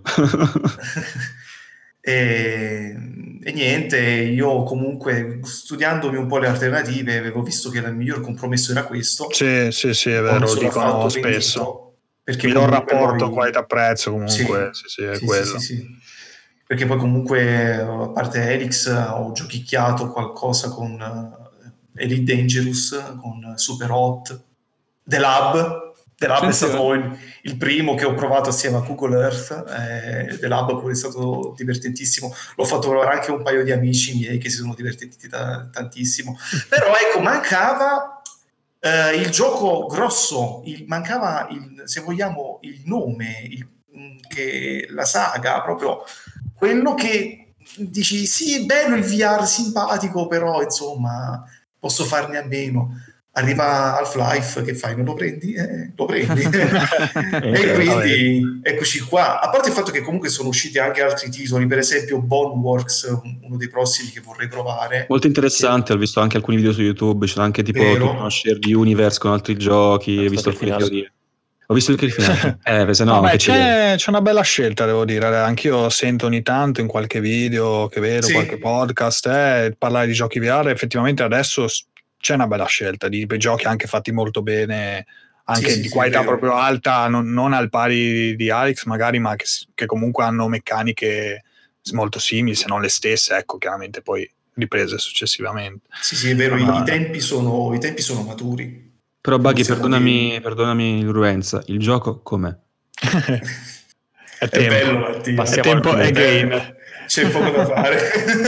S6: e, e niente, io comunque studiandomi un po' le alternative avevo visto che il miglior compromesso era questo.
S3: Sì, sì, sì, è
S6: Non
S3: vero, lo
S6: sono
S3: dicono
S6: affatto
S3: spesso.
S6: pentito, perché
S3: Miglior
S6: comunque
S3: rapporto
S6: poi-
S3: qualità-prezzo comunque,
S6: Sì,
S3: sì, sì, è
S6: sì,
S3: quello.
S6: sì, sì, sì. Perché poi comunque, a parte Helix, ho giochicchiato qualcosa con eh, Elite Dangerous, con Super Hot, The Lab. The Lab è stato il, il primo che ho provato assieme a Google Earth. Eh, The Lab pure è stato divertentissimo. L'ho fatto provare anche a un paio di amici miei che si sono divertiti ta- tantissimo. Però ecco, mancava eh, il gioco grosso, il, mancava, il, se vogliamo, il nome, il, che la saga, proprio quello che dici sì, è bello il V R, simpatico, però insomma posso farne a meno. Arriva Half-Life, che fai? Non lo prendi? Eh, lo prendi. E quindi eccoci qua. A parte il fatto che comunque sono usciti anche altri titoli, per esempio Boneworks, uno dei prossimi che vorrei provare.
S5: Molto interessante, ho visto anche alcuni video su YouTube, c'è anche tipo
S6: Vero.
S5: tutto uno shared universe con altri giochi, ho visto
S4: Stato
S5: alcune
S4: finale.
S5: teorie. Ho visto il finale. Eh, se no,
S3: no, beh,
S5: che
S3: c'è, c'è una bella scelta, devo dire. Anch'io sento ogni tanto in qualche video che vedo,
S6: Sì.
S3: qualche podcast, eh, parlare di giochi V R. Effettivamente adesso c'è una bella scelta di giochi anche fatti molto bene, anche
S6: Sì, sì,
S3: di
S6: sì,
S3: qualità
S6: vero.
S3: proprio alta, non, non al pari di Alex magari, ma che, che comunque hanno meccaniche molto simili, se non le stesse, ecco, chiaramente poi riprese successivamente.
S6: Sì, sì, è vero, i,
S3: Ma-
S6: i tempi sono, i tempi sono maturi.
S5: Però Buggy,
S6: Possiamo
S5: perdonami,
S6: dire.
S5: perdonami l'urgenza, il gioco com'è?
S3: è
S6: È
S3: tempo,
S6: bello, Mattia.
S3: è
S4: Passiamo
S3: tempo,
S4: al
S3: è
S6: È
S3: game.
S6: bello. C'è poco da fare.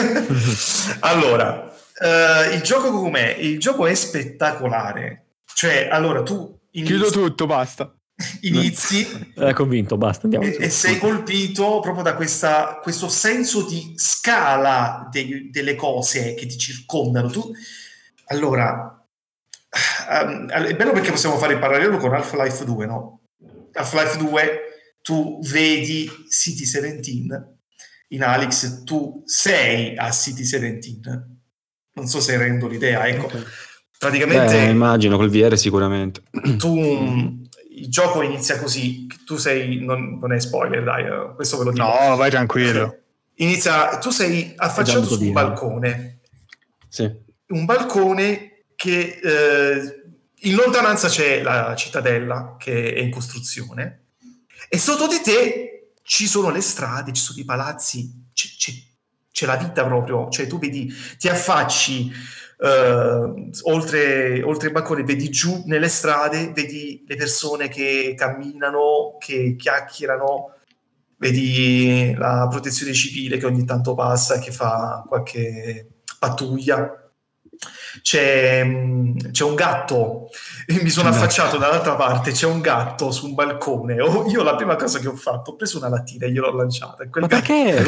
S6: Allora, eh, il gioco com'è? Il gioco è spettacolare. Cioè, allora, tu inizi,
S1: Chiudo tutto, basta.
S6: inizi
S4: È convinto, basta, andiamo
S6: e,
S4: su.
S6: e sei colpito proprio da questa, questo senso di scala dei- delle cose che ti circondano. Tu, allora, um, è bello perché possiamo fare il parallelo con Half-Life due, no? Half-Life due, tu vedi City diciannove, in Alex tu sei a City diciannove. Non so se rendo l'idea, ecco. Praticamente
S5: Beh, immagino, col V R sicuramente.
S6: tu il gioco inizia così, tu sei non, non è spoiler, dai, eh, questo ve lo dico.
S3: No, vai tranquillo.
S6: Ok. Inizia, tu sei affacciato
S4: andato
S6: su un
S4: via.
S6: balcone,
S5: Sì.
S6: un balcone che eh, in lontananza c'è la cittadella che è in costruzione e sotto di te ci sono le strade, ci sono i palazzi, c'è, c'è, c'è la vita proprio, cioè tu vedi, ti affacci Uh, oltre, oltre il balcone, vedi giù nelle strade, vedi le persone che camminano, che chiacchierano, vedi la protezione civile che ogni tanto passa e che fa qualche pattuglia. C'è, c'è un gatto, mi sono affacciato dall'altra parte, c'è un gatto su un balcone. Oh, io la prima cosa che ho fatto, ho preso una lattina e gliel'ho lanciata. E quel
S4: Ma
S6: gatto...
S4: perché?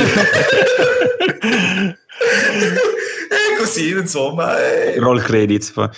S6: È così, insomma. È...
S5: Roll credits. Poi.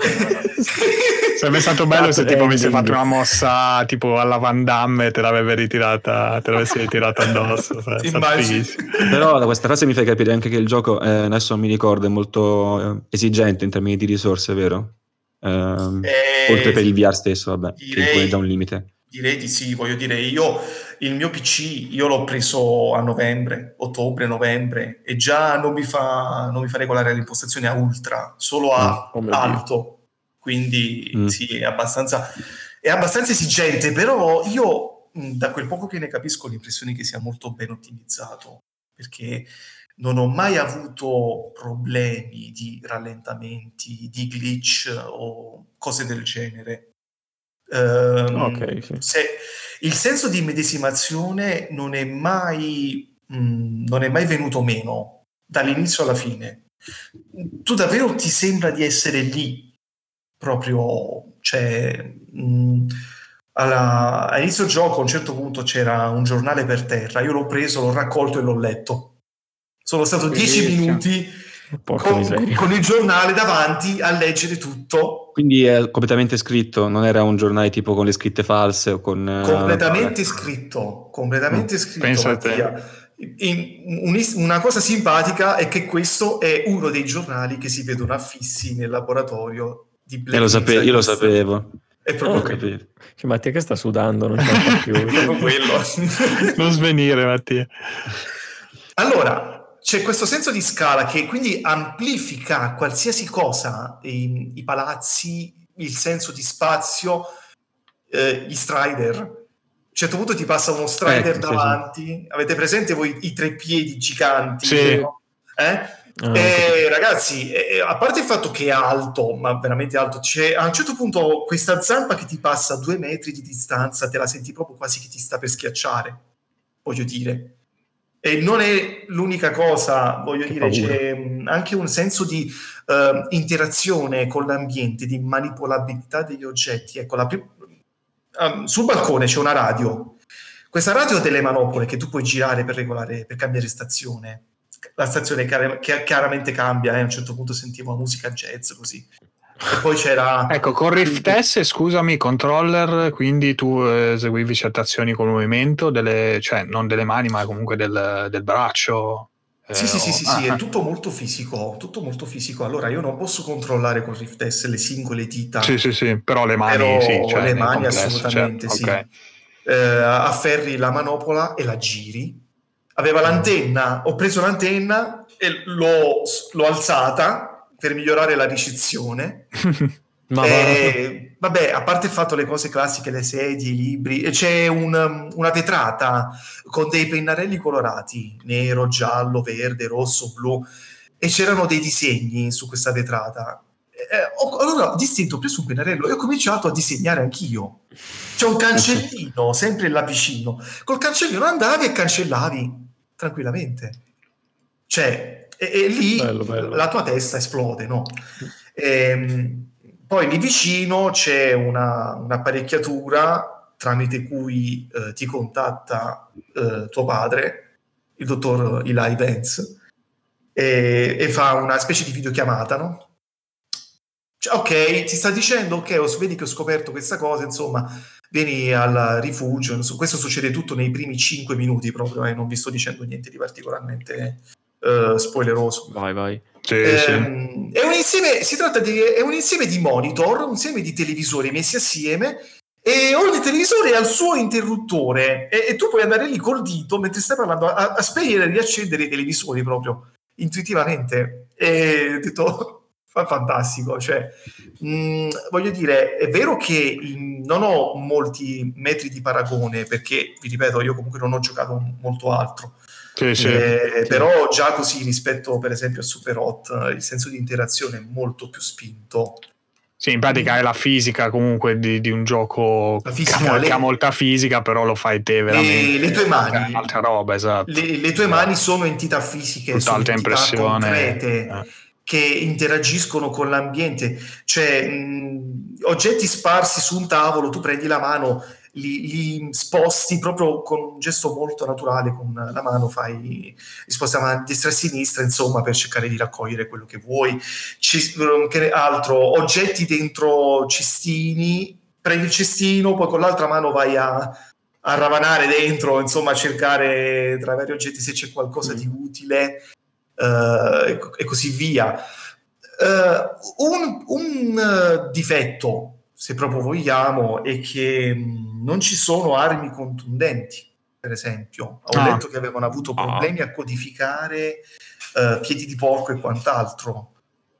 S3: Sarebbe stato bello se
S4: Happy
S3: tipo avessi
S4: ending.
S3: fatto una mossa tipo alla Van Damme e te l'avrebbe ritirata, te l'avessi ritirata addosso. Sarebbe stato
S6: Immagini.
S3: fighissimo.
S5: Però da questa frase mi fai capire anche che il gioco, eh, adesso non mi ricordo, è molto eh, esigente in termini di risorse, vero? Ehm,
S6: Eh,
S5: oltre per il V R stesso, vabbè, che
S6: direi-
S5: pone già un limite.
S6: Direi di sì, voglio dire, io il mio P C io l'ho preso a novembre, ottobre, novembre e già non mi fa, non mi fa regolare le impostazioni a ultra, solo a
S4: Oh mio Dio.
S6: alto, quindi
S5: Mm.
S6: sì, è abbastanza, è abbastanza esigente, però io mh, da quel poco che ne capisco ho l'impressione che sia molto ben ottimizzato, perché non ho mai avuto problemi di rallentamenti, di glitch o cose del genere. Ehm,
S4: Ok, sì.
S6: se, il senso di immedesimazione non è mai mh, non è mai venuto meno dall'inizio alla fine. Tu davvero ti sembra di essere lì proprio, cioè mh, alla, all'inizio del gioco a un certo punto c'era un giornale per terra, io l'ho preso, l'ho raccolto e l'ho letto. Sono stato dieci
S1: Bellissimo.
S6: minuti
S4: Porca
S6: con,
S4: miseria.
S6: con il giornale davanti a leggere tutto.
S5: Quindi è completamente scritto, non era un giornale tipo con le scritte false o con... eh,
S6: Completamente scritto, completamente scritto,
S3: pensa a te.
S6: Mattia. In- un- una cosa simpatica è che questo è uno dei giornali che si vedono affissi nel laboratorio di Black
S5: Eh, lo sape- io lo
S6: Mesa.
S5: sapevo.
S6: È proprio
S5: Lo
S4: Ah.
S6: quello.
S5: sapevo.
S4: Cioè, Mattia che sta sudando, non ce la fa più.
S6: È proprio quello.
S3: Non svenire, Mattia.
S6: Allora, c'è questo senso di scala che quindi amplifica qualsiasi cosa, i, i palazzi, il senso di spazio, eh, gli strider. A un certo punto ti passa uno strider
S5: Ecco, sì,
S6: davanti. Avete presente voi i tre piedi giganti?
S3: Sì.
S6: no? Eh?
S4: Ah,
S6: E, ragazzi, eh, a parte il fatto che è alto, ma veramente alto, c'è a un certo punto questa zampa che ti passa a due metri di distanza, te la senti proprio quasi che ti sta per schiacciare, voglio dire. E non è l'unica cosa, voglio
S4: Che
S6: dire,
S4: paura.
S6: c'è mh, anche un senso di eh, interazione con l'ambiente, di manipolabilità degli oggetti. Ecco, la pri- um, sul balcone c'è una radio. Questa radio ha delle manopole che tu puoi girare per regolare, per cambiare stazione. La stazione chiar- chiar- chiaramente cambia, eh. A un certo punto sentivo la musica jazz così. E poi c'era...
S3: Ecco, con Rift S, scusami, controller, quindi tu eh, eseguivi certe azioni col movimento, delle, cioè non delle mani, ma comunque del, del braccio. Eh,
S6: Sì, sì, sì,
S3: o-
S6: sì, sì,
S3: ah,
S6: è tutto molto fisico, tutto molto fisico. Allora, io non posso controllare con Rift S le singole dita,
S3: sì, sì, sì, però le mani sì,
S6: però
S3: cioè
S6: le
S3: nel
S6: mani
S3: complesso,
S6: assolutamente
S3: certo,
S6: sì.
S3: ok.
S6: Eh, afferri la manopola e la giri. Aveva l'antenna, ho preso l'antenna e l'ho, l'ho alzata per migliorare la ricezione.
S4: Ma va.
S6: E, vabbè, a parte il fatto le cose classiche, le sedie, i libri, e c'è un, una vetrata con dei pennarelli colorati, nero, giallo, verde, rosso, blu, e c'erano dei disegni su questa vetrata. Eh, ho, allora ho distinto, ho preso un pennarello e ho cominciato a disegnare anch'io. C'è un cancellino sempre là vicino. Col cancellino andavi e cancellavi tranquillamente. Cioè, e, e lì
S4: Bello, bello.
S6: la tua testa esplode, no? Ehm, poi lì vicino c'è una, un'apparecchiatura tramite cui eh, ti contatta eh, tuo padre, il dottor Eli Vance, e, e fa una specie di videochiamata, no? Cioè, ok, ti sta dicendo, ok, ho- vedi che ho scoperto questa cosa, insomma, vieni al rifugio. Insomma, questo succede tutto nei primi cinque minuti proprio, e eh, non vi sto dicendo niente di particolarmente eh, spoileroso.
S4: Vai, vai.
S3: Sì,
S6: Ehm, È un insieme, si tratta di è un insieme di monitor, un insieme di televisori messi assieme, e ogni televisore ha il suo interruttore, e, e tu puoi andare lì col dito mentre stai parlando a, a spegnere e riaccendere i televisori proprio intuitivamente. E ho detto fa fantastico, cioè mh, voglio dire, è vero che in- non ho molti metri di paragone, perché vi ripeto, io comunque non ho giocato molto altro.
S3: sì, sì.
S6: Eh,
S4: Sì.
S6: Però già così rispetto per esempio a Super Hot, il senso di interazione è molto più spinto.
S3: Sì, in pratica è la fisica comunque di, di un gioco
S6: La
S3: che
S6: fisica,
S3: ha,
S6: le-
S3: che ha molta fisica, però lo fai te veramente.
S6: le, le tue
S3: È
S6: mani,
S3: un'altra roba, esatto.
S6: le, le tue mani sono entità fisiche, sono
S3: Tutt'altra
S6: entità
S3: impressione.
S6: concrete
S3: eh.
S6: che interagiscono con l'ambiente. Cioè, mh, oggetti sparsi su un tavolo, tu prendi la mano, li, li sposti proprio con un gesto molto naturale, con la mano fai, li sposti a destra e a sinistra, insomma, per cercare di raccogliere quello che vuoi. Ci, che altro? Oggetti dentro cestini, prendi il cestino, poi con l'altra mano vai a a ravanare dentro, insomma, a cercare tra vari oggetti se c'è qualcosa di utile, eh, e, e così via. Eh, un, un uh, difetto, se proprio vogliamo, è che mh, non ci sono armi contundenti, per esempio. Ho
S3: Ah.
S6: letto che avevano avuto problemi a codificare eh, piedi di porco e quant'altro.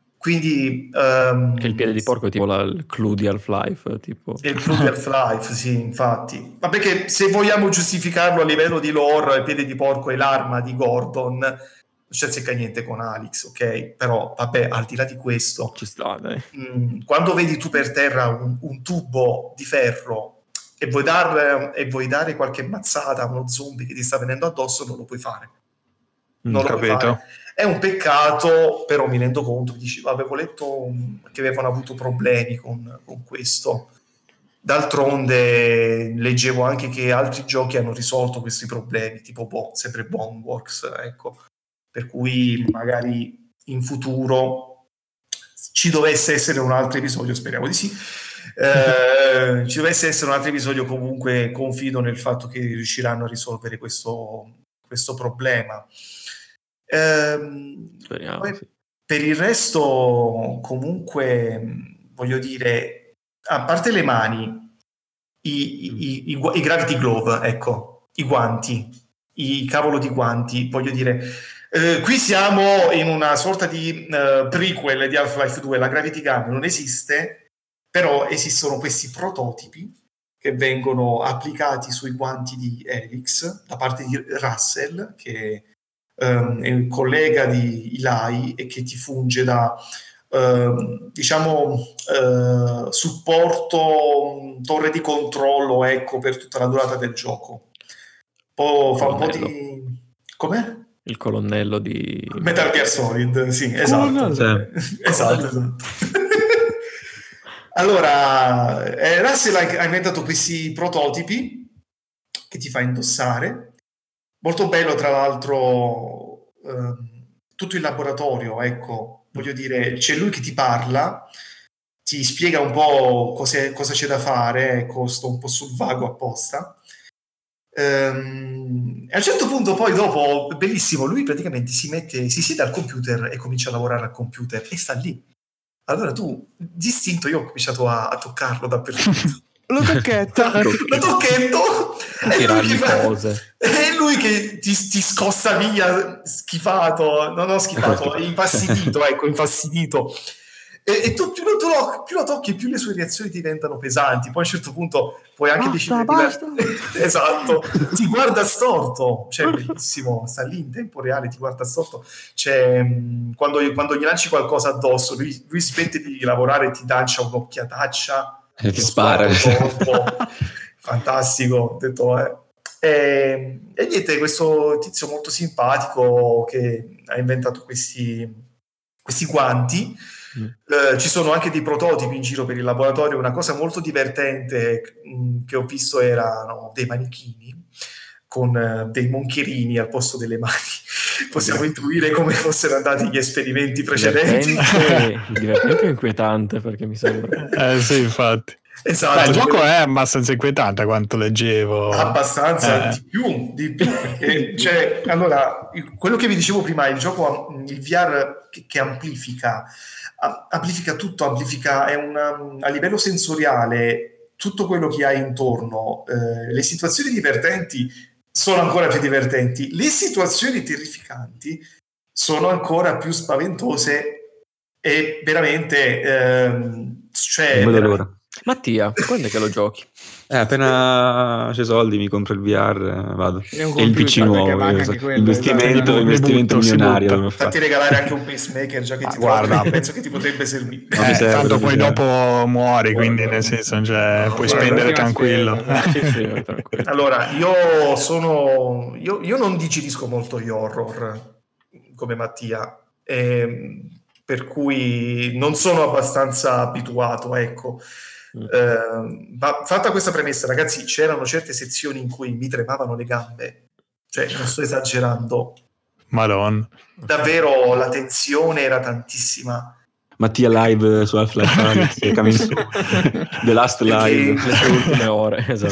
S6: Quindi um,
S4: Che il piede di porco è tipo la, il clou di Half-Life, tipo.
S6: il clou di Half-Life, sì, infatti. Ma perché se vogliamo giustificarlo a livello di lore, il piede di porco è l'arma di Gordon, non c'è secca niente con Alex, ok? Però, vabbè, al di là di questo,
S4: Ci sta, dai.
S6: mh, quando vedi tu per terra un, un tubo di ferro e vuoi, dar, e vuoi dare qualche mazzata a uno zombie che ti sta venendo addosso, non lo puoi fare. Non
S3: Mm,
S6: lo puoi
S3: capito.
S6: fare. È un peccato, però mi rendo conto, dici, avevo letto um, che avevano avuto problemi con, con questo. D'altronde leggevo anche che altri giochi hanno risolto questi problemi, tipo boh, sempre Boneworks, ecco. Per cui magari in futuro ci dovesse essere un altro episodio, speriamo di sì. Eh, ci dovesse essere un altro episodio, comunque confido nel fatto che riusciranno a risolvere questo, questo problema. Ehm,
S4: Speriamo,
S6: poi
S4: sì.
S6: per il resto, comunque, mh, voglio dire, a parte le mani, i, i, i, i gu- i Gravity Glove, ecco, i guanti, i cavolo di guanti, voglio dire, eh, qui siamo in una sorta di eh, prequel di Half-Life due, la Gravity Gun non esiste, però esistono questi prototipi che vengono applicati sui guanti di Helix da parte di Russell, che ehm, è un collega di Eli e che ti funge da ehm, diciamo eh, supporto, torre di controllo, ecco, per tutta la durata del gioco. Poi fa un po'
S4: Colonnello.
S6: di... Com'è?
S4: Il colonnello di
S6: Metal Gear Solid, sì, esatto.
S5: Sì.
S6: esatto, esatto. Allora, eh, Russell ha inventato questi prototipi che ti fa indossare. Molto bello, tra l'altro, ehm, tutto il laboratorio, ecco, voglio dire, c'è lui che ti parla, ti spiega un po' cos'è, cosa c'è da fare, ecco, sto un po' sul vago apposta. Ehm, e a un certo punto poi dopo, bellissimo, lui praticamente si mette, si siede al computer e comincia a lavorare al computer e sta lì. Allora tu, distinto, io ho cominciato a, a toccarlo dappertutto.
S1: Lo tocchetto.
S6: Lo tocchetto e lui, che fa,
S4: cose.
S6: è lui che ti, ti scossa via schifato, no no schifato, infastidito, ecco, infastidito. E, e tu più lo, to- più lo tocchi, più le sue reazioni diventano pesanti. Poi a un certo punto puoi anche
S1: Basta,
S6: decidere
S1: basta.
S6: di... esatto, ti guarda storto, cioè bellissimo, sta lì in tempo reale, ti guarda storto. Cioè, mh, quando, quando gli lanci qualcosa addosso, lui, lui smette di lavorare e ti lancia un'occhiataccia.
S5: E ti spara.
S6: Fantastico, ho detto, eh. E, e niente, questo tizio molto simpatico che ha inventato questi, questi guanti. Mm. Eh, ci sono anche dei prototipi in giro per il laboratorio. Una cosa molto divertente mh, che ho visto erano dei manichini con uh, dei moncherini al posto delle mani. Possiamo intuire come fossero andati gli esperimenti precedenti.
S4: Divertente, divertente e inquietante, perché mi sembra.
S3: Eh sì, infatti.
S6: Esatto.
S3: Beh, il gioco è abbastanza inquietante quanto leggevo.
S6: Abbastanza,
S3: eh.
S6: di più, di più. Perché, cioè, allora, quello che vi dicevo prima, il gioco, il V R che, che amplifica, amplifica tutto, amplifica, è una, a livello sensoriale, tutto quello che hai intorno, eh, le situazioni divertenti sono ancora più divertenti, le situazioni terrificanti sono ancora più spaventose e veramente, ehm, cioè,
S5: non vedo
S6: veramente...
S5: l'ora.
S4: Mattia, quando è che lo giochi?
S5: Eh, appena c'è soldi mi compro il V R, vado.
S1: E un
S5: E il P C
S1: computer, perché
S5: nuovo,
S1: manca
S5: io so.
S1: anche quello,
S5: investimento,
S1: esatto.
S5: investimento
S3: Ne butto, si
S5: milionario.
S3: butta.
S5: devo fare.
S6: Fatti regalare anche un pacemaker, già che
S3: Ah,
S6: ti
S3: guarda.
S6: trovi, penso che ti potrebbe servire.
S5: Non mi
S3: Eh,
S5: serve,
S3: tanto
S5: non mi
S3: poi
S5: serve.
S3: dopo muori, quindi nel senso, cioè,
S6: No,
S3: puoi
S6: guarda,
S3: spendere
S1: l'ultima
S3: tranquillo.
S1: spesa,
S4: Sì, sì, tranquillo.
S6: Allora, io sono io, io non digerisco molto gli horror come Mattia, ehm, per cui non sono abbastanza abituato, ecco.
S4: Mm.
S6: Eh, ma fatta questa premessa, ragazzi, c'erano certe sezioni in cui mi tremavano le gambe, cioè non sto esagerando,
S3: Madonna.
S6: davvero la tensione era tantissima.
S5: Mattia live su Half-Life Alyx, coming soon. The Last
S6: Perché-
S5: Live.
S4: Le sue ultime ore, esatto.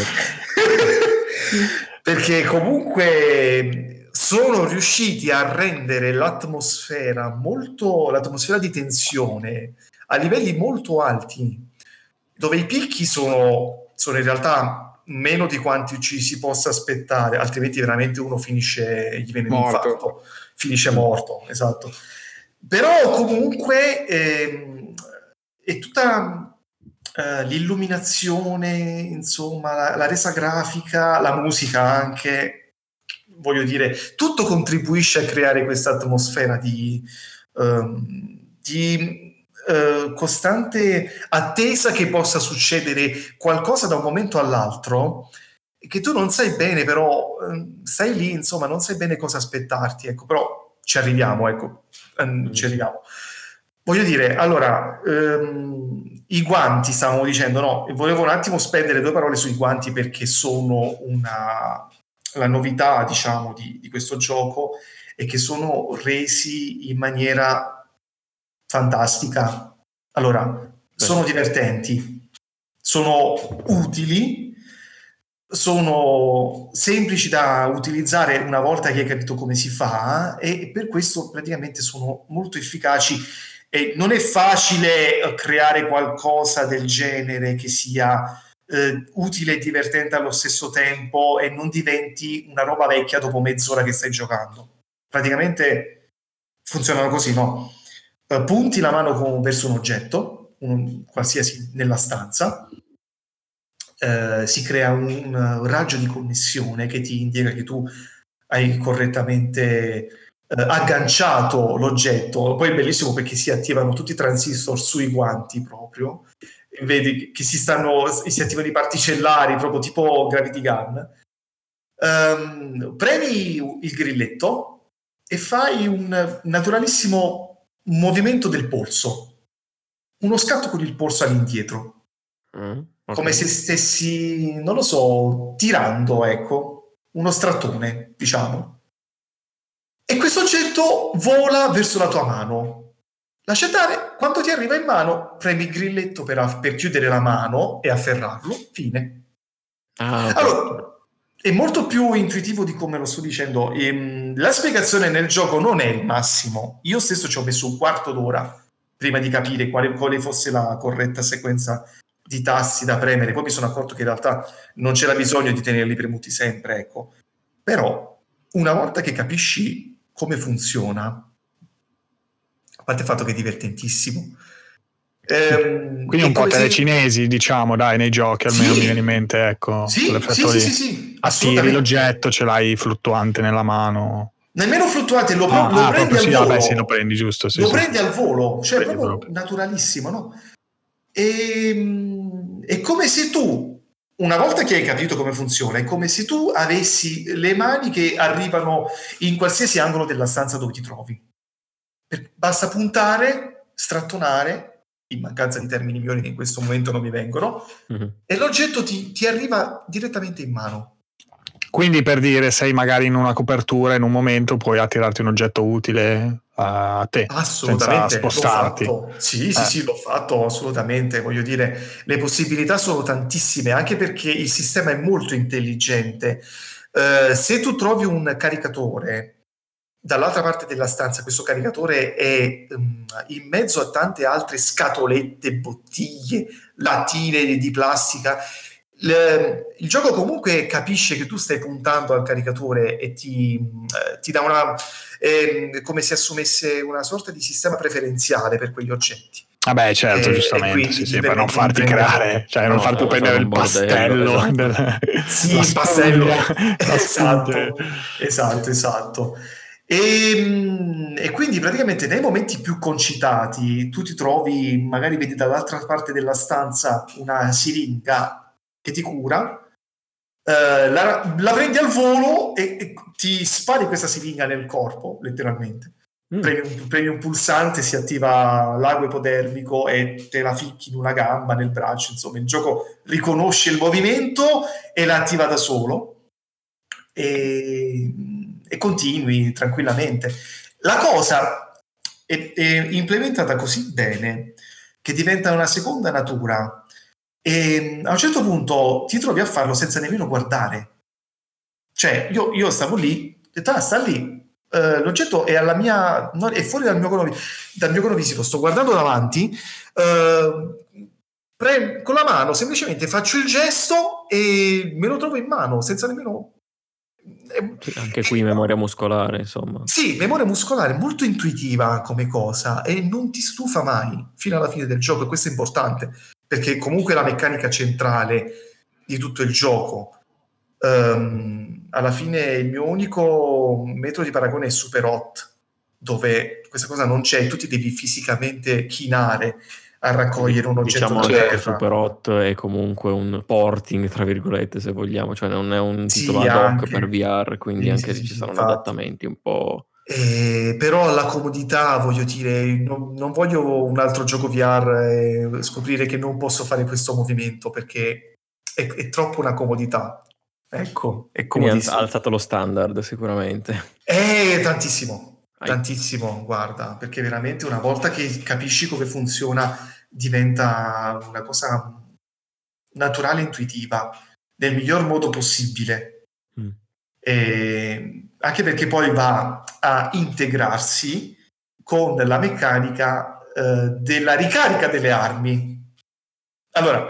S6: Perché comunque sono riusciti a rendere l'atmosfera molto, l'atmosfera di tensione a livelli molto alti, dove i picchi sono, sono in realtà meno di quanti ci si possa aspettare, altrimenti veramente uno finisce, gli viene un
S1: Morto.
S6: infarto, finisce morto, esatto. Però comunque ehm, è tutta eh, l'illuminazione, insomma, la, la resa grafica, la musica anche, voglio dire, tutto contribuisce a creare questa atmosfera di, ehm, di eh, costante attesa che possa succedere qualcosa da un momento all'altro, e che tu non sai bene, però eh, stai lì, insomma, non sai bene cosa aspettarti, ecco, però ci arriviamo, ecco, ehm, ci arriviamo. Voglio dire, allora, ehm, i guanti, stavamo dicendo, no, volevo un attimo spendere due parole sui guanti perché sono una, la novità, diciamo, di, di questo gioco, e che sono resi in maniera fantastica. Allora, sono divertenti, sono utili, sono semplici da utilizzare una volta che hai capito come si fa, e per questo praticamente sono molto efficaci. E non è facile creare qualcosa del genere che sia eh, utile e divertente allo stesso tempo e non diventi una roba vecchia dopo mezz'ora che stai giocando. Praticamente funzionano così, no? Uh, punti la mano con, verso un oggetto, un, qualsiasi, nella stanza, uh, si crea un, un raggio di connessione che ti indica che tu hai correttamente uh, agganciato l'oggetto. Poi è bellissimo perché si attivano tutti i transistor sui guanti proprio, e vedi che si, stanno, si attivano i particellari proprio tipo Gravity Gun. Um, premi il grilletto e fai un naturalissimo movimento del polso, uno scatto con il polso all'indietro,
S4: Mm, okay.
S6: come se stessi, non lo so, tirando, ecco, uno strattone, diciamo. E questo oggetto vola verso la tua mano. Lascia andare, quando ti arriva in mano, premi il grilletto per, aff- per chiudere la mano e afferrarlo, fine.
S4: Ah, ok.
S6: Allora, è molto più intuitivo di come lo sto dicendo. E, la spiegazione nel gioco non è il massimo. Io stesso ci ho messo un quarto d'ora prima di capire quale, quale fosse la corretta sequenza di tasti da premere. Poi mi sono accorto che in realtà non c'era bisogno di tenerli premuti sempre, ecco. Però una volta che capisci come funziona, a parte il fatto che è divertentissimo, ehm,
S3: quindi un po'
S6: se...
S3: telecinesi, diciamo, dai, nei giochi almeno
S6: sì.
S3: mi viene in mente, ecco,
S6: sì, sì, sì, sì, sì,
S3: attiri l'oggetto, ce l'hai fluttuante nella mano.
S6: Nemmeno fluttuante, lo,
S3: ah,
S6: lo
S3: ah,
S6: prendi al
S3: sì,
S6: volo.
S3: Vabbè, sì, lo prendi, giusto. Sì,
S6: lo
S3: sì.
S6: prendi al volo, cioè
S3: prendi
S6: proprio
S3: proprio.
S6: naturalissimo, no? E, è come se tu, una volta che hai capito come funziona, è come se tu avessi le mani che arrivano in qualsiasi angolo della stanza dove ti trovi. Basta puntare, strattonare, in mancanza di termini migliori che in questo momento non mi vengono, mm-hmm. e l'oggetto ti, ti arriva direttamente in mano.
S3: Quindi, per dire, sei magari in una copertura, in un momento puoi attirarti un oggetto utile a te,
S6: assolutamente,
S3: senza spostarti.
S6: L'ho fatto. Sì, sì,
S3: eh.
S6: sì, l'ho fatto assolutamente. Voglio dire, le possibilità sono tantissime, anche perché il sistema è molto intelligente. Uh, se tu trovi un caricatore dall'altra parte della stanza, questo caricatore è um, in mezzo a tante altre scatolette, bottiglie, lattine di plastica. Le, il gioco comunque capisce che tu stai puntando al caricatore e ti, eh, ti dà una eh, come se assumesse una sorta di sistema preferenziale per quegli oggetti.
S3: Vabbè, certo, e, giustamente, e sì, sì, per non farti creare, cioè no, non farti no, prendere il pastello,
S6: esatto.
S3: del,
S6: sì, il pastello, esatto, esatto, esatto. E, e quindi praticamente nei momenti più concitati tu ti trovi, magari vedi dall'altra parte della stanza una siringa che ti cura, eh, la, la prendi al volo e, e ti spari questa siringa nel corpo, letteralmente. Mm. Premi, un, premi un pulsante, si attiva l'ago ipodermico e te la ficchi in una gamba, nel braccio, insomma il gioco riconosce il movimento e la attiva da solo e, e continui tranquillamente. La cosa è, è implementata così bene che diventa una seconda natura. E a un certo punto ti trovi a farlo senza nemmeno guardare. Cioè, io, io stavo lì, ho detto, ah, sta lì, uh, l'oggetto è alla mia, no, è fuori dal mio cono, dal mio conovisivo, sto guardando davanti, uh, pre- con la mano semplicemente faccio il gesto e me lo trovo in mano, senza nemmeno...
S4: Sì, anche qui memoria muscolare, insomma.
S6: Sì, memoria muscolare, molto intuitiva come cosa e non ti stufa mai fino alla fine del gioco, e questo è importante. Perché comunque la meccanica centrale di tutto il gioco, um, alla fine il mio unico metodo di paragone è Super Hot, dove questa cosa non c'è, tu ti devi fisicamente chinare a raccogliere un oggetto.
S4: Diciamo anche che Super Hot è comunque un porting, tra virgolette, se vogliamo, cioè non è un titolo
S6: sì,
S4: ad hoc
S6: anche.
S4: per V R, quindi
S6: sì,
S4: anche
S6: sì,
S4: lì
S6: sì,
S4: ci saranno
S6: infatti.
S4: adattamenti un po'...
S6: Eh, però la comodità, voglio dire, non, non voglio un altro gioco V R e scoprire che non posso fare questo movimento perché è, è troppo una comodità. Ecco, è comodissimo.
S4: Ha alzato lo standard sicuramente.
S6: Eh, tantissimo, Ai. tantissimo, guarda, perché veramente una volta che capisci come funziona diventa una cosa naturale e intuitiva nel miglior modo possibile. Mm. E anche perché poi va a integrarsi con la meccanica eh, della ricarica delle armi. Allora,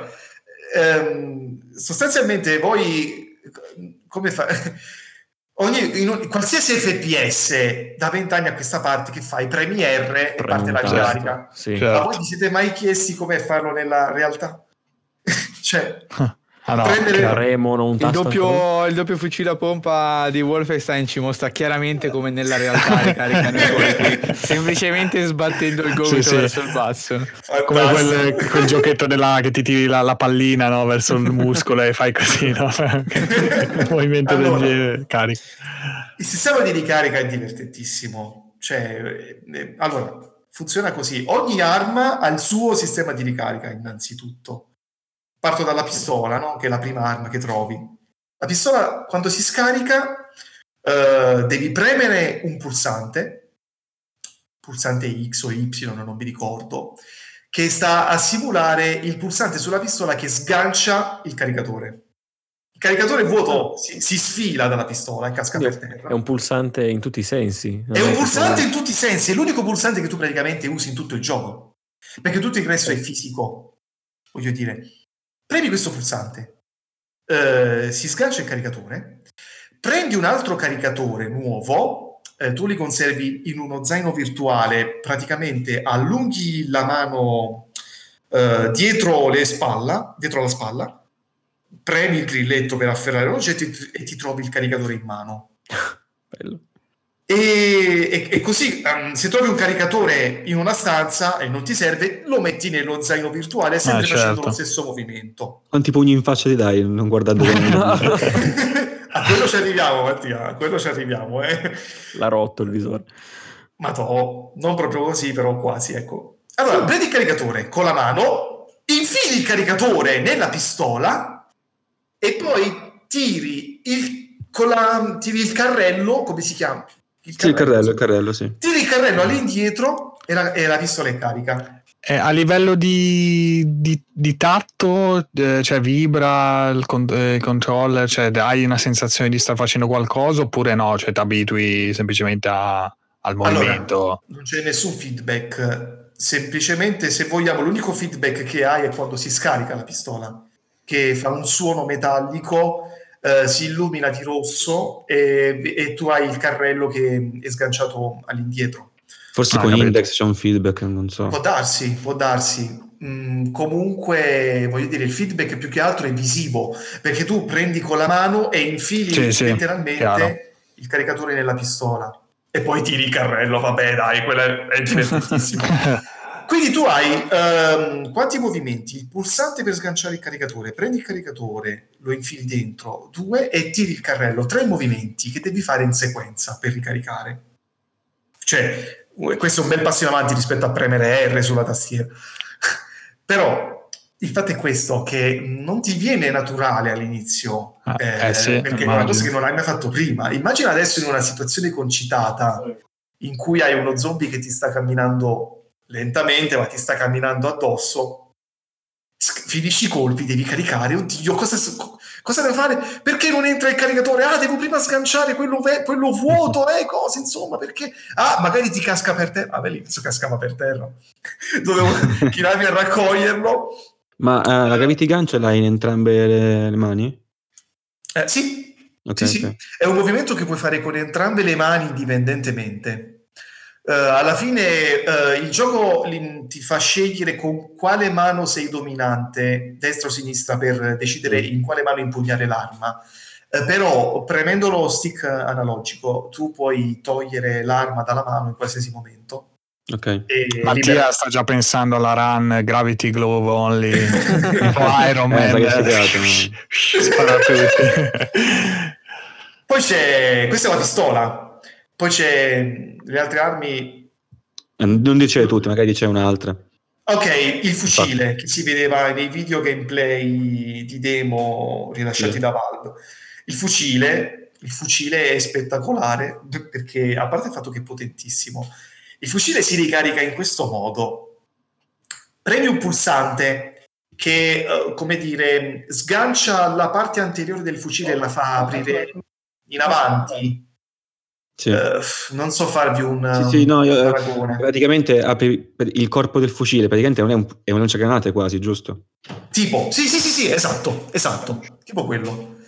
S6: ehm, sostanzialmente voi come fa? Ogni, in, qualsiasi F P S da vent'anni a questa parte che fai, premi R e parte la ricarica.
S4: Sì.
S6: Ma voi vi siete mai chiesti come farlo nella realtà? Cioè...
S3: Ah, no,
S6: prendere
S4: Remo, non
S1: il, doppio, il doppio fucile a pompa di Wolfenstein ci mostra chiaramente come nella realtà ricaricano i colpi, semplicemente sbattendo il gomito sì, verso sì. il basso.
S3: Fantastico. Come quel, quel giochetto della, che ti tiri la, la pallina, no, verso il muscolo e fai così, no? Un movimento allora, del genere, carica.
S6: Il sistema di ricarica è divertentissimo. Cioè, eh, allora, funziona così. Ogni arma ha il suo sistema di ricarica, innanzitutto. Parto dalla pistola, no? Che è la prima arma che trovi. La pistola, quando si scarica, uh, devi premere un pulsante, pulsante X o Y, non mi ricordo, che sta a simulare il pulsante sulla pistola che sgancia il caricatore. Il caricatore vuoto si, si sfila dalla pistola e casca per terra.
S4: È un pulsante in tutti i sensi.
S6: È un pulsante in tutti i sensi, è l'unico pulsante che tu praticamente usi in tutto il gioco. Perché tutto il resto è fisico. Voglio dire, premi questo pulsante, eh, si sgancia il caricatore, prendi un altro caricatore nuovo, eh, tu li conservi in uno zaino virtuale, praticamente allunghi la mano eh, dietro le spalla, dietro la spalla, premi il grilletto per afferrare l'oggetto e ti trovi il caricatore in mano.
S4: Bello.
S6: E, e, e così um, se trovi un caricatore in una stanza e non ti serve, lo metti nello zaino virtuale sempre
S3: ah,
S6: facendo
S3: certo.
S6: lo stesso movimento.
S5: Quanti pugni in faccia ti dai non guardando
S6: A quello ci arriviamo, Mattia, a quello ci arriviamo, eh.
S4: L'ha rotto il visore.
S6: Ma no, non proprio così, però quasi, ecco. Allora, prendi il caricatore con la mano, infili il caricatore nella pistola e poi tiri il, con la, tiri il carrello, come si chiama? Il
S5: Sì, il carrello, il carrello, sì.
S6: Tiri il carrello all'indietro e la, e la pistola è carica.
S3: Eh, a livello di, di, di tatto, eh, cioè vibra il, con, eh, il controller, cioè hai una sensazione di star facendo qualcosa oppure no? Cioè ti abitui semplicemente a, al movimento?
S6: Allora, non c'è nessun feedback, semplicemente se vogliamo l'unico feedback che hai è quando si scarica la pistola, che fa un suono metallico, eh, si illumina di rosso e, e tu hai il carrello che è sganciato all'indietro.
S5: Forse
S3: Ah,
S5: con
S3: capito.
S5: Index c'è un feedback, non so.
S6: Può darsi, può darsi. Mm, comunque, voglio dire, il feedback più che altro è visivo, perché tu prendi con la mano e infili
S3: Sì, sì,
S6: letteralmente
S3: chiaro.
S6: il caricatore nella pistola e poi tiri il carrello, vabbè dai, quello è divertentissimo. Quindi tu hai um, quanti movimenti? Il pulsante per sganciare il caricatore, prendi il caricatore, lo infili dentro, due, e tiri il carrello, tre movimenti che devi fare in sequenza per ricaricare. Cioè, questo è un bel passo in avanti rispetto a premere R sulla tastiera. Però il fatto è questo, che non ti viene naturale all'inizio,
S3: Ah,
S6: eh,
S3: eh sì,
S6: perché è una cosa
S3: immagino.
S6: che non hai mai fatto prima. Immagina adesso in una situazione concitata in cui hai uno zombie che ti sta camminando lentamente, ma ti sta camminando addosso, finisci i colpi, devi caricare, oddio, cosa, cosa devo fare? Perché non entra il caricatore? Ah, devo prima sganciare quello, ve- quello vuoto, eh, cose, insomma, perché? Ah, magari ti casca per terra. Ah, beh, all'inizio cascava per terra. Dovevo chinarmi a raccoglierlo.
S5: Ma uh, la Gravity Gun ce l'hai in entrambe le, le mani?
S6: Eh, sì,
S5: Okay,
S6: sì,
S5: okay.
S6: sì. È un movimento che puoi fare con entrambe le mani indipendentemente. Uh, alla fine uh, il gioco li, ti fa scegliere con quale mano sei dominante, destra o sinistra, per decidere in quale mano impugnare l'arma. Uh, però premendo lo stick analogico tu puoi togliere l'arma dalla mano in qualsiasi momento.
S5: Ok.
S6: E
S3: Mattia
S6: libera-
S3: sta già pensando alla run Gravity Glove Only, tipo Iron Man.
S5: Eh, sa che è figato, no?
S3: Spara a tutti.
S6: Poi c'è, questa è la pistola, poi c'è le altre armi.
S5: Eh, non dice tutte, magari dice un'altra.
S6: Ok, il fucile che si vedeva nei video gameplay di demo rilasciati
S5: Sì.
S6: da Valve. Il fucile, il fucile è spettacolare perché, a parte il fatto che è potentissimo, il fucile si ricarica in questo modo. Premi un pulsante che, uh, come dire, sgancia la parte anteriore del fucile e la fa aprire in avanti.
S5: Sì.
S6: Uh, non so farvi un,
S5: Sì, sì, no, io,
S6: un
S5: eh,
S6: paragone.
S5: praticamente apri per il corpo del fucile, praticamente non è un, è un lanciagranate quasi, giusto?
S6: Tipo, sì, sì, sì, sì, esatto, esatto, tipo quello.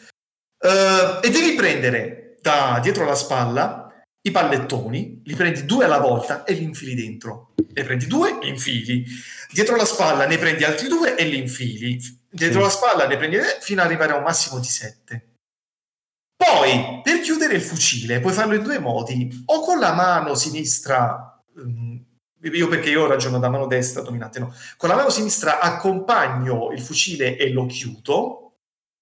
S6: Uh, e devi prendere da dietro la spalla i pallettoni, li prendi due alla volta e li infili dentro. Ne prendi due, li infili. Dietro la spalla ne prendi altri due e li infili. Dietro
S5: Sì.
S6: la spalla ne prendi fino ad arrivare a un massimo di sette. Poi, per chiudere il fucile, puoi farlo in due modi, o con la mano sinistra, um, io perché io ragiono da mano destra, dominante no, con la mano sinistra accompagno il fucile e lo chiudo,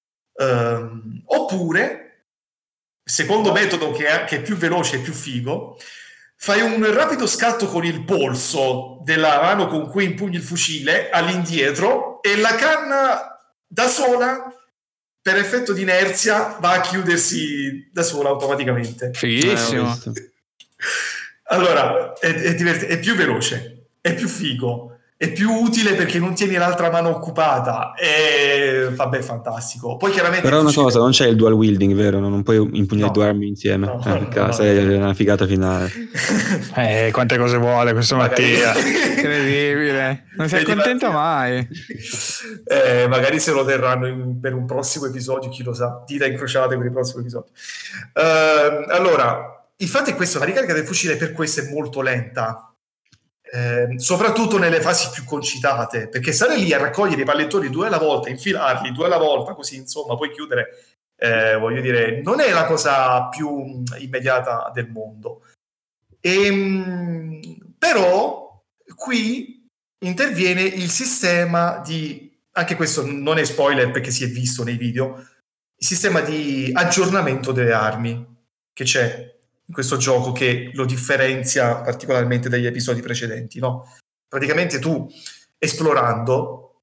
S6: um, oppure, secondo metodo che è, che è più veloce e più figo, fai un rapido scatto con il polso della mano con cui impugni il fucile all'indietro e la canna da sola, per effetto di inerzia, va a chiudersi da sola automaticamente.
S3: Fighissimo.
S5: Eh,
S6: Allora, è, è, divert- è più veloce, è più figo. è più utile perché non tieni l'altra mano occupata e vabbè, fantastico. Poi chiaramente
S5: Però una
S6: fucile...
S5: cosa, non c'è il dual wielding, vero? Non puoi impugnare
S6: no.
S5: due armi insieme.
S6: No,
S5: eh,
S6: no,
S5: perché
S6: no,
S5: sai,
S6: no.
S5: è una figata finale.
S3: Eh, quante cose vuole questo
S6: Magari...
S3: Mattia.
S1: Incredibile, non si
S6: Vedi,
S1: accontenta
S6: Mattia?
S1: mai.
S6: Eh, magari se lo terranno in, per un prossimo episodio, chi lo sa, dita incrociate per il prossimo episodio. Uh, allora, il fatto è questo, la ricarica del fucile per questo è molto lenta. Eh, soprattutto nelle fasi più concitate, perché stare lì a raccogliere i pallettoni due alla volta, infilarli due alla volta, così insomma poi chiudere, eh, voglio dire, non è la cosa più immediata del mondo. E, però qui interviene il sistema di, anche questo non è spoiler perché si è visto nei video, il sistema di aggiornamento delle armi che c'è in questo gioco, che lo differenzia particolarmente dagli episodi precedenti, no? Praticamente tu, esplorando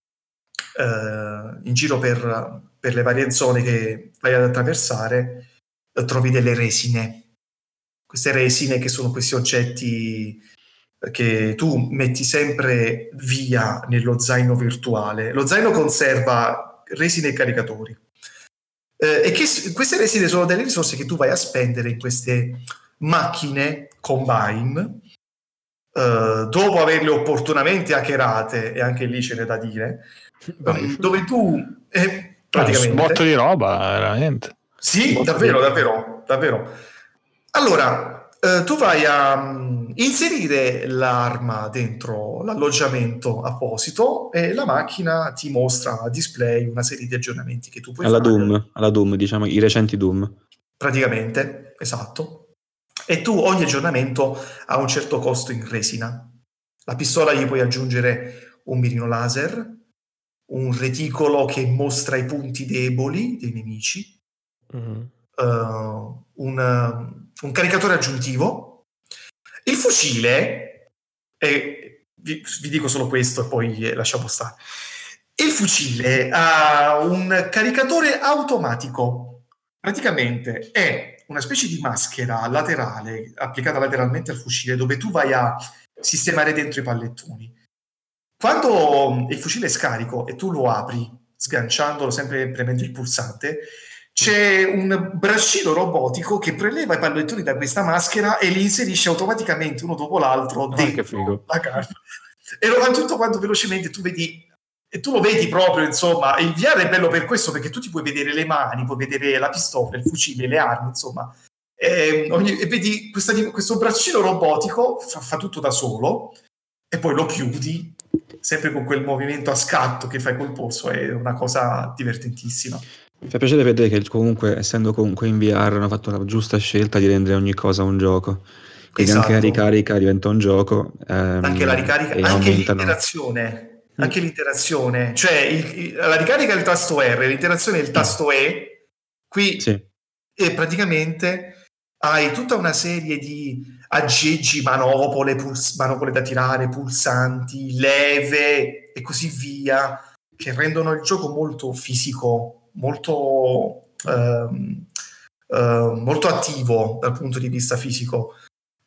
S6: eh, in giro per, per le varie zone che vai ad attraversare, eh, trovi delle resine. Queste resine che sono questi oggetti che tu metti sempre via nello zaino virtuale. Lo zaino conserva resine e caricatori. Eh, e che queste resine sono delle risorse che tu vai a spendere in queste macchine combine, eh, dopo averle opportunamente hackerate, e anche lì ce n'è da dire, um, dove tu eh, praticamente...
S3: Un botto di roba, veramente.
S6: Sì, davvero, davvero, davvero. Allora, eh, tu vai a um, inserire l'arma dentro l'alloggiamento apposito e la macchina ti mostra a display una serie di aggiornamenti che tu puoi
S5: alla
S6: fare.
S5: Doom, alla Doom, diciamo, i recenti Doom.
S6: Praticamente, esatto. E tu ogni aggiornamento ha un certo costo in resina. La pistola gli puoi aggiungere un mirino laser, un reticolo che mostra i punti deboli dei nemici, mm-hmm. uh, un, un caricatore aggiuntivo, il fucile, e vi, vi dico solo questo e poi eh, lasciamo stare. Il fucile ha un caricatore automatico, praticamente è una specie di maschera laterale applicata lateralmente al fucile dove tu vai a sistemare dentro i pallettoni. Quando il fucile è scarico e tu lo apri sganciandolo sempre premendo il pulsante, c'è un braccino robotico che preleva i pallettoni da questa maschera e li inserisce automaticamente uno dopo l'altro
S4: ah,
S6: dentro
S4: che figo.
S6: la carta, e lo fa tutto quanto velocemente. Tu vedi, e tu lo vedi proprio, insomma. Il V R è bello per questo, perché tu ti puoi vedere le mani, puoi vedere la pistola, il fucile, le armi, insomma, e, ogni, e vedi questa, questo braccino robotico fa, fa tutto da solo e poi lo chiudi sempre con quel movimento a scatto che fai col polso. È una cosa divertentissima.
S5: Mi fa piacere vedere che comunque, essendo comunque in V R, hanno fatto la giusta scelta di rendere ogni cosa un gioco. Quindi esatto. Anche la ricarica diventa un gioco. Ehm,
S6: anche la ricarica, anche
S5: aumentano.
S6: l'interazione. Anche l'interazione. Cioè, il, il, la ricarica è il tasto R, l'interazione è il tasto E. Qui
S5: sì.
S6: E praticamente hai tutta una serie di aggeggi, manopole, puls- manopole da tirare, pulsanti, leve e così via, che rendono il gioco molto fisico, molto, ehm, eh, molto attivo dal punto di vista fisico.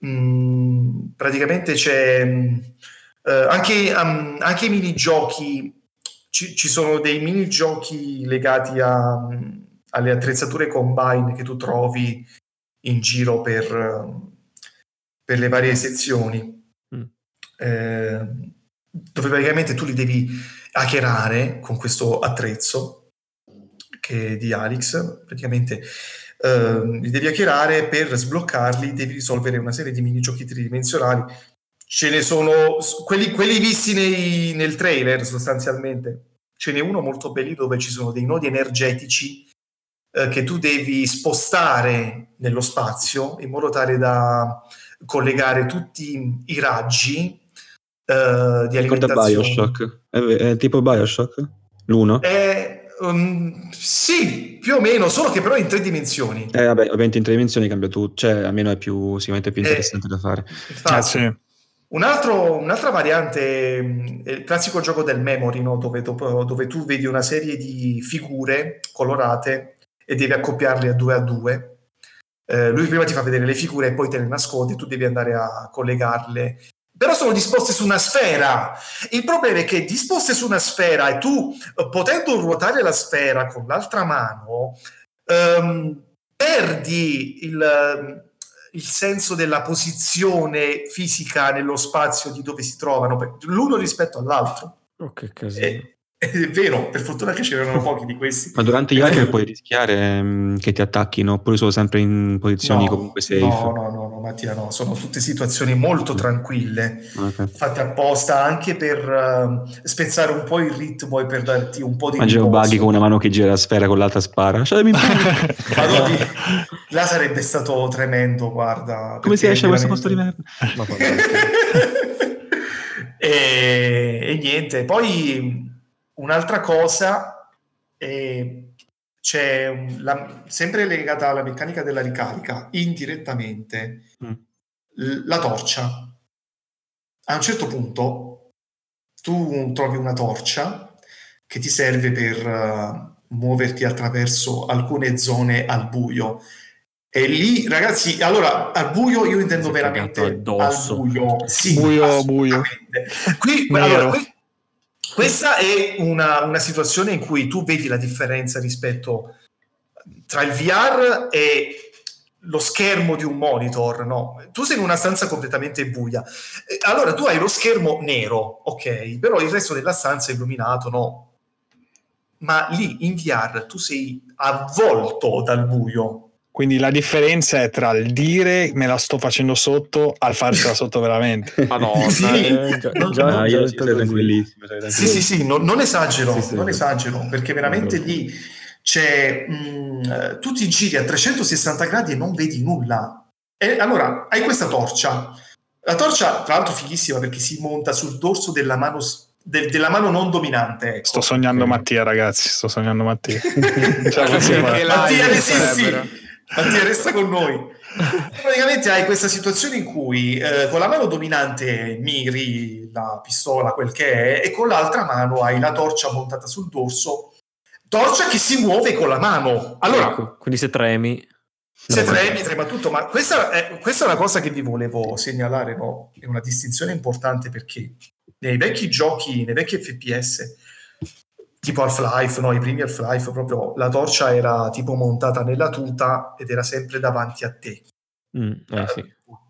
S6: Mm, praticamente c'è eh, anche, um, anche i minigiochi, ci, ci sono dei minigiochi legati a, um, alle attrezzature combine che tu trovi in giro per, uh, per le varie sezioni, mm. eh, dove praticamente tu li devi hackerare con questo attrezzo che è di Alyx. Praticamente Uh, li devi hackerare, per sbloccarli devi risolvere una serie di minigiochi tridimensionali. Ce ne sono quelli, quelli visti nei, nel trailer, sostanzialmente. Ce n'è uno molto bello dove ci sono dei nodi energetici uh, che tu devi spostare nello spazio in modo tale da collegare tutti i raggi uh, di alimentazione.
S5: Bioshock. È, è tipo Bioshock? L'uno?
S6: È Um, sì, più o meno, solo che però in tre dimensioni.
S5: Eh vabbè, ovviamente in tre dimensioni cambia tutto, cioè almeno è più, sicuramente più interessante eh, da fare.
S6: Infatti, ah, sì. un altro, un'altra variante è il classico gioco del memory, no? dove, dopo, dove tu vedi una serie di figure colorate e devi accoppiarle a due a due. Eh, lui prima ti fa vedere le figure e poi te le nasconde, tu devi andare a collegarle però sono disposte su una sfera. Il problema è che disposte su una sfera e tu, potendo ruotare la sfera con l'altra mano, um, perdi il, il senso della posizione fisica nello spazio di dove si trovano, l'uno rispetto all'altro.
S4: Oh, che casino.
S6: E, è vero, per fortuna che c'erano pochi di questi.
S5: Ma durante gli hacker puoi rischiare mh, che ti attacchino, oppure sono sempre in posizioni
S6: no,
S5: comunque safe?
S6: No, no, no, no, Mattia, no, sono tutte situazioni molto tranquille,
S5: Okay.
S6: fatte apposta anche per uh, spezzare un po' il ritmo e per darti un po' di
S5: Immagino
S6: riposo.
S5: Buggy con una mano che gira la sfera, con l'altra spara. Lasciatemi in pace.
S6: Madonna, là sarebbe stato tremendo, guarda.
S5: Come si
S6: perché
S5: esce da questo
S6: veramente-
S5: posto di merda?
S4: Ma fantastico.
S6: e, e niente, poi un'altra cosa, eh, c'è un- la- sempre legata alla meccanica della ricarica, indirettamente,
S5: Mm.
S6: l- la torcia. A un certo punto tu trovi una torcia che ti serve per eh, muoverti attraverso alcune zone al buio. E lì, ragazzi, allora al buio io intendo
S4: Si è
S6: veramente
S4: cagato addosso.
S6: al buio. Sì,
S3: Buio, buio.
S6: assolutamente. Qui,
S3: Nero.
S6: allora, qui- questa è una, una situazione in cui tu vedi la differenza rispetto tra il V R e lo schermo di un monitor, no? Tu sei in una stanza completamente buia. Eh, Allora tu hai lo schermo nero, ok, però il resto della stanza è illuminato, no? Ma lì in V R tu sei avvolto dal buio.
S3: Quindi la differenza è tra il dire me la sto facendo sotto al farsela sotto veramente.
S4: Madonna,
S6: Sì.
S4: eh, già,
S6: No,
S4: già,
S6: no,
S5: Ah,
S4: già
S5: io
S4: detto
S5: sei
S4: così.
S5: tranquillissimo. sei
S6: Sì,
S5: tranquillissimo.
S6: sì, sì, no- non esagero,
S4: Sì, sì,
S6: non
S4: sì.
S6: esagero, perché veramente
S4: Vero.
S6: lì c'è, mh, eh, tu ti giri a trecentosessanta gradi e non vedi nulla. E allora hai questa torcia. La torcia, tra l'altro, fighissima perché si monta sul dorso della mano, s- del- della mano non dominante. Ecco.
S3: Sto sognando
S4: Ok.
S3: Mattia, ragazzi, sto sognando Mattia.
S6: Cioè,
S3: Ce la possiamo fare.
S6: Mattia,
S1: live
S6: resisti.
S1: sarebbero.
S6: Mattia, resta con noi. Praticamente hai questa situazione in cui eh, con la mano dominante miri la pistola, quel che è, e con l'altra mano hai la torcia montata sul dorso, torcia che si muove con la mano. Allora,
S4: Ecco, quindi se tremi...
S6: se tremi, trema tutto, ma questa è, questa è una cosa che vi volevo segnalare, no? È una distinzione importante perché nei vecchi giochi, nei vecchi F P S, tipo Half-Life, no? I primi Half-Life, proprio la torcia era tipo montata nella tuta ed era sempre davanti a te.
S4: Mm, eh sì.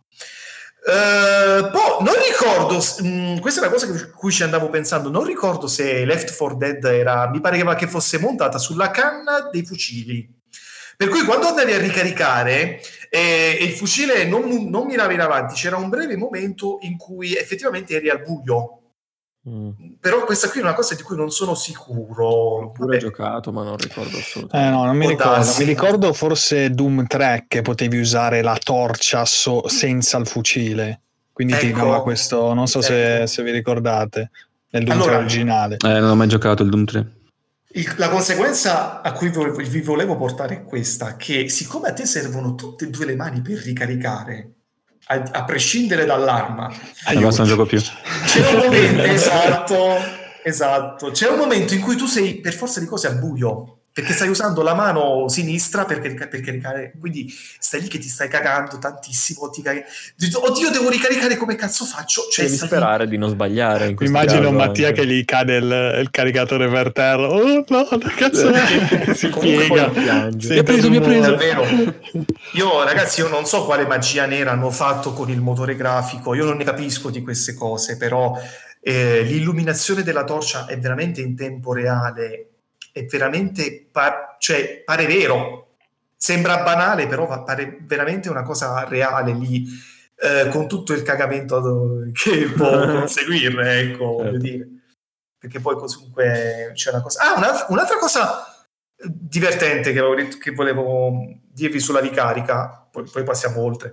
S6: Eh, poi non ricordo, s- mh, questa è una cosa che cui ci andavo pensando, non ricordo se Left four Dead era, mi pare che fosse montata sulla canna dei fucili. Per cui quando andavi a ricaricare eh, e il fucile non, non mirava in avanti, c'era un breve momento in cui effettivamente eri al buio.
S4: Mm.
S6: Però questa qui è una cosa di cui non sono sicuro.
S4: Ho pure
S6: Vabbè.
S4: giocato, ma non ricordo
S3: Eh
S4: assolutamente.
S3: no, non mi
S6: Può
S3: ricordo.
S6: darsi.
S3: Mi ricordo forse Doom tre che potevi usare la torcia so- senza il fucile. Quindi ti
S6: Ecco.
S3: dava questo, non so se,
S6: Ecco.
S3: se vi ricordate, nel Doom
S6: Allora,
S3: tre originale.
S5: Eh, non ho mai giocato il Doom tre.
S6: Il- la conseguenza a cui vo- vi volevo portare è questa, che siccome a te servono tutte e due le mani per ricaricare, a, a prescindere dall'arma,
S5: Allora non gioco più.
S6: c'è un momento, esatto, esatto, c'è un momento in cui tu sei per forza di cose al buio, perché stai usando la mano sinistra per, carica- per caricare, quindi stai lì che ti stai cagando tantissimo, ti caghi- dici, oddio devo ricaricare, come cazzo faccio? Cioè,
S4: Devi
S6: stai-
S4: sperare di non sbagliare in questo
S3: Immagino
S4: caso
S3: Mattia
S4: anche.
S3: che gli cade il, il caricatore per terra. Oh no, che cazzo è? Si
S4: Comunque
S3: piega.
S4: poi piange.
S3: Sente
S5: Mi ha preso,
S3: il
S5: mi ha preso.
S3: rumore.
S6: Davvero. Io ragazzi, io non so quale magia nera hanno fatto con il motore grafico, io non ne capisco di queste cose, però eh, l'illuminazione della torcia è veramente in tempo reale, è veramente, pa- cioè pare vero, sembra banale, però va- pare veramente una cosa reale lì, eh, con tutto il cagamento che può conseguirne, ecco, voglio
S4: Certo.
S6: dire. Perché poi comunque c'è una cosa... Ah, un'altra, un'altra cosa divertente che, avevo detto- che volevo dirvi sulla ricarica, poi, poi passiamo oltre.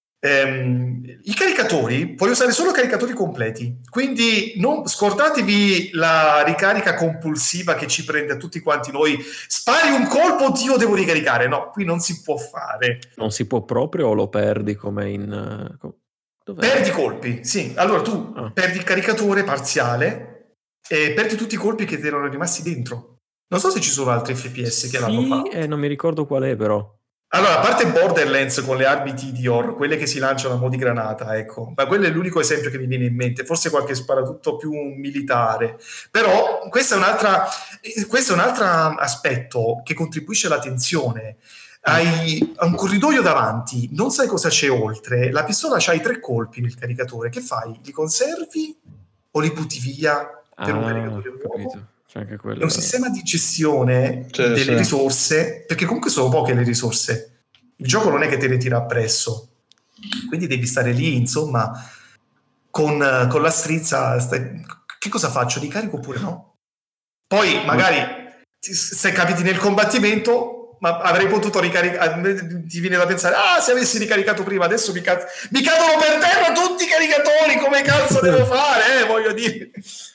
S6: Ehm, I caricatori, puoi usare solo caricatori completi, quindi non scordatevi la ricarica compulsiva che ci prende a tutti quanti noi. Spari un colpo, Dio, devo ricaricare. No, qui non si può fare.
S4: Non si può proprio o lo perdi come in... eh, co- dov'è?
S6: Perdi colpi, sì. Allora tu
S4: Ah.
S6: perdi il caricatore parziale e perdi tutti i colpi che ti erano rimasti dentro. Non so se ci sono altri F P S che l'hanno
S4: Sì,
S6: fatto.
S4: e non mi ricordo qual è però.
S6: Allora, a parte Borderlands con le armi Tidior, quelle che si lanciano a mo' di granata, ecco, ma quello è l'unico esempio che mi viene in mente, forse qualche sparatutto più militare, però questo è un'altra, questo è un altro aspetto che contribuisce alla tensione. Hai un corridoio davanti, non sai cosa c'è oltre, la pistola c'hai tre colpi nel caricatore, che fai? Li conservi o li butti via per
S4: Ah,
S6: un caricatore
S4: ho
S6: nuovo?
S4: capito. C'è anche quello.
S6: È un sistema di gestione
S3: Sì,
S6: delle
S3: sì.
S6: risorse, perché comunque sono poche le risorse. Il gioco non è che te le tira appresso, quindi devi stare lì, insomma, con, con la strizza. Stai, che cosa faccio? Li carico oppure no? Poi magari ti- se capiti nel combattimento, ma avrei potuto ricaricare. Ti viene da pensare, ah, se avessi ricaricato prima, adesso mi, caz- mi cadono per terra tutti i caricatori, come cazzo devo fare? Eh, voglio dire.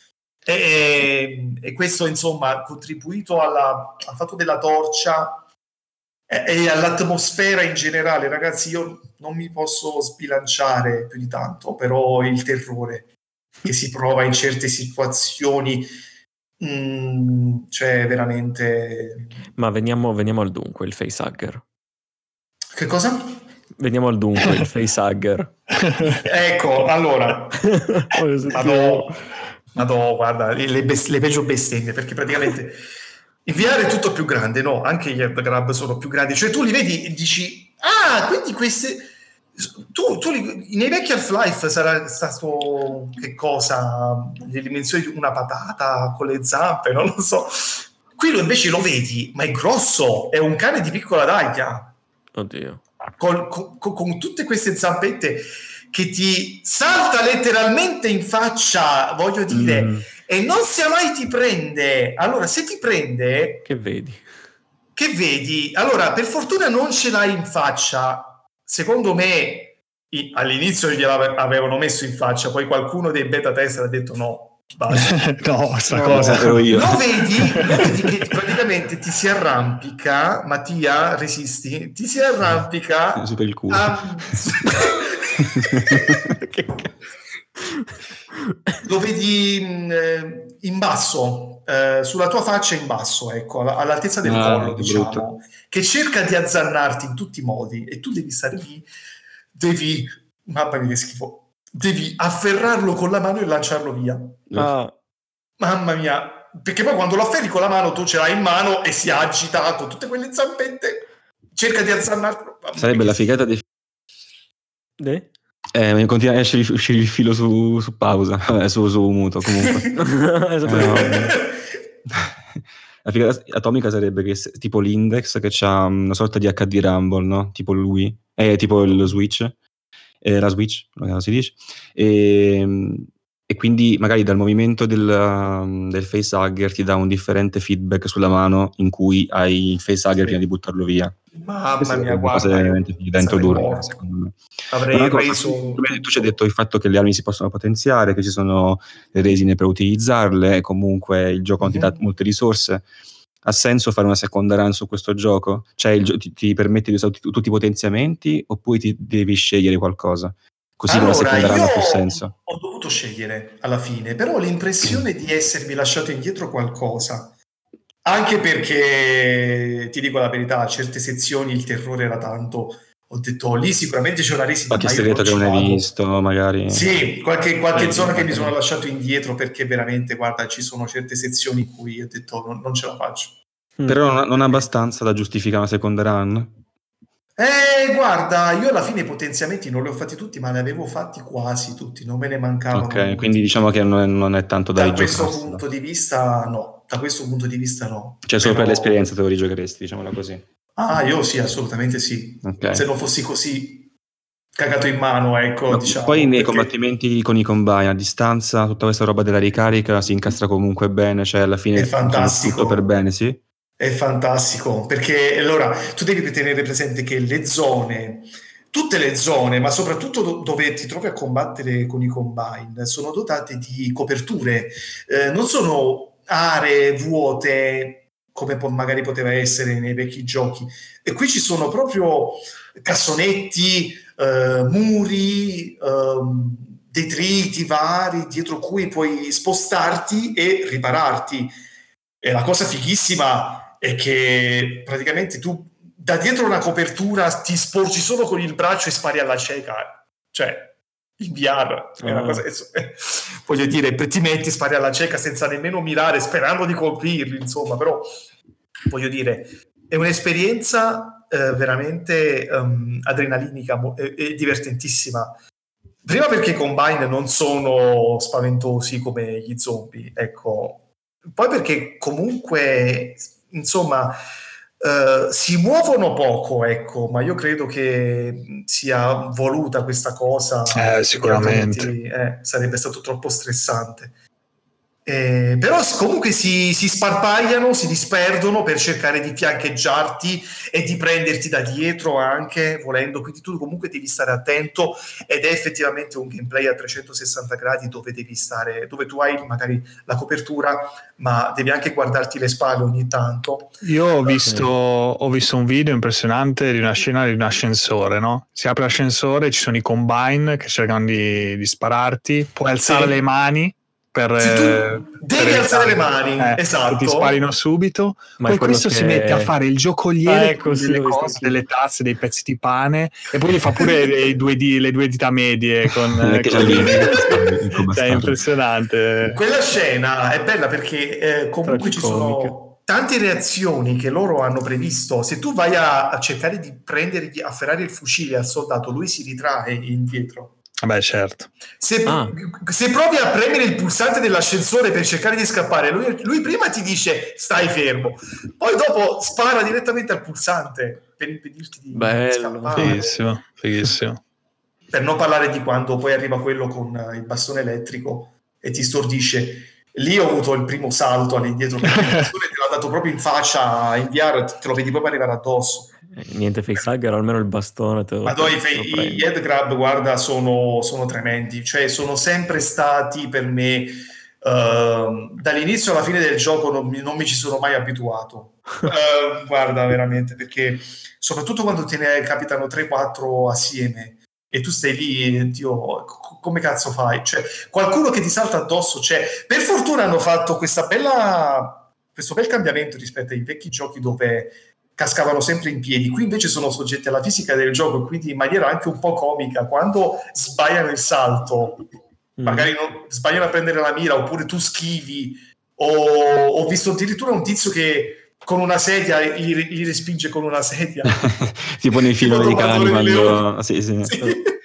S6: E, e questo insomma ha contribuito alla, al fatto della torcia e, e all'atmosfera in generale. Ragazzi, io non mi posso sbilanciare più di tanto, però il terrore che si prova in certe situazioni, mh, cioè veramente.
S4: Ma veniamo, veniamo al dunque, il facehugger.
S6: Che cosa?
S4: Veniamo al dunque, il facehugger.
S6: Ecco, allora
S4: Voglio sentire-
S6: Madò, Madò, guarda, le, le best- le peggio bestemmie, perché praticamente in V R è tutto più grande, no? Anche gli grab sono più grandi, cioè tu li vedi e dici, ah, quindi queste... Tu, tu li- nei vecchi Half-Life sarà stato, che cosa, le dimensioni di una patata con le zampe, non lo so. Qui lo invece lo vedi, ma è grosso, è un cane di piccola taglia.
S4: Oddio.
S6: Col- con, con- con tutte queste zampette che ti salta letteralmente in faccia, voglio dire,
S4: Mm.
S6: e non sia mai ti prende. Allora, se ti prende,
S4: Che vedi?
S6: che vedi? Allora, per fortuna non ce l'hai in faccia. Secondo me, i- all'inizio gliela avevano messo in faccia, poi qualcuno dei beta tester ha detto no, basta.
S3: No, sta
S5: No,
S3: cosa.
S5: ero io.
S6: Lo vedi, lo vedi che praticamente ti si arrampica, Mattia, resisti, ti si arrampica
S5: Su per il culo.
S6: a-
S4: Che cazzo?
S6: lo vedi mh, eh, in basso, eh, sulla tua faccia in basso, ecco, alla- all'altezza del
S5: Ah,
S6: collo,
S5: che
S6: diciamo,
S5: brutto.
S6: che cerca di azzannarti in tutti i modi e tu devi stare lì, devi, mamma mia che schifo, devi afferrarlo con la mano e lanciarlo via.
S4: Ah,
S6: Mamma mia, perché poi quando lo afferri con la mano tu ce l'hai in mano e si agita con tutte quelle zampette, cerca di azzannarlo. Mamma
S5: Sarebbe
S6: mia,
S5: la
S6: che
S5: figata dei...
S4: eh?
S5: Eh, continua a escere uscire il filo su, su pausa, Vabbè, su, su muto comunque. Eh, no. La figata atomica sarebbe che se- tipo l'Index che c'ha una sorta di acca di Rumble, no? Tipo lui, è tipo lo Switch, eh, la Switch, come si dice, e, e quindi magari dal movimento del, del facehugger ti dà un differente feedback sulla mano in cui hai il facehugger
S6: Sì.
S5: prima di buttarlo via.
S6: Mamma
S5: Queste
S6: mia,
S5: sono cose
S6: guarda,
S5: veramente fighe da
S6: sarei
S5: introdurre,
S6: morto.
S5: secondo me.
S6: Avrei
S5: Una cosa,
S6: reso
S5: come tu ci
S6: tutto.
S5: hai detto il fatto che le armi si possono potenziare, che ci sono le resine per utilizzarle, e comunque il gioco non ti dà
S6: Mhm.
S5: molte risorse. Ha senso fare una seconda run su questo gioco? Cioè il gio- ti, ti permette di usare tutti, tutti i potenziamenti oppure ti devi scegliere qualcosa? Così
S6: Allora,
S5: la seconda run
S6: io
S5: ha più senso.
S6: ho dovuto scegliere alla fine, però ho l'impressione di essermi lasciato indietro qualcosa. Anche perché, ti dico la verità, a certe sezioni il terrore era tanto. Ho detto, oh, lì sicuramente c'è una resina,
S5: Qualche
S6: ma io
S5: segreto
S6: non
S5: che
S6: ci
S5: non hai
S6: vado.
S5: visto, magari.
S6: Sì, qualche, qualche
S5: Eh,
S6: zona che mi
S5: magari.
S6: sono lasciato indietro perché veramente, guarda, ci sono certe sezioni in cui ho detto non, non ce la faccio.
S5: Però non, non abbastanza da giustificare una seconda run.
S6: Eh, guarda, io alla fine i potenziamenti non li ho fatti tutti, ma li avevo fatti quasi tutti, non me ne mancavano
S5: Ok,
S6: molti.
S5: quindi diciamo che non è, non è tanto da
S6: Da questo
S5: rigiocarsela.
S6: punto di vista no, da questo punto di vista no.
S5: Cioè solo per
S6: Però-
S5: l'esperienza te lo rigiocheresti, diciamola così.
S6: Ah, io sì, assolutamente sì.
S5: Ok.
S6: Se non fossi così cagato in mano, ecco,
S5: Ma
S6: diciamo.
S5: poi nei
S6: perché-
S5: combattimenti con i combine a distanza, tutta questa roba della ricarica si incastra comunque bene, cioè alla fine
S6: È
S5: funziona
S6: fantastico.
S5: tutto per bene, sì?
S6: È fantastico, perché allora tu devi tenere presente che le zone, tutte le zone, ma soprattutto do- dove ti trovi a combattere con i combine, sono dotate di coperture, eh, non sono aree vuote come po- magari poteva essere nei vecchi giochi. E qui ci sono proprio cassonetti, eh, muri, ehm, detriti vari dietro cui puoi spostarti e ripararti. E la cosa fighissima è che praticamente tu da dietro una copertura ti sporgi solo con il braccio e spari alla cieca, cioè in V R è una cosa, eh, voglio dire, ti metti, spari alla cieca senza nemmeno mirare, sperando di colpirli, insomma, però voglio dire, è un'esperienza eh, veramente um, adrenalinica e, e divertentissima. Prima perché i Combine non sono spaventosi come gli zombie, ecco, poi perché comunque, insomma, Uh, si muovono poco, ecco, ma io credo che sia voluta questa cosa,
S3: eh, sicuramente
S6: eh, sarebbe stato troppo stressante. Eh, però comunque si, si sparpagliano, si disperdono per cercare di fiancheggiarti e di prenderti da dietro anche volendo, quindi tu comunque devi stare attento, ed è effettivamente un gameplay a trecentosessanta gradi dove devi stare, dove tu hai magari la copertura ma devi anche guardarti le spalle ogni tanto.
S3: Io ho visto, ho visto un video impressionante di una scena di un ascensore, no? Si apre l'ascensore, ci sono i Combine che cercano di, di spararti, puoi alzare sì. le mani per,
S6: sì, tu
S3: eh,
S6: devi
S3: per
S6: alzare le mani,
S3: eh,
S6: esatto,
S3: ti sparino subito. Ma poi questo che... si mette a fare il giocoliere, ah, ecco, delle sì, cose, delle tazze, dei pezzi di pane, e poi gli fa pure le, due di, le due dita medie con,
S5: eh,
S3: con lì. Cioè, è impressionante.
S6: Quella scena è bella perché eh, comunque ci sono tante reazioni che loro hanno previsto. Se tu vai a, a cercare di prendergli, afferrare il fucile al soldato, lui si ritrae indietro.
S3: Beh, certo.
S6: Se,
S4: ah.
S6: se provi a premere il pulsante dell'ascensore per cercare di scappare, lui, lui prima ti dice stai fermo, poi dopo spara direttamente al pulsante per impedirti di
S4: Bello.
S6: scappare.
S3: Fighissimo, fighissimo.
S6: Per non parlare di quando poi arriva quello con il bastone elettrico e ti stordisce. Lì ho avuto il primo salto all'indietro, perché il bastone te l'ha dato proprio in faccia in V R, te lo vedi proprio arrivare addosso.
S4: Niente facehugger, almeno il bastone te lo,
S6: ma doi,
S4: te lo
S6: i head grab, guarda, sono, sono tremendi, cioè sono sempre stati per me uh, dall'inizio alla fine del gioco non, non mi ci sono mai abituato. uh, guarda, veramente, perché soprattutto quando te ne capitano tre quattro assieme e tu stai lì, Dio, come cazzo fai? Cioè, qualcuno che ti salta addosso c'è. Per fortuna hanno fatto questa bella, questo bel cambiamento rispetto ai vecchi giochi dove cascavano sempre in piedi. Qui invece sono soggetti alla fisica del gioco, e quindi in maniera anche un po' comica, quando sbagliano il salto, mm. magari non, sbagliano a prendere la mira, oppure tu schivi, o ho visto addirittura un tizio che con una sedia gli, gli respinge con una sedia.
S5: Tipo nei film americani quando... Sì, sì.
S6: Sì.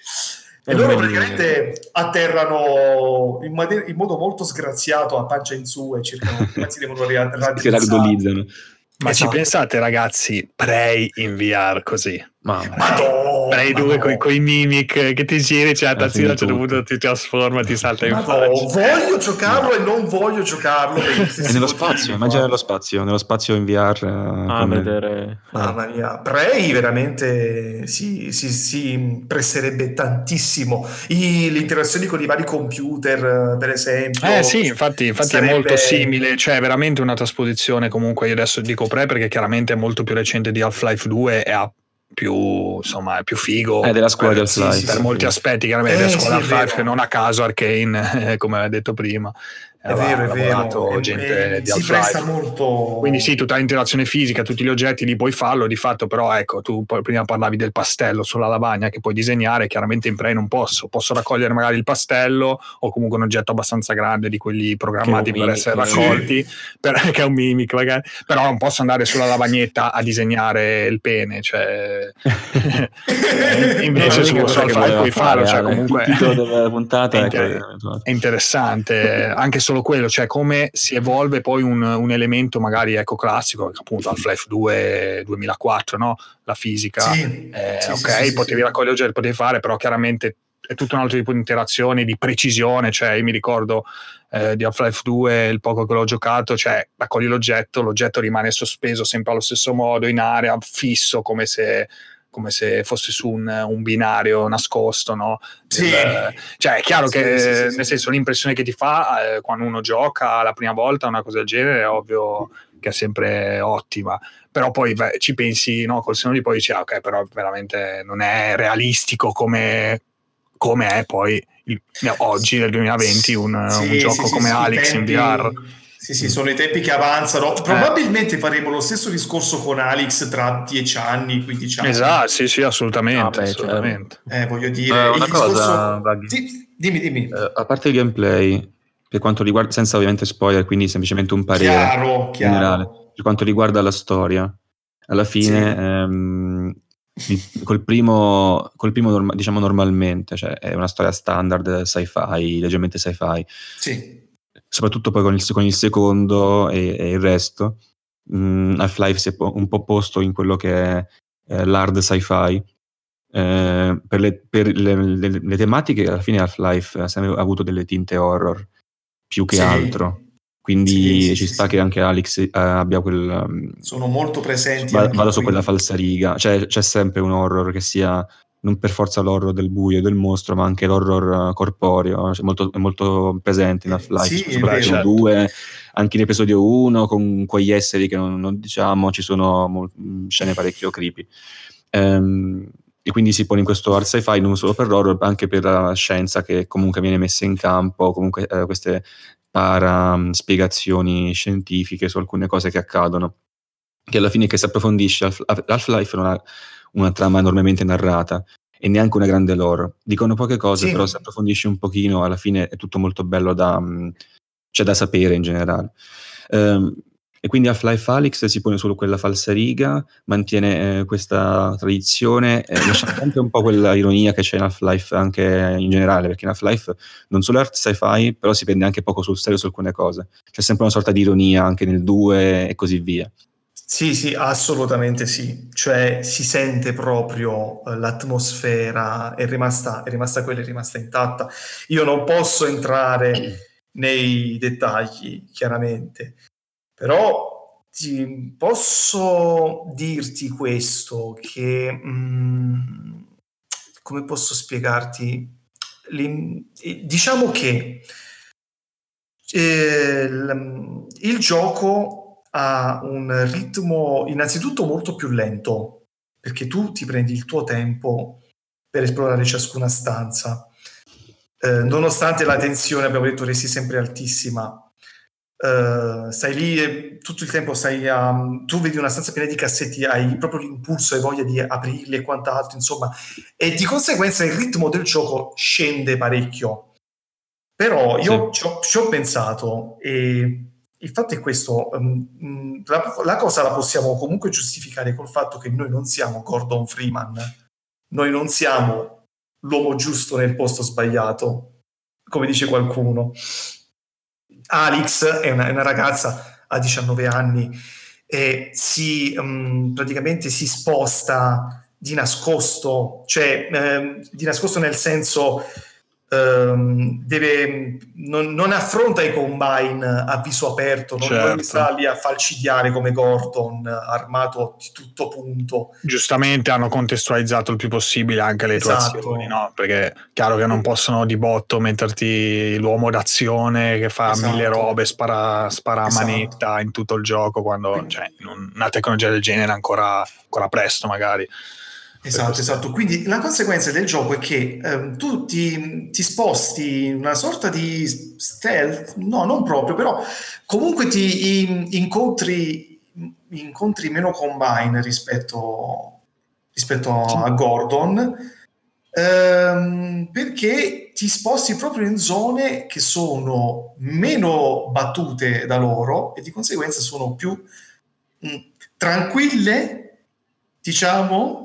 S6: E loro praticamente atterrano in, made- in modo molto sgraziato, a pancia in su, e cercano, si devono raddrizzare.
S5: Si raddolizzano.
S3: Ma
S6: esatto.
S3: Ci pensate, ragazzi, Prey in V R così?
S5: Ma
S3: Prey due con coi mimic che ti giri, c'è la tazzina, a un certo punto ti trasforma, ti salta in faccia.
S6: Voglio giocarlo no. e non voglio giocarlo.
S5: È nello spazio, immagina nello spazio, nello spazio in V R.
S4: A ah, vedere.
S6: Mamma mia, Prey veramente si, si, si presterebbe tantissimo. I, le interazioni con i vari computer, per esempio.
S3: Eh sì, infatti, infatti
S6: sarebbe...
S3: è molto simile, cioè veramente una trasposizione. Comunque io adesso dico Prey perché chiaramente è molto più recente di Half-Life due e ha più, insomma, è più figo.
S5: È della scuola
S3: per,
S5: di Half-Life.
S3: Sì, per sì, molti sì. aspetti, chiaramente
S6: eh,
S3: della scuola
S6: sì,
S3: di Half-Life, che non a caso Arcane, eh, come aveva detto prima.
S6: È vero, è vero.
S3: Gente
S6: e,
S3: di
S6: si presta molto.
S3: Quindi sì, tutta l'interazione fisica, tutti gli oggetti lì puoi farlo, di fatto, però ecco, tu poi prima parlavi del pastello sulla lavagna che puoi disegnare, chiaramente in Prey non posso, posso raccogliere magari il pastello o comunque un oggetto abbastanza grande di quelli programmati per mimic, essere raccolti, sì. per, che è un mimic magari, però non posso andare sulla lavagnetta a disegnare il pene, cioè invece su Half-Life puoi farlo, cioè comunque
S5: il titolo della puntata
S3: è, inter- è interessante, anche solo quello, cioè come si evolve poi un, un elemento magari ecco classico, appunto Half-Life due duemilaquattro, no? La fisica,
S6: sì,
S3: eh,
S6: sì,
S3: ok,
S6: sì, sì,
S3: potevi
S6: sì.
S3: raccogliere oggetti, potevi fare, però chiaramente è tutto un altro tipo di interazione, di precisione, cioè io mi ricordo eh, di Half-Life due, il poco che l'ho giocato, cioè raccogli l'oggetto, l'oggetto rimane sospeso sempre allo stesso modo, in area, fisso, come se come se fosse su un, un binario nascosto, no?
S6: Sì.
S3: Il, cioè è chiaro
S6: sì,
S3: che
S6: sì, sì, sì.
S3: nel senso l'impressione che ti fa eh, quando uno gioca la prima volta una cosa del genere è ovvio che è sempre ottima, però poi beh, ci pensi, no, col senno di poi dici ah, ok, però veramente non è realistico come, come è poi il, oggi nel duemilaventi un,
S6: sì,
S3: un gioco
S6: sì,
S3: come
S6: sì,
S3: Alex
S6: tempi,
S3: in V R.
S6: Sì, sì, sono i tempi che avanzano. Probabilmente faremo lo stesso discorso con Alex tra dieci anni, quindici anni.
S3: Esatto, sì, sì, assolutamente.
S4: Ah, beh,
S3: assolutamente.
S6: Eh, voglio dire,
S5: Eh,
S6: il
S5: una
S6: discorso...
S5: cosa, Vaghi.
S6: Sì, dimmi, dimmi.
S5: Eh, a parte il gameplay, per quanto riguarda, senza ovviamente spoiler, quindi semplicemente un parere
S6: Chiaro,
S5: generale,
S6: chiaro.
S5: per quanto riguarda la storia, alla fine,
S6: Sì.
S5: ehm, il- col primo, col primo norma- diciamo normalmente, cioè è una storia standard sci-fi, leggermente sci-fi,
S6: Sì.
S5: soprattutto poi con il, con il secondo e, e il resto, mh, Half-Life si è po- un po' posto in quello che è eh, l'hard sci-fi. Eh, per le, per le, le- le tematiche alla fine Half-Life ha sempre avuto delle tinte horror più che
S6: Sì.
S5: altro,
S6: Sì,
S5: quindi
S6: sì,
S5: ci
S6: sì,
S5: sta
S6: sì.
S5: che anche Alex eh, abbia quel um,
S6: Sono molto presenti
S5: va-
S6: anche
S5: vada su
S6: qui.
S5: quella falsariga, cioè c'è sempre un horror che sia non per forza l'horror del buio e del mostro, ma anche l'horror uh, corporeo, cioè molto, è molto presente in
S6: Eh,
S5: Half-Life,
S6: sì, è
S5: soprattutto
S6: vero.
S5: nel
S3: certo.
S5: due, anche in episodio uno con quegli esseri che non, non diciamo, ci sono mol- scene parecchio creepy. Ehm, e quindi si pone in questo hard sci-fi non solo per l'horror, ma anche per la scienza che comunque viene messa in campo, comunque eh, queste para mh, spiegazioni scientifiche su alcune cose che accadono, che alla fine che si approfondisce Half- Half-Life non ha una trama enormemente narrata e neanche una grande lore, dicono poche cose,
S6: Sì.
S5: però se approfondisci un pochino alla fine è tutto molto bello da, mh, cioè da sapere in generale. Ehm, e quindi Half-Life Alyx si pone solo quella falsariga, mantiene eh, questa tradizione, eh, lasciando anche un po' quella ironia che c'è in Half-Life anche in generale, perché in Half-Life non solo è art sci-fi, però si prende anche poco sul serio su alcune cose. C'è sempre una sorta di ironia anche nel due e così via.
S6: Sì, sì, assolutamente sì. Cioè si sente proprio eh, l'atmosfera, è rimasta, è rimasta quella, è rimasta intatta. Io non posso entrare nei dettagli, chiaramente, però ti posso dirti questo, che mm, come posso spiegarti? L'im- eh, diciamo che eh, l- il gioco ha un ritmo innanzitutto molto più lento, perché tu ti prendi il tuo tempo per esplorare ciascuna stanza. Eh, nonostante la tensione, abbiamo detto, resti sempre altissima. Uh, stai lì e tutto il tempo stai a, tu vedi una stanza piena di cassetti, hai proprio l'impulso e voglia di aprirli e quant'altro, insomma, e di conseguenza il ritmo del gioco scende parecchio. Però io
S5: Sì.
S6: ci ho, ci ho pensato e il fatto è questo, um, la, la cosa la possiamo comunque giustificare col fatto che noi non siamo Gordon Freeman, noi non siamo l'uomo giusto nel posto sbagliato, come dice qualcuno. Alex è una, è una ragazza, ha diciannove anni e si um, praticamente si sposta di nascosto, cioè ehm, di nascosto nel senso ehm, deve, non, non affronta i combine a viso aperto, non, non li sta
S3: Certo.
S6: lì a falcidiare come Gordon, armato di tutto punto.
S3: Giustamente hanno contestualizzato il più possibile anche le tue
S6: Esatto.
S3: azioni, no? Perché è chiaro che non possono di botto metterti l'uomo d'azione che fa
S6: Esatto.
S3: mille robe, spara, spara a
S6: Esatto.
S3: manetta in tutto il gioco, quando
S6: Quindi-
S3: cioè, in un- una tecnologia del genere ancora, ancora presto magari.
S6: Esatto,
S3: queste-
S6: esatto. Quindi la conseguenza del gioco è che ehm, tu ti, ti sposti in una sorta di stealth, no, non proprio, però comunque ti in- incontri, incontri meno combine rispetto, rispetto a Gordon, ehm, perché ti sposti proprio in zone che sono meno battute da loro e di conseguenza sono più mh, tranquille, diciamo.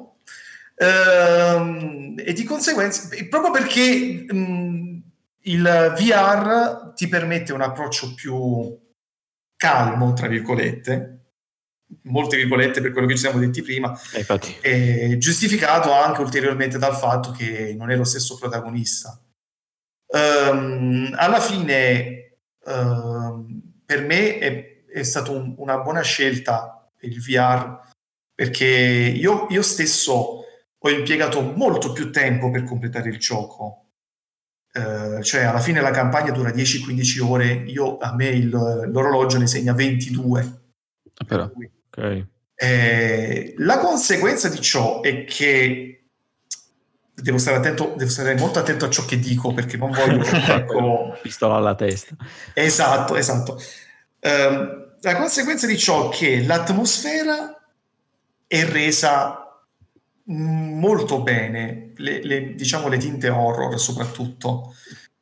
S6: Ehm, e di conseguenza, proprio perché mh, il V R ti permette un approccio più calmo, tra virgolette, molte virgolette per quello che ci siamo detti prima,
S4: Eh, infatti.
S6: e giustificato anche ulteriormente dal fatto che non è lo stesso protagonista. Ehm, alla fine, ehm, per me è, è stata un, una buona scelta il V R, perché io, io stesso ho impiegato molto più tempo per completare il gioco. Eh, cioè alla fine la campagna dura dieci quindici ore, io, a me il, l'orologio ne segna ventidue.
S5: Però.
S6: Per cui,
S4: Ok.
S6: eh, la conseguenza di ciò è che devo stare attento, devo stare molto attento a ciò che dico, perché non voglio, ecco,
S4: Pistola alla testa.
S6: esatto, esatto. ehm, la conseguenza di ciò è che l'atmosfera è resa molto bene, le, le, diciamo le tinte horror soprattutto,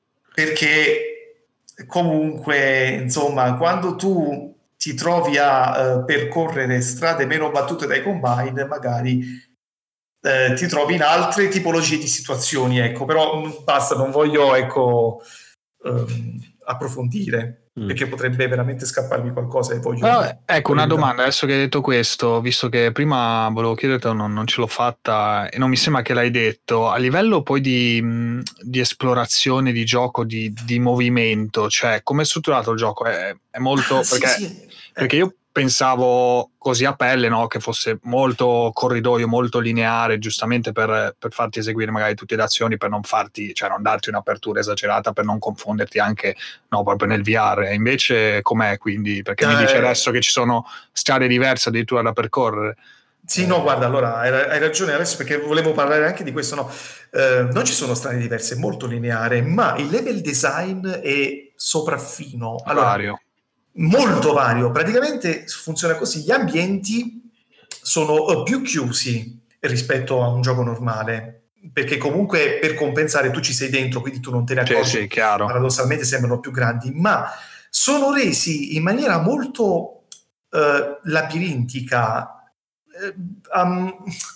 S6: perché comunque insomma quando tu ti trovi a uh, percorrere strade meno battute dai Combine, magari uh, ti trovi in altre tipologie di situazioni, ecco, però basta, non voglio ecco um, approfondire, mm. perché potrebbe veramente scapparmi qualcosa e voglio...
S3: Però, ecco, una domanda, adesso che hai detto questo, visto che prima volevo chiederti, non, non ce l'ho fatta e non mi sembra che l'hai detto, a livello poi di, di esplorazione di gioco, di, di movimento, cioè come è strutturato il gioco? È, è molto...
S6: Ah,
S3: perché,
S6: sì, sì.
S3: perché io pensavo così a pelle, no? Che fosse molto corridoio, molto lineare, giustamente per, per farti eseguire magari tutte le azioni, per non farti, cioè non darti un'apertura esagerata, per non confonderti anche, no, proprio nel V R. Invece com'è quindi? Perché eh, mi dice adesso che ci sono strade diverse addirittura da percorrere.
S6: Sì, no, guarda, allora hai, hai ragione adesso, perché volevo parlare anche di questo, no? Eh, non ci sono strade diverse, è molto lineare, ma il level design è sopraffino. Allora,
S3: vario.
S6: Molto vario, praticamente funziona così: gli ambienti sono più chiusi rispetto a un gioco normale, perché comunque per compensare tu ci sei dentro, quindi tu non te ne accorgi,
S3: sì, sì, chiaro.
S6: Paradossalmente sembrano più grandi, ma sono resi in maniera molto uh, labirintica. uh, um,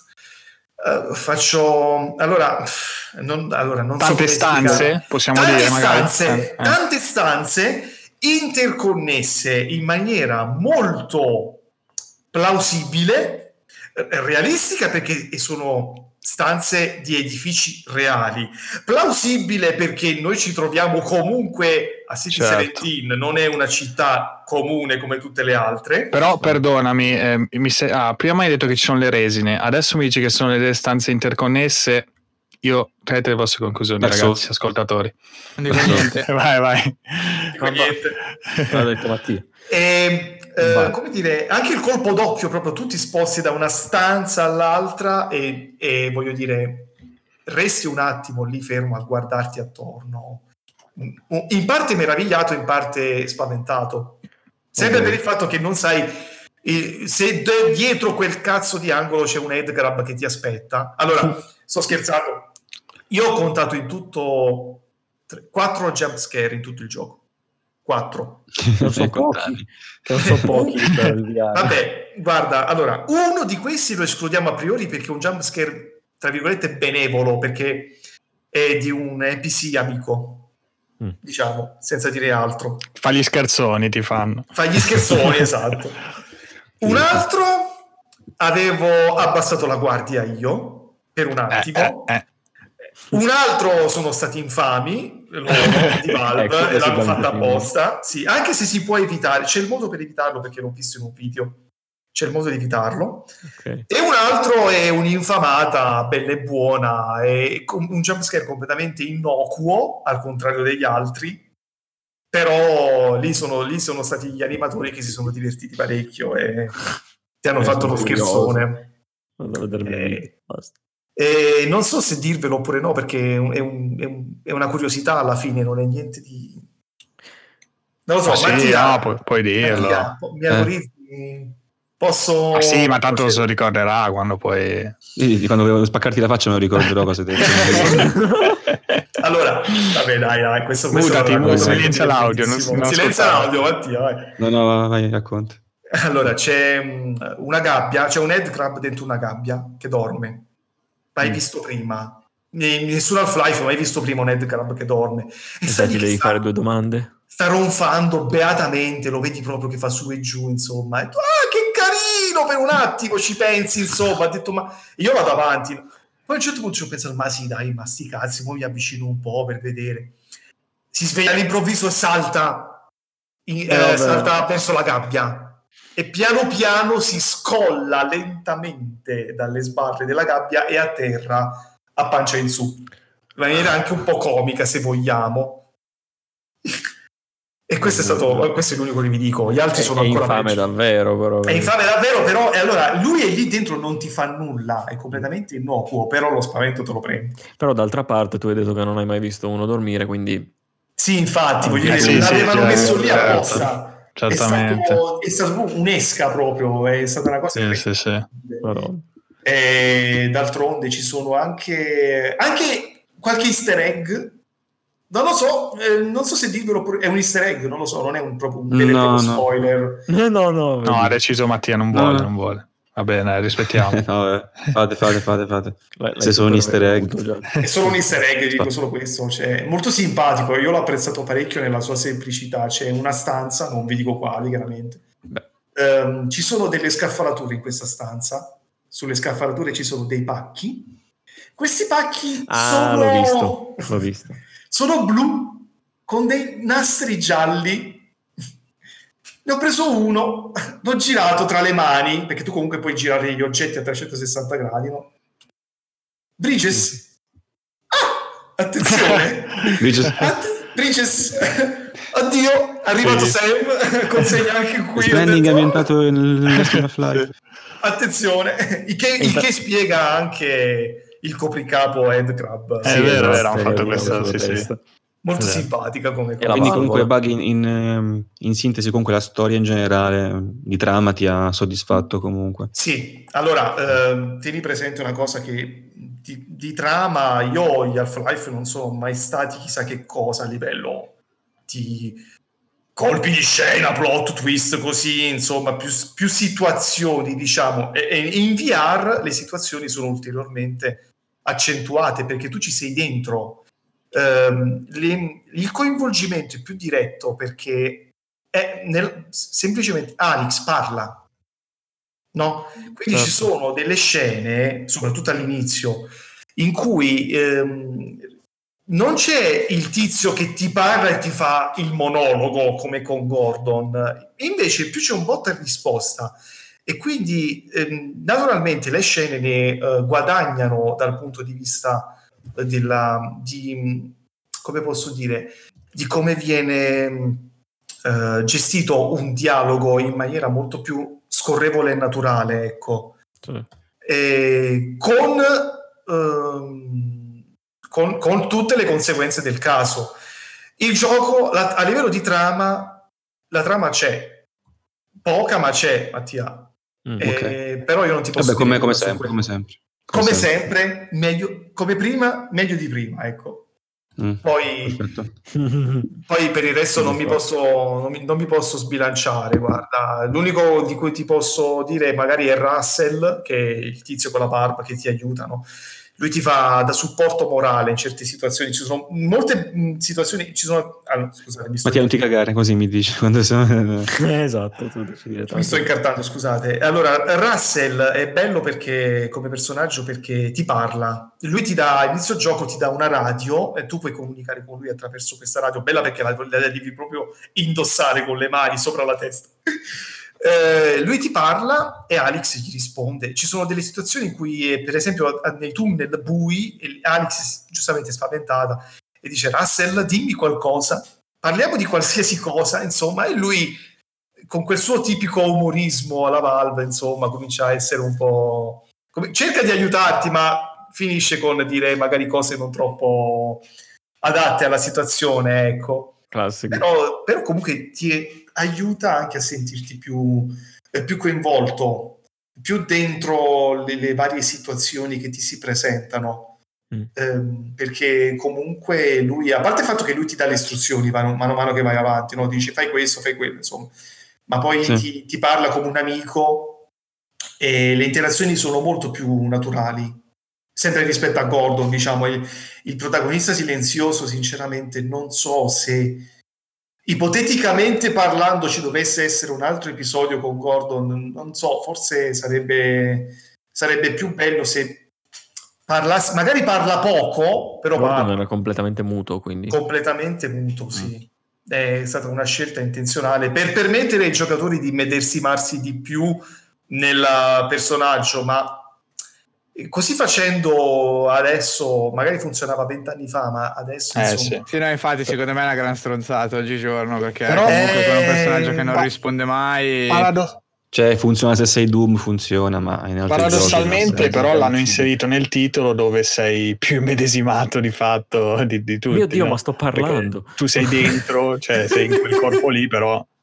S6: uh, faccio allora non, allora non
S3: tante
S6: so
S3: stanze
S6: spiegare.
S3: possiamo
S6: tante
S3: dire
S6: stanze,
S3: magari eh.
S6: tante stanze interconnesse in maniera molto plausibile, realistica, perché sono stanze di edifici reali, plausibile perché noi ci troviamo comunque a City
S3: certo.
S6: diciassette, non è una città comune come tutte le altre.
S3: Però perdonami, eh, mi se- ah, prima hai detto che ci sono le resine, adesso mi dici che sono le stanze interconnesse. Io traete le vostre conclusioni, Dark ragazzi, Souls. Ascoltatori.
S1: Non dico niente.
S3: vai, vai.
S6: Non dico niente.
S4: L'ha detto Mattia.
S6: E, eh, come dire, anche il colpo d'occhio, proprio tu ti sposti da una stanza all'altra e, e voglio dire, resti un attimo lì fermo a guardarti attorno, in parte meravigliato, in parte spaventato, sempre okay. per il fatto che non sai se dietro quel cazzo di angolo c'è un headgrab che ti aspetta. Allora, sto scherzando. Io ho contato in tutto quattro jump scare in tutto il gioco. Quattro.
S4: Non so pochi. Non so pochi per il V R.
S6: Vabbè, guarda, allora, uno di questi lo escludiamo a priori perché è un jump scare, tra virgolette, benevolo, perché è di un N P C amico, mm. diciamo, senza dire altro.
S3: Fa gli scherzoni, ti fanno.
S6: Fa gli scherzoni, esatto. Un altro avevo abbassato la guardia io, per un attimo.
S3: Eh, eh, eh.
S6: Un altro sono stati infami, loro di Valve, ecco, e l'hanno fatta apposta. Sì, anche se si può evitare, c'è il modo per evitarlo, perché l'ho visto in un video, c'è il modo di evitarlo. Okay. E un altro è un'infamata bella e buona, è un jumpscare completamente innocuo, al contrario degli altri, però lì sono, lì sono stati gli animatori che si sono divertiti parecchio e ti hanno eh, fatto lo scherzone.
S4: Vado a vedermi
S6: eh,
S4: video, basta.
S6: E non so se dirvelo oppure no, perché è, un, è, un, è una curiosità alla fine, non è niente di... Non lo so,
S3: ah,
S6: Mattia,
S3: sì, no, pu- puoi dirlo.
S6: Mattia, mi autorizzi? Eh. Posso...
S3: Ah, sì, ma tanto se lo ricorderà quando poi...
S5: Sì, quando volevo spaccarti la faccia me lo ricorderò cosa detto.
S6: Allora, vabbè dai, dai questo, questo
S3: Mutati, mu- silenzia l'audio. Non, non
S6: silenzia l'audio, Mattia, vai.
S5: No, no, vai, racconta.
S6: Allora, c'è una gabbia, c'è un headcrab dentro una gabbia che dorme. Mai mm. visto prima. Nessun Half-Life mai visto prima un headcrab che dorme.
S4: E sai ti devi sta, fare due domande.
S6: Sta ronfando beatamente, lo vedi proprio che fa su e giù, insomma. E tu, ah, che carino, per un attimo ci pensi, insomma. Ha detto, ma io vado avanti. Poi a un certo punto ci ho pensato, ma sì, dai, ma sti cazzi, poi mi avvicino un po' per vedere. Si sveglia all'improvviso e salta, in, eh, salta verso la gabbia. E piano piano si scolla lentamente dalle sbarre della gabbia e a terra a pancia in su, in maniera anche un po' comica se vogliamo. E questo è stato, questo è l'unico che vi dico. Gli altri
S4: è,
S6: sono
S4: è
S6: ancora
S4: infame
S6: peggio.
S4: davvero, però.
S6: È infame davvero, però. E allora lui è lì dentro, non ti fa nulla, è completamente innocuo, però lo spavento te lo prendi.
S4: Però d'altra parte tu hai detto che non hai mai visto uno dormire, quindi
S6: sì, infatti, voglio
S3: eh,
S6: dire,
S3: sì,
S6: l'avevano
S3: sì,
S6: messo
S3: certo,
S6: lì apposta.
S3: certamente.
S6: È stato, è stato un'esca proprio, è stata una cosa
S3: Sì, sì, sì.
S6: e d'altronde ci sono anche anche qualche easter egg, non lo so, eh, non so se dirvelo, è un easter egg, non lo so, non è un, proprio un vero e
S5: No,
S6: proprio
S5: no.
S6: spoiler.
S4: No, no, no.
S3: No, ha deciso Mattia, non vuole,
S5: No.
S3: non vuole. Va bene, rispettiamo.
S5: No, eh, fate, fate, fate, fate.
S4: L'hai- l'hai
S5: Se sono un easter egg.
S4: avuto già.
S6: È solo un easter egg, dico solo questo, cioè, molto simpatico, io l'ho apprezzato parecchio nella sua semplicità. C'è una stanza, non vi dico quali chiaramente, um, ci sono delle scaffalature in questa stanza, sulle scaffalature ci sono dei pacchi, questi pacchi
S4: Ah,
S6: sono
S4: l'ho visto, l'ho visto.
S6: sono blu con dei nastri gialli. Ne ho preso uno, l'ho girato tra le mani, perché tu comunque puoi girare gli oggetti a trecentosessanta gradi, no? Bridges. Ah, attenzione.
S5: Bridges.
S6: Att- Bridges. Addio, è arrivato
S3: Sì.
S6: Sam, consegna anche qui.
S5: Stranding
S6: Ho
S5: è
S6: detto,
S5: ambientato nel Western of Life.
S6: attenzione, il che, il che spiega anche il copricapo Head Crab.
S3: È
S6: Sì,
S3: vero, è
S6: esatto.
S3: vero, hanno fatto
S4: Sì,
S3: questo,
S4: sulla
S3: sì, sì.
S4: testa.
S6: Molto
S3: Esatto.
S6: simpatica come
S4: E
S6: cosa.
S4: la
S5: Quindi
S4: valvola.
S5: comunque Bug in, in, ehm, in sintesi comunque la storia in generale di trama ti ha soddisfatto comunque.
S6: Sì, allora ehm, tieni presente una cosa che di, di trama io gli Half-Life non sono mai stati chissà che cosa a livello di colpi di scena, plot twist, così insomma più, più situazioni diciamo, e, e in V R le situazioni sono ulteriormente accentuate perché tu ci sei dentro. Ehm, le- il coinvolgimento è più diretto perché è nel, semplicemente Alex parla, no? Quindi ci
S4: Certo.
S6: sono delle scene, soprattutto all'inizio, in cui ehm, non c'è il tizio che ti parla e ti fa il monologo come con Gordon, invece più c'è un botta e risposta e quindi ehm, naturalmente le scene ne eh, guadagnano dal punto di vista eh, della, di, come posso dire, di come viene eh, gestito un dialogo in maniera molto più scorrevole e naturale, ecco.
S4: Sì.
S6: E con, ehm, con, con tutte le conseguenze del caso. Il gioco, la, a livello di trama, la trama c'è, poca ma c'è, Mattia.
S4: Mm.
S6: Eh,
S5: Ok.
S6: però io non ti posso
S5: Vabbè, come,
S6: dire
S5: come
S6: nulla su
S5: sempre,
S6: quello.
S5: come sempre.
S6: Come sempre, meglio, come prima, meglio di prima, ecco.
S5: Mm,
S6: Poi,
S5: perfetto.
S6: poi per il resto non mi, posso, non, mi, non mi posso sbilanciare. Guarda, l'unico di cui ti posso dire magari è Russell, che è il tizio con la barba che ti aiuta, no? Lui ti fa da supporto morale in certe situazioni. Ci sono molte mh, situazioni. Ci sono. Ah, scusate, mi sto,
S5: Mattia, non ti cagare, così mi dici quando sono...
S4: Esatto, tu dici direttamente.
S6: mi sto incartando, scusate. Allora, Russell è bello perché come personaggio perché ti parla. Lui ti dà, inizio gioco ti dà una radio e tu puoi comunicare con lui attraverso questa radio. Bella perché la, la devi proprio indossare con le mani sopra la testa. Eh, lui ti parla e Alex gli risponde. Ci sono delle situazioni in cui, per esempio, nei tunnel bui, Alex giustamente spaventata e dice: Russell, dimmi qualcosa, parliamo di qualsiasi cosa, insomma, e lui con quel suo tipico umorismo alla Valve, insomma, comincia a essere un po'... cerca di aiutarti, ma finisce con dire magari cose non troppo adatte alla situazione, ecco.
S4: Classico.
S6: Però, però comunque ti aiuta anche a sentirti più, eh, più coinvolto, più dentro le, le varie situazioni che ti si presentano.
S4: Mm.
S6: Ehm, perché comunque lui, a parte il fatto che lui ti dà le istruzioni mano mano, mano che vai avanti, no? Dici fai questo, fai quello, insomma, ma poi
S5: Sì.
S6: ti, ti parla come un amico e le interazioni sono molto più naturali. Sempre rispetto a Gordon, diciamo, il, il protagonista silenzioso, sinceramente non so se ipoteticamente parlando ci dovesse essere un altro episodio con Gordon, non so, forse sarebbe sarebbe più bello se parlasse, magari parla poco, però
S4: Gordon
S6: parla
S4: era completamente muto, quindi.
S6: completamente muto, sì. È stata una scelta intenzionale per permettere ai giocatori di medesimarsi di più nel personaggio, ma così facendo adesso magari funzionava vent'anni fa, ma adesso
S3: Eh,
S6: insomma
S3: sì.
S1: Sì, no, infatti secondo me è una gran stronzata oggigiorno perché
S3: Però-
S1: comunque con un
S6: Eh,
S1: personaggio che non
S6: ma-
S1: risponde mai
S3: Parado-
S5: Cioè, funziona se sei Doom, funziona, ma in altri
S3: paradossalmente
S5: giochi...
S3: però l'hanno inserito nel titolo dove sei più immedesimato di fatto di, di tutti.
S4: Mio Dio,
S3: no?
S4: ma sto
S3: Perché
S4: parlando.
S3: tu sei dentro, cioè sei in quel corpo lì, però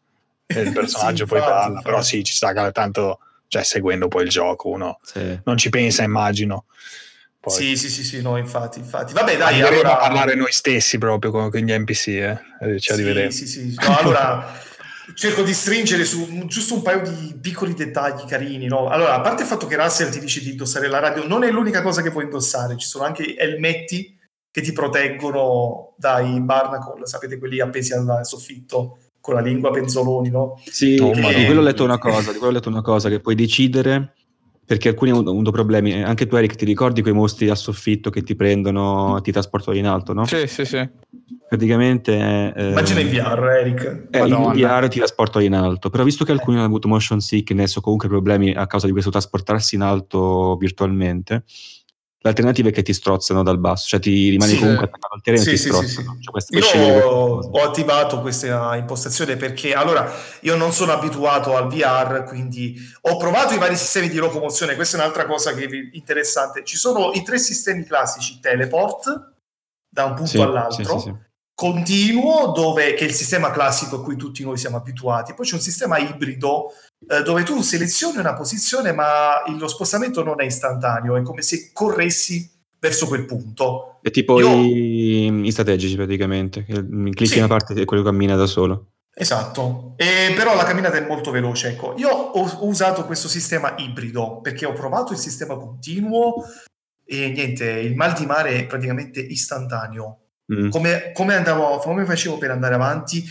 S3: e il personaggio
S6: Sì,
S3: poi
S6: infatti,
S3: parla,
S6: infatti.
S3: però sì, ci sta che tanto, cioè seguendo poi il gioco uno
S5: Sì.
S3: non ci pensa, immagino. Poi
S6: Sì, sì, sì, sì, no, infatti, infatti. Vabbè, dai,
S3: arriveremo
S6: allora...
S3: a parlare noi stessi proprio con, con gli N P C, eh. Eh, ci
S6: Sì,
S3: arriveremo.
S6: sì, sì. No, allora cerco di stringere su un- giusto un paio di piccoli dettagli carini, no? Allora, a parte il fatto che Russell ti dice di indossare la radio, non è l'unica cosa che puoi indossare, ci sono anche elmetti che ti proteggono dai barnacle, sapete, quelli appesi al soffitto con la lingua penzoloni, no?
S5: Sì,
S3: Oh,
S5: di
S3: Madonna.
S5: quello ho letto una cosa, di quello ho letto una cosa, che puoi decidere, perché alcuni hanno avuto problemi, anche tu Eric ti ricordi quei mostri al soffitto che ti prendono, ti trasportano in alto, no?
S1: Sì, sì, sì.
S5: Praticamente eh,
S6: Immagina in V R, Eric.
S5: eh, in
S1: Madonna.
S5: V R ti trasportano in alto, però visto che alcuni hanno avuto motion sickness o comunque problemi a causa di questo trasportarsi in alto virtualmente, l'alternativa è che ti strozzano dal basso, cioè ti rimani
S6: Sì.
S5: comunque attaccato al terreno
S6: Sì,
S5: e ti
S6: sì, sì,
S5: strozzano.
S6: sì.
S5: Cioè, questa- puoi
S6: Io
S5: scegliere questa
S6: ho,
S5: cosa.
S6: ho attivato questa impostazione perché allora io non sono abituato al V R, quindi ho provato i vari sistemi di locomozione. Questa è un'altra cosa che è interessante. Ci sono i tre sistemi classici: teleport da un punto
S5: Sì,
S6: all'altro,
S5: sì, sì, sì.
S6: continuo, dove, che è il sistema classico a cui tutti noi siamo abituati, poi c'è un sistema ibrido eh, dove tu selezioni una posizione ma il- lo spostamento non è istantaneo, è come se corressi verso quel punto.
S5: È tipo
S6: Io-
S5: i, i strategici praticamente, che clicchi
S6: Sì.
S5: una parte e quello cammina da solo.
S6: Esatto, e però la camminata è molto veloce. Ecco, io ho, ho usato questo sistema ibrido perché ho provato il sistema continuo e niente, il mal di mare è praticamente istantaneo.
S5: Mm.
S6: Come, come andavo, come facevo per andare avanti,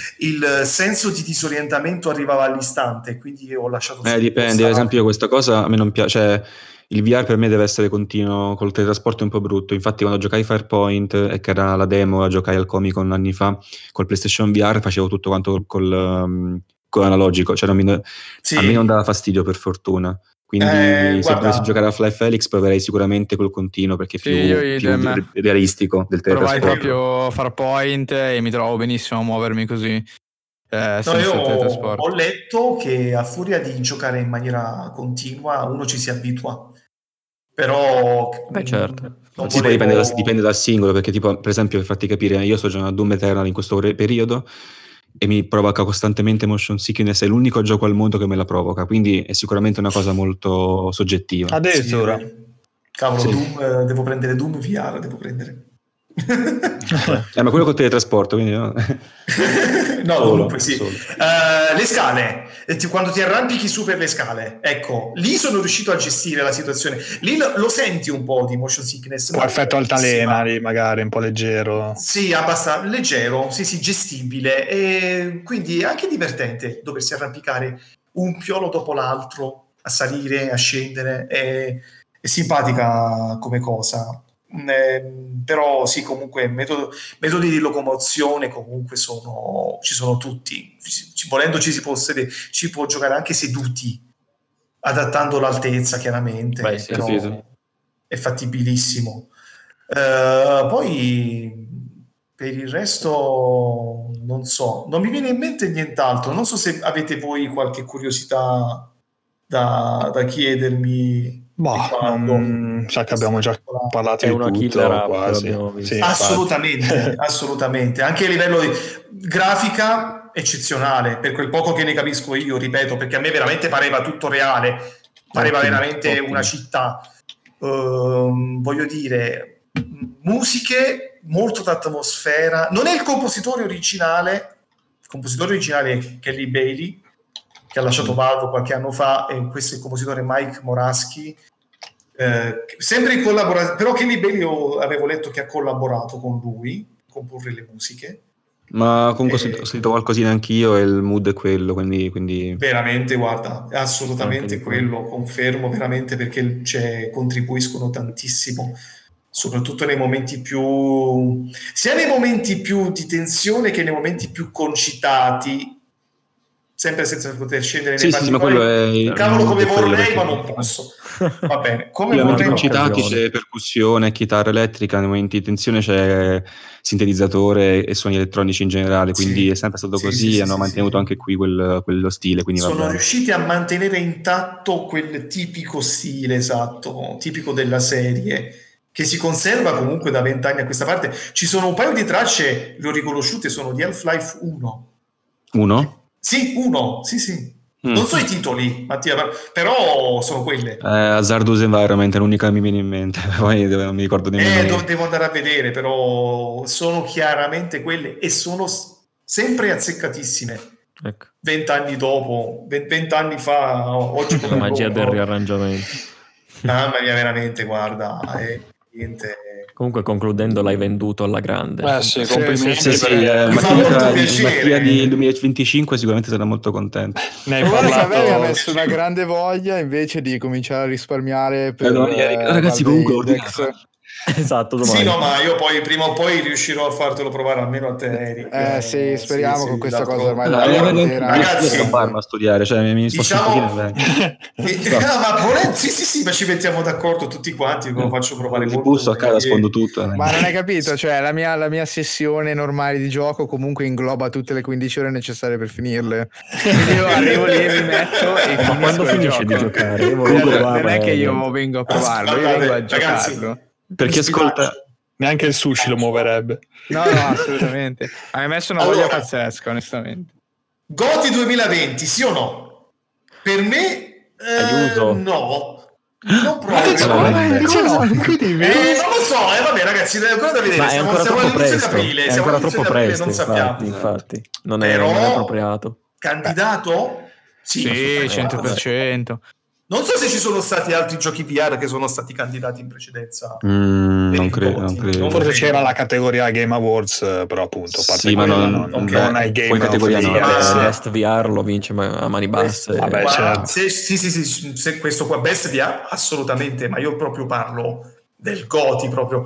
S6: il senso di disorientamento arrivava all'istante, quindi io ho lasciato
S5: Eh,
S6: subito
S5: dipende, ad
S6: stare.
S5: esempio questa cosa a me non piace, cioè il V R per me deve essere continuo, col teletrasporto è un po' brutto, infatti quando giocai Farpoint, e che era la demo, la giocai al Comic Con anni fa, col PlayStation V R facevo tutto quanto col, col, um, con analogico, cioè non mi-
S6: Sì.
S5: a me non dava fastidio per fortuna, quindi
S6: Eh,
S5: se
S6: guarda-
S5: dovessi giocare a Fly Felix proverei sicuramente col continuo perché è
S1: Sì,
S5: più,
S1: io
S5: più
S1: idem.
S5: realistico del
S1: Provai
S5: teletrasporto.
S1: proprio Farpoint e mi trovo benissimo a muovermi così, eh,
S6: No,
S1: senza
S6: io
S1: il teletrasporto.
S6: ho letto che a furia di giocare in maniera continua uno ci si abitua, però
S4: Beh, certo.
S6: mh, non
S5: Sì, poi dipende,
S6: volevo-
S5: dal, dipende dal singolo, perché tipo, per esempio, per farti capire, io sto giocando a Doom Eternal in questo re- periodo e mi provoca costantemente motion sickness, è l'unico gioco al mondo che me la provoca, quindi è sicuramente una cosa molto soggettiva.
S3: Addirittura.
S6: Sì, cavolo,
S5: Sì.
S6: Doom, eh, devo prendere Doom V R, devo prendere.
S5: Eh, ma quello col teletrasporto, quindi no?
S6: No,
S5: Solo,
S6: comunque sì.
S5: solo.
S6: Eh, le scale, eh, ti- quando ti arrampichi su per le scale, ecco, lì sono riuscito a gestire la situazione. Lì lo, lo senti un po' di motion sickness.
S3: Un po'
S6: ma
S3: effetto
S6: pochissima.
S3: altalena lì, magari un po' leggero.
S6: Sì, abbastanza leggero, sì, sì, gestibile e quindi è anche divertente doversi arrampicare un piolo dopo l'altro, a salire, a scendere, è, è simpatica come cosa. Eh, però sì, comunque metodo, metodi di locomozione comunque sono, ci sono tutti. Ci, volendo ci si può sedere, ci può giocare anche seduti, adattando l'altezza chiaramente,
S4: Beh, sì,
S6: però
S5: capito.
S6: è fattibilissimo. Eh, poi per il resto non so, non mi viene in mente nient'altro. Non so se avete voi qualche curiosità da, da chiedermi.
S3: Boh,
S6: riguardo.
S3: non, sa che abbiamo già parlato
S4: È
S3: di
S4: una
S3: tutto,
S4: killer app,
S3: quasi.
S4: l'abbiamo visto.
S3: Sì, infatti.
S6: Assolutamente, assolutamente. Anche a livello di grafica eccezionale, per quel poco che ne capisco io, ripeto, perché a me veramente pareva tutto reale, pareva
S5: Ottimo,
S6: veramente
S5: ottimo.
S6: una città. Ehm, voglio dire, musiche molto d'atmosfera. Non è il compositore originale, il compositore originale è Kelly Bailey, che ha lasciato Valve qualche anno fa, e questo è il compositore Mike Moraski. Eh, sempre in collaborazione, però Kelly Bailey io avevo letto che ha collaborato con lui a comporre le musiche.
S5: Ma comunque
S6: Eh,
S5: ho sentito qualcosina anch'io e il mood è quello, quindi... quindi...
S6: Veramente, guarda, è assolutamente
S4: Anche di
S6: quello, confermo veramente, perché c'è, contribuiscono tantissimo, soprattutto nei momenti più, sia nei momenti più di tensione che nei momenti più concitati, sempre senza poter scendere nei
S5: Sì, sì, sì, ma
S6: particolari.
S5: quello è...
S6: Cavolo, come
S5: è quello,
S6: vorrei,
S5: perché-
S6: ma non posso. Va bene, come
S5: Nei momenti
S6: vorrei, ma
S5: concitati
S4: occasione.
S5: c'è percussione, chitarra elettrica, nei momenti di tensione c'è sintetizzatore e suoni elettronici in generale, quindi
S6: Sì.
S5: è sempre stato
S6: Sì,
S5: così
S6: sì,
S5: e
S6: sì,
S5: hanno
S6: sì,
S5: mantenuto
S6: sì.
S5: anche qui quel- quello stile, quindi va
S6: Sono
S5: bene.
S6: riusciti a mantenere intatto quel tipico stile, esatto, tipico della serie, che si conserva comunque da vent'anni a questa parte. Ci sono un paio di tracce, le ho riconosciute, sono di Half-Life uno.
S5: Uno?
S6: Sì, uno, sì sì.
S5: Mm.
S6: Non so i titoli, Mattia, però sono quelle.
S5: Eh, Hazardous Environment è l'unica che mi viene in mente, poi non mi ricordo nemmeno.
S6: Eh,
S5: io.
S6: do- devo andare a vedere, però sono chiaramente quelle e sono s- sempre azzeccatissime.
S4: Ecco.
S6: Vent'anni dopo, ve- vent'anni fa, o- oggi
S4: La
S6: come
S4: magia
S6: loro.
S4: del riarrangiamento.
S6: Mamma mia, veramente, guarda, è niente.
S4: Comunque, concludendo, l'hai venduto alla grande.
S3: Eh sì,
S1: Sì,
S3: complimenti.
S5: Sì, sì,
S3: perché
S5: eh,
S6: Mi fa
S5: Mattia,
S6: molto piacere.
S5: Mattia di duemilaventicinque sicuramente sarà molto contento.
S3: ne hai
S1: Guarda che a me mi ha
S3: parlato.
S1: messo una grande voglia invece di cominciare a risparmiare per
S5: Eh, no, ieri-
S1: eh,
S5: ragazzi,
S1: Valve
S5: comunque
S1: Index.
S5: ordinato.
S4: Esatto, domani.
S6: Sì, no, ma io poi prima o poi riuscirò a fartelo provare almeno a te, Eric.
S1: Eh, sì, speriamo
S6: sì,
S1: con
S6: sì,
S1: questa
S6: d'altro-
S1: cosa ormai
S5: Allora,
S1: della
S5: io vedo
S1: quarantena.
S5: anche-
S6: Ragazzi,
S5: io sono a Parma a studiare, cioè mi sposto
S6: diciamo-
S5: un pochino e vengo.
S6: Eh, no, ma volendo, sì, sì, sì, ma ci mettiamo d'accordo tutti quanti, ve lo faccio provare
S5: Il
S6: molto
S5: busto a casa,
S6: volentieri.
S5: sfondo tutto. eh.
S1: Ma non hai capito, cioè la mia, la mia sessione normale di gioco comunque ingloba tutte le quindici ore necessarie per finirle. Quindi io arrivo lì, mi metto e
S4: Ma quando
S1: finisco il
S4: finisce di
S1: gioco.
S4: giocare? Io volevo
S5: Comunque,
S1: Non
S4: provare,
S1: è che io
S4: niente.
S1: vengo a provarlo, io
S6: Guardate,
S1: vengo a
S6: ragazzi,
S1: giocarlo.
S5: Per chi
S6: mi
S5: ascolta,
S6: spaccio.
S3: Neanche il sushi lo muoverebbe.
S1: No, no, assolutamente. Mi ha messo una
S6: Allora.
S1: voglia pazzesca, onestamente.
S6: Goti duemilaventi, sì o no? Per me, eh,
S4: Aiuto.
S6: no. Non proprio.
S4: Come
S6: Eh,
S4: no?
S1: Cosa?
S6: non lo so, eh, vabbè ragazzi, è ancora da vedere.
S4: Ma è
S6: siamo
S4: ancora
S6: siamo
S4: troppo
S6: all'inizio di
S4: presto.
S6: aprile,
S4: È
S6: siamo
S4: ancora
S6: all'inizio
S4: troppo
S6: di aprile,
S4: presto,
S6: non sappiamo.
S4: infatti, infatti. Non è,
S6: Però-
S4: non è appropriato.
S6: Candidato?
S1: Sì, cento per cento.
S6: Non so se ci sono stati altri giochi V R che sono stati candidati in precedenza.
S5: mm,
S6: Per
S5: non
S6: i
S5: credo,
S6: voti.
S5: non credo.
S6: Non
S3: Forse
S6: credo.
S3: c'era la categoria Game Awards, eh, però appunto, a parte
S5: Sì, ma
S3: quella,
S5: non-
S3: non,
S6: ok.
S3: non ai Game
S5: Poi categoria
S3: of the
S5: no.
S3: Year.
S6: Ma-
S4: Se
S6: sì.
S4: Best V R lo vince ma- a mani basse.
S3: Vabbè,
S6: Ma
S3: certo.
S6: se- sì, sì, sì, se questo qua Best V R assolutamente, ma io proprio parlo del Goti proprio.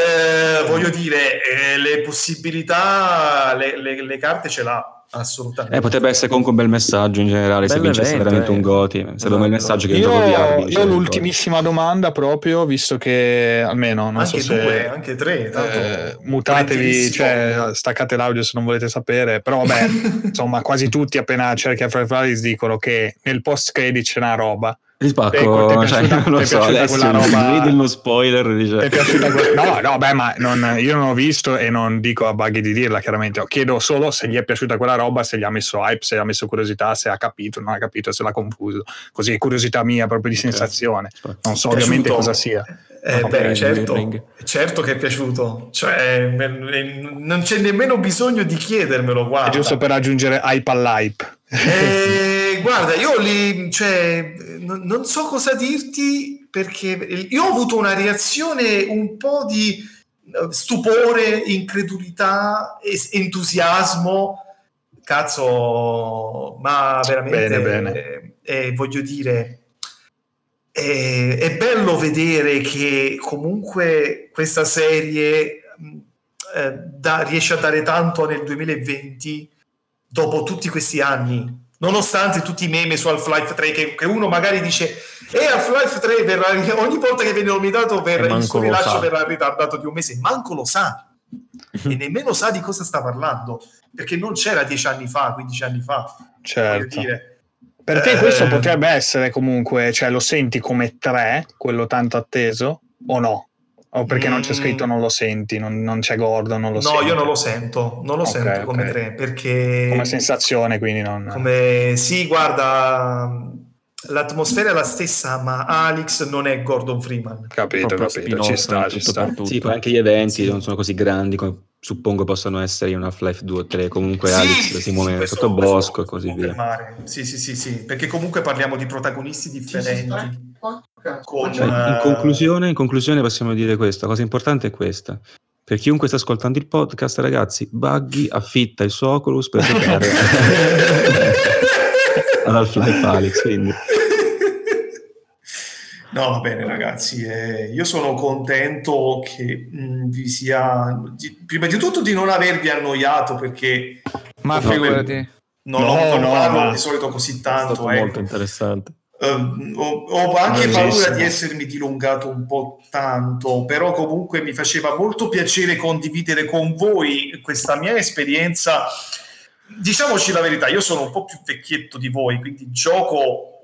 S6: Eh, voglio dire, eh, le possibilità, le, le- le carte ce l'ha assolutamente.
S5: Eh, potrebbe essere comunque un bel messaggio in generale se
S4: Bello
S5: vincesse
S4: evento,
S5: veramente
S4: eh.
S5: un Goti. Sarebbe un bel
S4: Esatto.
S5: messaggio che il
S3: Io,
S5: gioco V R vince
S3: io
S5: il
S3: l'ultimissima domanda proprio, visto che almeno non
S6: anche
S3: so se
S6: due, anche tre, tanto
S3: eh, mutatevi,
S6: volentierissimo.
S3: cioè staccate l'audio se non volete sapere, però vabbè, insomma quasi tutti appena cerchi a Fireflies dicono che nel post credit c'è una roba.
S5: Ti
S3: Ecco, ti
S5: spacco,
S3: è
S5: cioè,
S3: piaciuta-
S5: non lo
S3: ti è
S5: so,
S3: piaciuta
S5: adesso
S3: quella roba-
S5: vedi uno spoiler,
S3: Ti è
S5: dice.
S3: piaciuta quella- No, no, beh, ma non- io non ho visto e non dico a Buggy di dirla, chiaramente. Chiedo solo se gli è piaciuta quella roba, se gli ha messo hype, se gli ha messo curiosità, se ha capito, non ha capito, se l'ha confuso. Così, curiosità mia, proprio di
S5: Ok.
S3: sensazione. Non so
S6: È
S3: ovviamente
S6: piaciuto?
S3: cosa sia.
S6: Eh,
S4: No,
S6: beh,
S4: Ring,
S6: certo,
S4: Ring.
S6: certo che è piaciuto, cioè me- me- non c'è nemmeno bisogno di chiedermelo, guarda.
S3: È giusto per aggiungere hype all'hype.
S6: Eh, guarda, io lì, cioè, non, non so cosa dirti perché io ho avuto una reazione un po' di eh, stupore, incredulità, es- entusiasmo, cazzo, ma veramente,
S3: Bene, bene.
S6: eh, eh, voglio dire, eh, è bello vedere che comunque questa serie mh, eh, da- riesce a dare tanto nel duemilaventi dopo tutti questi anni, nonostante tutti i meme su Half-Life tre che, che uno magari dice e Half-Life tre verrà, ogni volta che viene nominato per
S4: E
S6: il
S4: manco
S6: suo
S4: lo
S6: rilascio
S4: sa.
S6: verrà ritardato di un mese, manco lo sa e nemmeno sa di cosa sta parlando perché non c'era dieci anni fa, quindici anni fa, voglio
S3: Certo.
S6: dire.
S3: Per te
S6: Eh,
S3: questo potrebbe essere comunque, cioè lo senti come tre, quello tanto atteso, o no? O perché non c'è
S6: Mm.
S3: scritto non lo senti, non, non c'è Gordon, non lo
S6: no,
S3: senti?
S6: io non lo sento, non lo
S3: Ok,
S6: sento come
S3: ok.
S6: tre perché
S3: Come sensazione, quindi non...
S6: come sì, guarda, l'atmosfera è la stessa, ma Alex non è Gordon Freeman.
S3: Capito,
S4: Proprio
S3: capito,
S4: spin-off
S3: ci
S4: in
S3: sta, ci
S4: tutto
S3: sta.
S4: per tutto.
S5: Sì, poi anche gli eventi
S6: Sì.
S5: non sono così grandi come suppongo possano essere in Half-Life due o tre. Comunque
S6: Sì,
S5: Alex
S6: sì,
S5: si
S6: sì,
S5: muove
S6: questo-
S5: sotto
S6: questo
S5: bosco e
S6: posso
S5: così via.
S6: confermare. Sì, sì, sì, sì, perché comunque parliamo di protagonisti differenti. Con,
S5: Cioè, in, in
S6: eh,
S5: conclusione, in conclusione possiamo dire questo, la cosa importante è questa. Per chiunque sta ascoltando il podcast, ragazzi, Buggy affitta il suo Oculus per giocare ad Half-Life Alex, quindi...
S6: No, va bene ragazzi, eh, io sono contento che mh, vi sia, di- prima di tutto di non avervi annoiato perché
S1: Ma
S6: No,
S1: figurati.
S6: non,
S3: No,
S6: non- non
S3: no,
S6: parlo
S3: ma-
S6: di solito così
S4: È
S6: tanto,
S4: stato
S6: ecco.
S4: molto interessante.
S6: Ehm, ho, ho anche
S3: Bellissimo.
S6: paura di essermi dilungato un po' tanto, però comunque mi faceva molto piacere condividere con voi questa mia esperienza. Diciamoci la verità, io sono un po' più vecchietto di voi, quindi gioco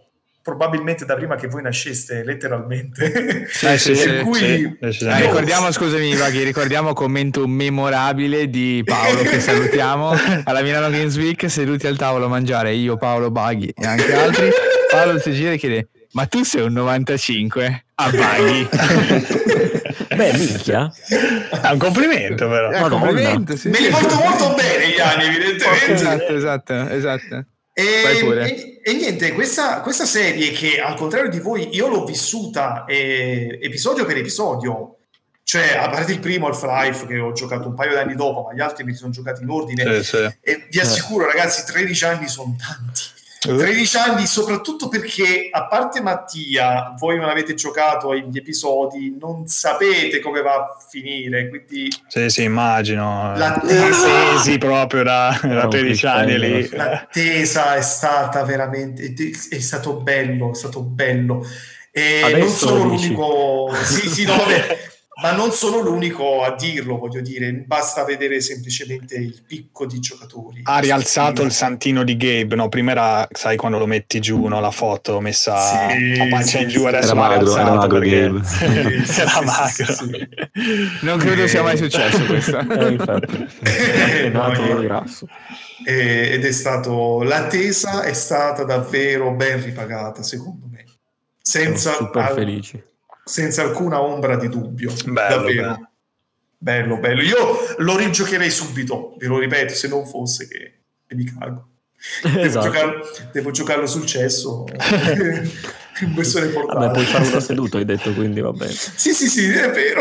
S6: probabilmente da prima che voi nasceste, letteralmente.
S1: Sì, sì, sì,
S6: cui...
S3: sì,
S1: Eh, ricordiamo, scusami Vaghi, ricordiamo un commento memorabile di Paolo che salutiamo alla Milano Games Week, seduti al tavolo a mangiare io, Paolo, Baghi e anche altri. Paolo si gira e chiede: ma tu sei un novantacinque? A Baghi.
S4: Beh, minchia.
S3: È un complimento però.
S1: È un complimento, sì,
S6: Me li
S1: sì,
S6: porto
S1: sì.
S6: molto bene gli anni, evidentemente.
S1: Esatto, esatto, esatto. Vai
S6: E,
S1: pure.
S6: e, e niente, questa, questa serie che al contrario di voi io l'ho vissuta eh, episodio per episodio, cioè a parte il primo Half-Life che ho giocato un paio di anni dopo, ma gli altri mi sono giocati in ordine,
S3: Sì, sì.
S6: e vi assicuro ragazzi, tredici anni sono tanti. tredici anni, soprattutto perché a parte Mattia, voi non avete giocato agli episodi, non sapete come va a finire, quindi
S3: Sì, sì, immagino.
S6: L'attesa.
S3: Attesi proprio da, da
S4: un
S3: tredici anni lì.
S6: l'attesa è stata veramente, è stato bello, è stato bello. E
S4: Adesso
S6: non sono
S4: lo dici.
S6: l'unico, sì, sì, no, vabbè, ma non sono l'unico a dirlo, voglio dire, basta vedere semplicemente il picco di giocatori.
S3: Ha rialzato il
S6: Sì.
S3: santino di Gabe, no? Prima era, sai, quando lo metti giù, no? La foto messa
S6: Sì,
S3: a pancia
S6: sì,
S3: in giù,
S6: sì.
S3: adesso
S5: Era
S3: l'ha
S5: magro,
S3: rialzato
S5: era magro
S3: perché
S5: Gabe.
S6: Sì, sì,
S3: era
S6: sì,
S3: magro.
S6: sì, sì.
S1: Non credo sia mai successo questo.
S4: Eh, infatti. È
S6: No,
S4: nato
S6: eh.
S4: grasso.
S6: E- ed è stato, l'attesa è stata davvero ben ripagata, secondo me,
S4: Siamo
S6: senza,
S4: super
S6: al-
S4: felici.
S6: senza alcuna ombra di dubbio.
S3: Bello,
S6: davvero bello, bello. Io lo rigiocherei subito, ve lo ripeto, se non fosse che, che mi cago. Devo,
S4: Esatto.
S6: giocarlo, devo giocarlo sul cesso in versione portatile.
S4: Vabbè, puoi fare uno seduto, hai detto, quindi va bene.
S6: Sì, sì, sì, è vero.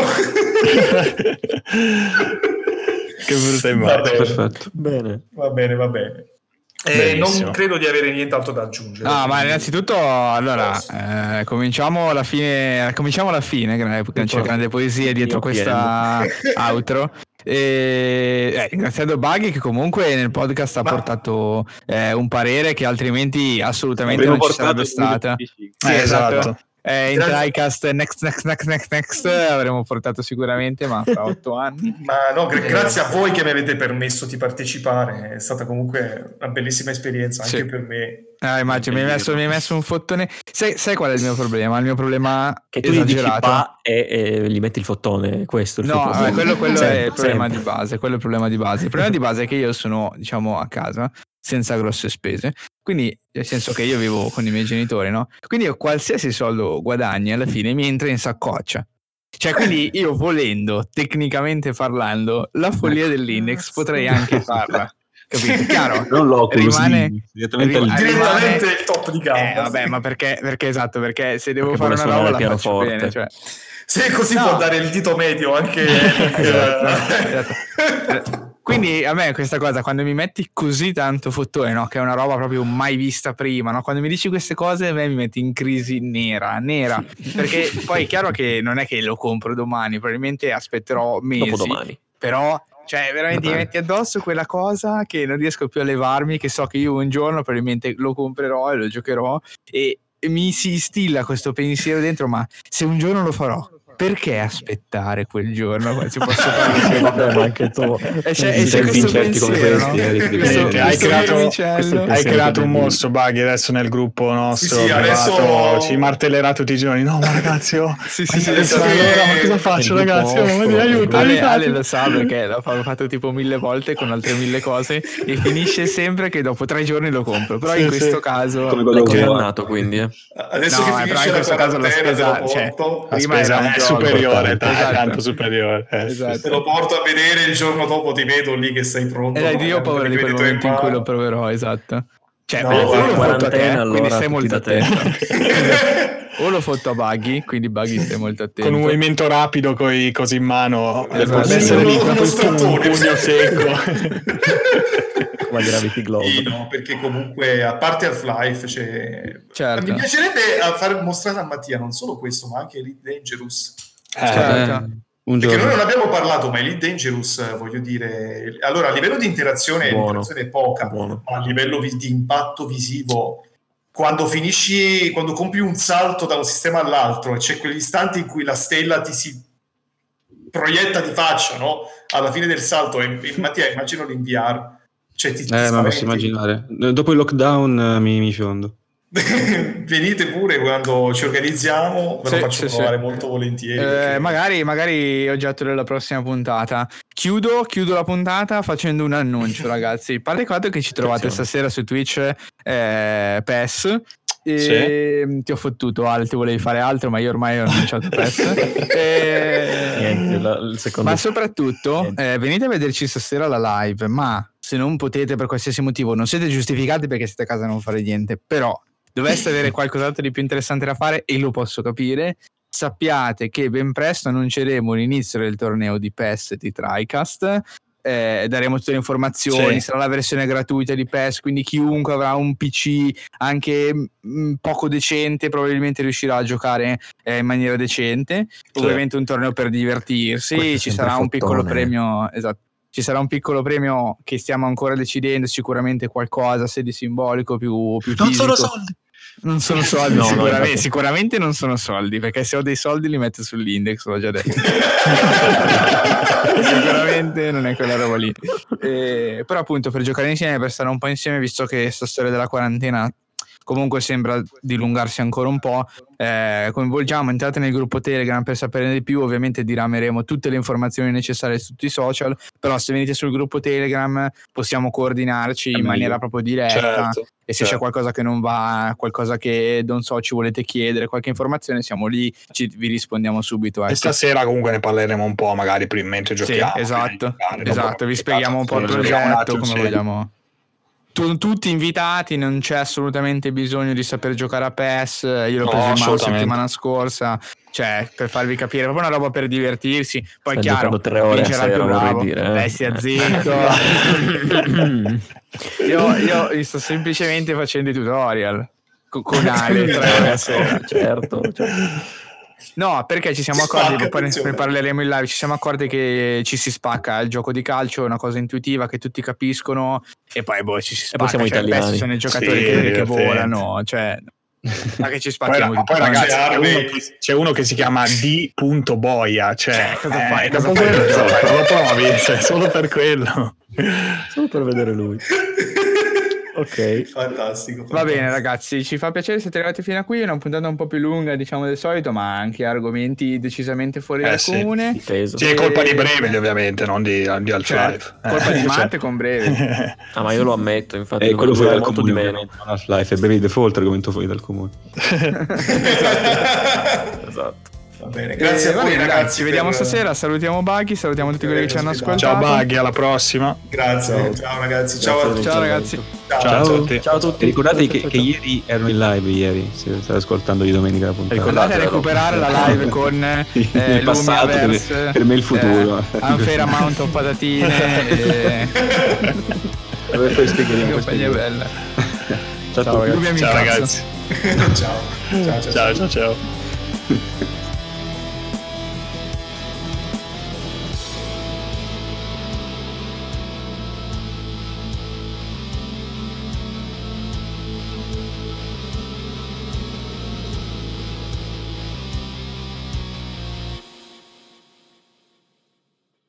S3: Che brutta
S6: Va
S3: immagine.
S6: bene.
S5: Perfetto.
S4: Bene.
S6: Va bene, va bene. Eh,
S3: Benissimo.
S6: non credo di avere nient'altro da aggiungere.
S1: No, ma
S6: quindi-
S1: innanzitutto, allora, eh, cominciamo alla fine, cominciamo alla fine, gra- c'è grande poesia dietro
S4: Io
S1: questa outro. E, eh, ringraziando Buggy che comunque nel podcast ha
S6: Ma-
S1: portato eh, un parere che altrimenti assolutamente
S5: Avremmo
S1: non ci sarebbe
S5: portato il
S1: stata.
S5: duemilaventicinque.
S1: Sì,
S3: Eh,
S1: esatto.
S3: esatto.
S1: Eh, in
S6: Grazie.
S1: TriCast next, next, next, next, next avremmo portato sicuramente, ma fra otto anni.
S6: Ma no, gra-
S1: Eh,
S6: grazie a voi che mi avete permesso di partecipare, è stata comunque una bellissima esperienza anche
S1: Sì.
S6: per me.
S1: Ah, immagino, mi hai messo, mi hai messo un fottone. Sai, sai qual è il mio problema? Il mio problema
S4: Che tu gli dici
S1: esagerato.
S4: pa e, e gli metti il fottone, questo è il
S1: No,
S4: suo
S1: vabbè,
S4: problema.
S1: quello, quello
S4: Sempre,
S1: è il problema
S4: sempre.
S1: di base. Quello è il problema di base. Il problema di base è che io sono, diciamo, a casa senza grosse spese. Quindi, nel senso che io vivo con i miei genitori, no? Quindi io qualsiasi soldo guadagni alla fine mi entra in saccoccia. Cioè, quindi io volendo, tecnicamente parlando, la follia dell'index potrei anche farla. Capito? Chiaro?
S5: Non l'Oculus,
S1: rimane,
S5: lì, direttamente
S1: rim-
S5: al-
S6: Direttamente
S1: rimane-
S6: il top di
S1: Eh,
S6: gamma.
S1: vabbè,
S6: sì.
S1: ma perché, perché esatto, perché se devo
S4: Perché
S1: fare
S4: vuole
S1: una roba
S4: suonare
S1: la
S4: il
S1: faccio
S4: pianoforte.
S1: bene, cioè.
S6: Se così
S1: No.
S6: può dare il dito medio anche
S1: Esatto. Quindi a me questa cosa, quando mi metti così tanto fottone, no, che è una roba proprio mai vista prima, no, quando mi dici queste cose a me mi metti in crisi nera, nera, perché poi è chiaro che non è che lo compro domani, probabilmente aspetterò mesi,
S4: Dopodomani.
S1: però cioè veramente mi
S4: Natale.
S1: metti addosso quella cosa che non riesco più a levarmi, che so che io un giorno probabilmente lo comprerò e lo giocherò e e mi si instilla questo pensiero dentro, ma se un giorno lo farò, perché aspettare quel giorno? Si posso fare
S4: Vabbè, ma anche tu.
S1: e c'è,
S5: In
S1: e c'è
S5: tempi
S1: questo
S5: incerti come
S1: pensiero,
S5: questi,
S1: no?
S5: eh, devi
S1: Questo-
S5: vedere.
S3: Hai
S1: questo
S3: creato-
S1: vermicello.
S4: questo è il
S3: Hai
S4: pensiero
S3: creato un
S4: che devi-
S3: mostro, Buggy, adesso nel gruppo nostro
S6: Sì, sì,
S3: privato
S6: adesso-
S3: ci martellerà tutti i giorni. No, ma ragazzi, oh,
S1: Sì, sì,
S3: ma
S1: sì,
S3: adesso
S6: sì.
S3: allora, ma cosa faccio,
S4: Il gruppo
S3: ragazzi? Oh,
S4: nostro,
S3: mi aiuto,
S1: Ale,
S3: aiutatemi.
S1: Ale lo sa perché l'ho fa- fatto tipo mille volte con altre mille cose e finisce sempre che dopo tre giorni lo compro, però
S3: Sì,
S1: in questo
S3: sì.
S1: caso
S5: Come
S4: L'hai
S5: quello che-
S4: condannato, quindi. Eh.
S6: Adesso
S1: No,
S6: che
S1: eh, però
S6: finisce
S1: in
S6: la
S1: questo caso la
S6: quarantena te
S1: spesa,
S6: lo
S1: cioè,
S6: porto,
S3: La
S1: prima
S3: spesa
S1: era un
S3: è
S1: gioco,
S3: superiore, dai,
S1: esatto.
S3: tanto superiore. Eh,
S1: Esatto.
S6: te lo porto a vedere il giorno dopo, ti vedo lì che sei pronto.
S1: E dai, io ho
S6: con
S1: paura
S6: il
S1: di quel
S6: credito
S1: momento in cui lo
S6: mano.
S1: proverò, esatto. Cioè,
S6: No,
S1: o- o
S6: guarda,
S1: lo fotto a te,
S4: quarantena,
S1: quindi
S4: allora
S1: stai
S4: tutti
S1: molto
S4: da te.
S1: attento. O lo fotto a Buggy, quindi Buggy stai molto attento.
S3: Con un movimento rapido coi così in mano,
S1: Esatto.
S3: potrebbe essere
S6: Uno-
S3: lì,
S6: uno
S3: proprio il
S6: strattone.
S3: pugno secco.
S4: Come Gravity Globe.
S6: Sì, no, perché comunque a parte Half-Life c'è...
S1: Certo.
S6: mi piacerebbe a far mostrare a Mattia non solo questo ma anche Elite Dangerous,
S3: Eh,
S1: Certo.
S5: Eh, un
S6: perché noi
S5: giorno.
S6: non abbiamo parlato, ma Elite Dangerous, eh, voglio dire, allora a livello di interazione
S4: Buono.
S6: l'interazione è poca,
S4: Buono.
S6: ma a livello vi- di impatto visivo, quando finisci, quando compi un salto da un sistema all'altro e c'è quell'istante in cui la stella ti si proietta di faccia, no? Alla fine del salto, e, e Mattia immagino l'In V R, cioè ti, ti
S5: Eh, ma
S6: spaventi.
S5: posso immaginare. Eh, Dopo il lockdown eh, mi, mi fiondo.
S6: venite pure quando ci organizziamo, ve lo
S1: Sì,
S6: faccio
S1: sì,
S6: provare
S1: sì.
S6: molto volentieri.
S1: Eh,
S6: perché-
S1: magari, magari oggetto della prossima puntata. Chiudo, chiudo la puntata facendo un annuncio, ragazzi. Parte il fatto che ci trovate
S3: Attenzione.
S1: stasera su Twitch eh, P E S. E ti ho fottuto, Ale, tu volevi fare altro, ma io ormai ho annunciato P E S. E-
S4: Niente, la- il secondo...
S1: Ma soprattutto
S4: Niente.
S1: eh, venite a vederci stasera la live, ma se non potete per qualsiasi motivo, non siete giustificati perché siete a casa e non fare niente, però doveste avere qualcos'altro di più interessante da fare, e lo posso capire, sappiate che ben presto annunceremo l'inizio del torneo di P E S di TriCast. Eh, daremo tutte le informazioni,
S3: Sì.
S1: sarà la versione gratuita di P E S, quindi chiunque avrà un P C anche mh, poco decente probabilmente riuscirà a giocare eh, in maniera decente.
S3: Sì.
S1: Ovviamente un torneo per divertirsi,
S4: Questo è
S1: ci
S4: sempre
S1: sarà un piccolo
S4: fottone.
S1: premio, esatto. Ci sarà un piccolo premio che stiamo ancora decidendo, sicuramente qualcosa se di simbolico, più, più
S3: Non
S1: fisico.
S3: sono soldi.
S1: Non sono soldi,
S4: No, no,
S1: sicuramente,
S4: infatti.
S1: sicuramente non sono soldi, perché se ho dei soldi li metto sull'index, l'ho già detto. Sicuramente non è quella roba lì. Eh, però appunto per giocare insieme, per stare un po' insieme, visto che sta storia della quarantena comunque sembra dilungarsi ancora un po', eh, coinvolgiamo, entrate nel gruppo Telegram per sapere di più. Ovviamente dirameremo tutte le informazioni necessarie su tutti i social, però se venite sul gruppo Telegram possiamo coordinarci
S5: È
S1: in maniera
S5: meglio.
S1: proprio diretta.
S3: Certo.
S1: E se c'è
S3: certo.
S1: qualcosa che non va, qualcosa che non so, ci volete chiedere, qualche informazione, siamo lì, ci, vi rispondiamo subito.
S3: E
S1: Ecco.
S3: stasera comunque ne parleremo un po', magari prima mentre
S1: Sì,
S3: giochiamo.
S1: esatto,
S3: Giocare, dopo
S1: esatto. Vi
S3: la
S1: spieghiamo un po' il
S3: puntata, sì, vediamo un
S1: progetto,
S3: attimo,
S1: come
S3: sì.
S1: vogliamo. Tu- tutti invitati, non c'è assolutamente bisogno di saper giocare a P E S. Io l'ho
S3: No,
S1: preso in mano la
S3: assolutamente.
S1: settimana scorsa, cioè per farvi capire, è proprio una roba per divertirsi. Poi
S4: Stai
S1: chiaro,
S4: giocando tre ore a
S1: vincerà il
S4: sera,
S1: più
S4: vorrei
S1: bravo.
S4: dire, eh.
S1: Dai, stia zitto. io, io io sto semplicemente facendo i tutorial co- con Ale tre ore a sera.
S4: certo, certo.
S1: No, perché ci siamo
S6: Si
S1: accorti,
S6: spacca,
S1: poi ne-
S6: attenzione.
S1: ne parleremo in live, ci siamo accorti che ci si spacca. Il gioco di calcio è una cosa intuitiva che tutti capiscono, e poi boh, ci si
S4: E
S1: spacca.
S4: poi siamo
S1: Cioè,
S4: italiani.
S1: questi sono i giocatori
S3: Sì,
S1: che, che
S3: divertente.
S1: volano, cioè, ma che ci
S3: Poi,
S1: spacchiamo
S3: ma
S1: di
S3: poi
S1: più.
S3: ragazzi,
S6: C'è
S3: c'è
S6: Arme.
S3: uno, che, c'è uno che si chiama D. Boia, cioè
S1: Cosa fai?
S3: eh,
S1: Cosa
S3: dopo
S1: fai?
S3: quello, cosa fai? Lo provi, cioè, solo per quello.
S4: Solo per vedere lui. Ok.
S6: Fantastico,
S1: Va bene
S6: fantastico.
S1: ragazzi, ci fa piacere, siete arrivati fino a qui, è una puntata un po' più lunga diciamo del solito, ma anche argomenti decisamente fuori
S3: Eh,
S1: dal
S3: sì.
S1: comune.
S4: Peso.
S3: Sì, è colpa di Breveli ovviamente, non di, di Half-Life.
S1: Certo, colpa di Matte con Breve.
S4: Ah, ma io lo ammetto, infatti.
S5: E quello fuori dal
S4: molto
S5: comune,
S4: di meno.
S5: ovviamente, non Half-Life, è Baby Default, argomento fuori dal comune.
S4: Esatto.
S6: Va bene, grazie
S1: Eh,
S6: a
S1: va
S6: voi
S1: bene,
S6: ragazzi.
S1: dai, ci vediamo
S6: per-
S1: stasera, salutiamo Buggy, salutiamo tutti
S6: per
S1: quelli che ci hanno
S6: avermi
S1: ascoltato.
S3: Ciao Buggy, alla prossima.
S6: Grazie, ciao, ragazzi, ciao a
S4: Grazie
S6: tutti.
S1: Ciao ragazzi.
S6: Ciao.
S3: Ciao a tutti.
S4: Ciao a tutti.
S5: E ricordate che,
S4: Ciao,
S5: che
S4: ciao.
S5: ieri erano in live, ieri, se state ascoltando di domenica la puntata.
S1: Andate
S4: Ricordate-
S1: a recuperare la live con eh,
S5: Il passato,
S1: Lumiaverse,
S5: per- per me il futuro.
S1: eh, Unfair Amount of Patatine e
S5: Poi poi spiegheremo, poi
S1: compagnia
S5: spiegheremo.
S1: bella.
S5: Ciao a tutti.
S1: Rubiami il
S3: Ciao
S1: cazzo.
S3: ragazzi.
S6: ciao. Ciao, ciao, ciao.
S3: Ciao ciao ciao.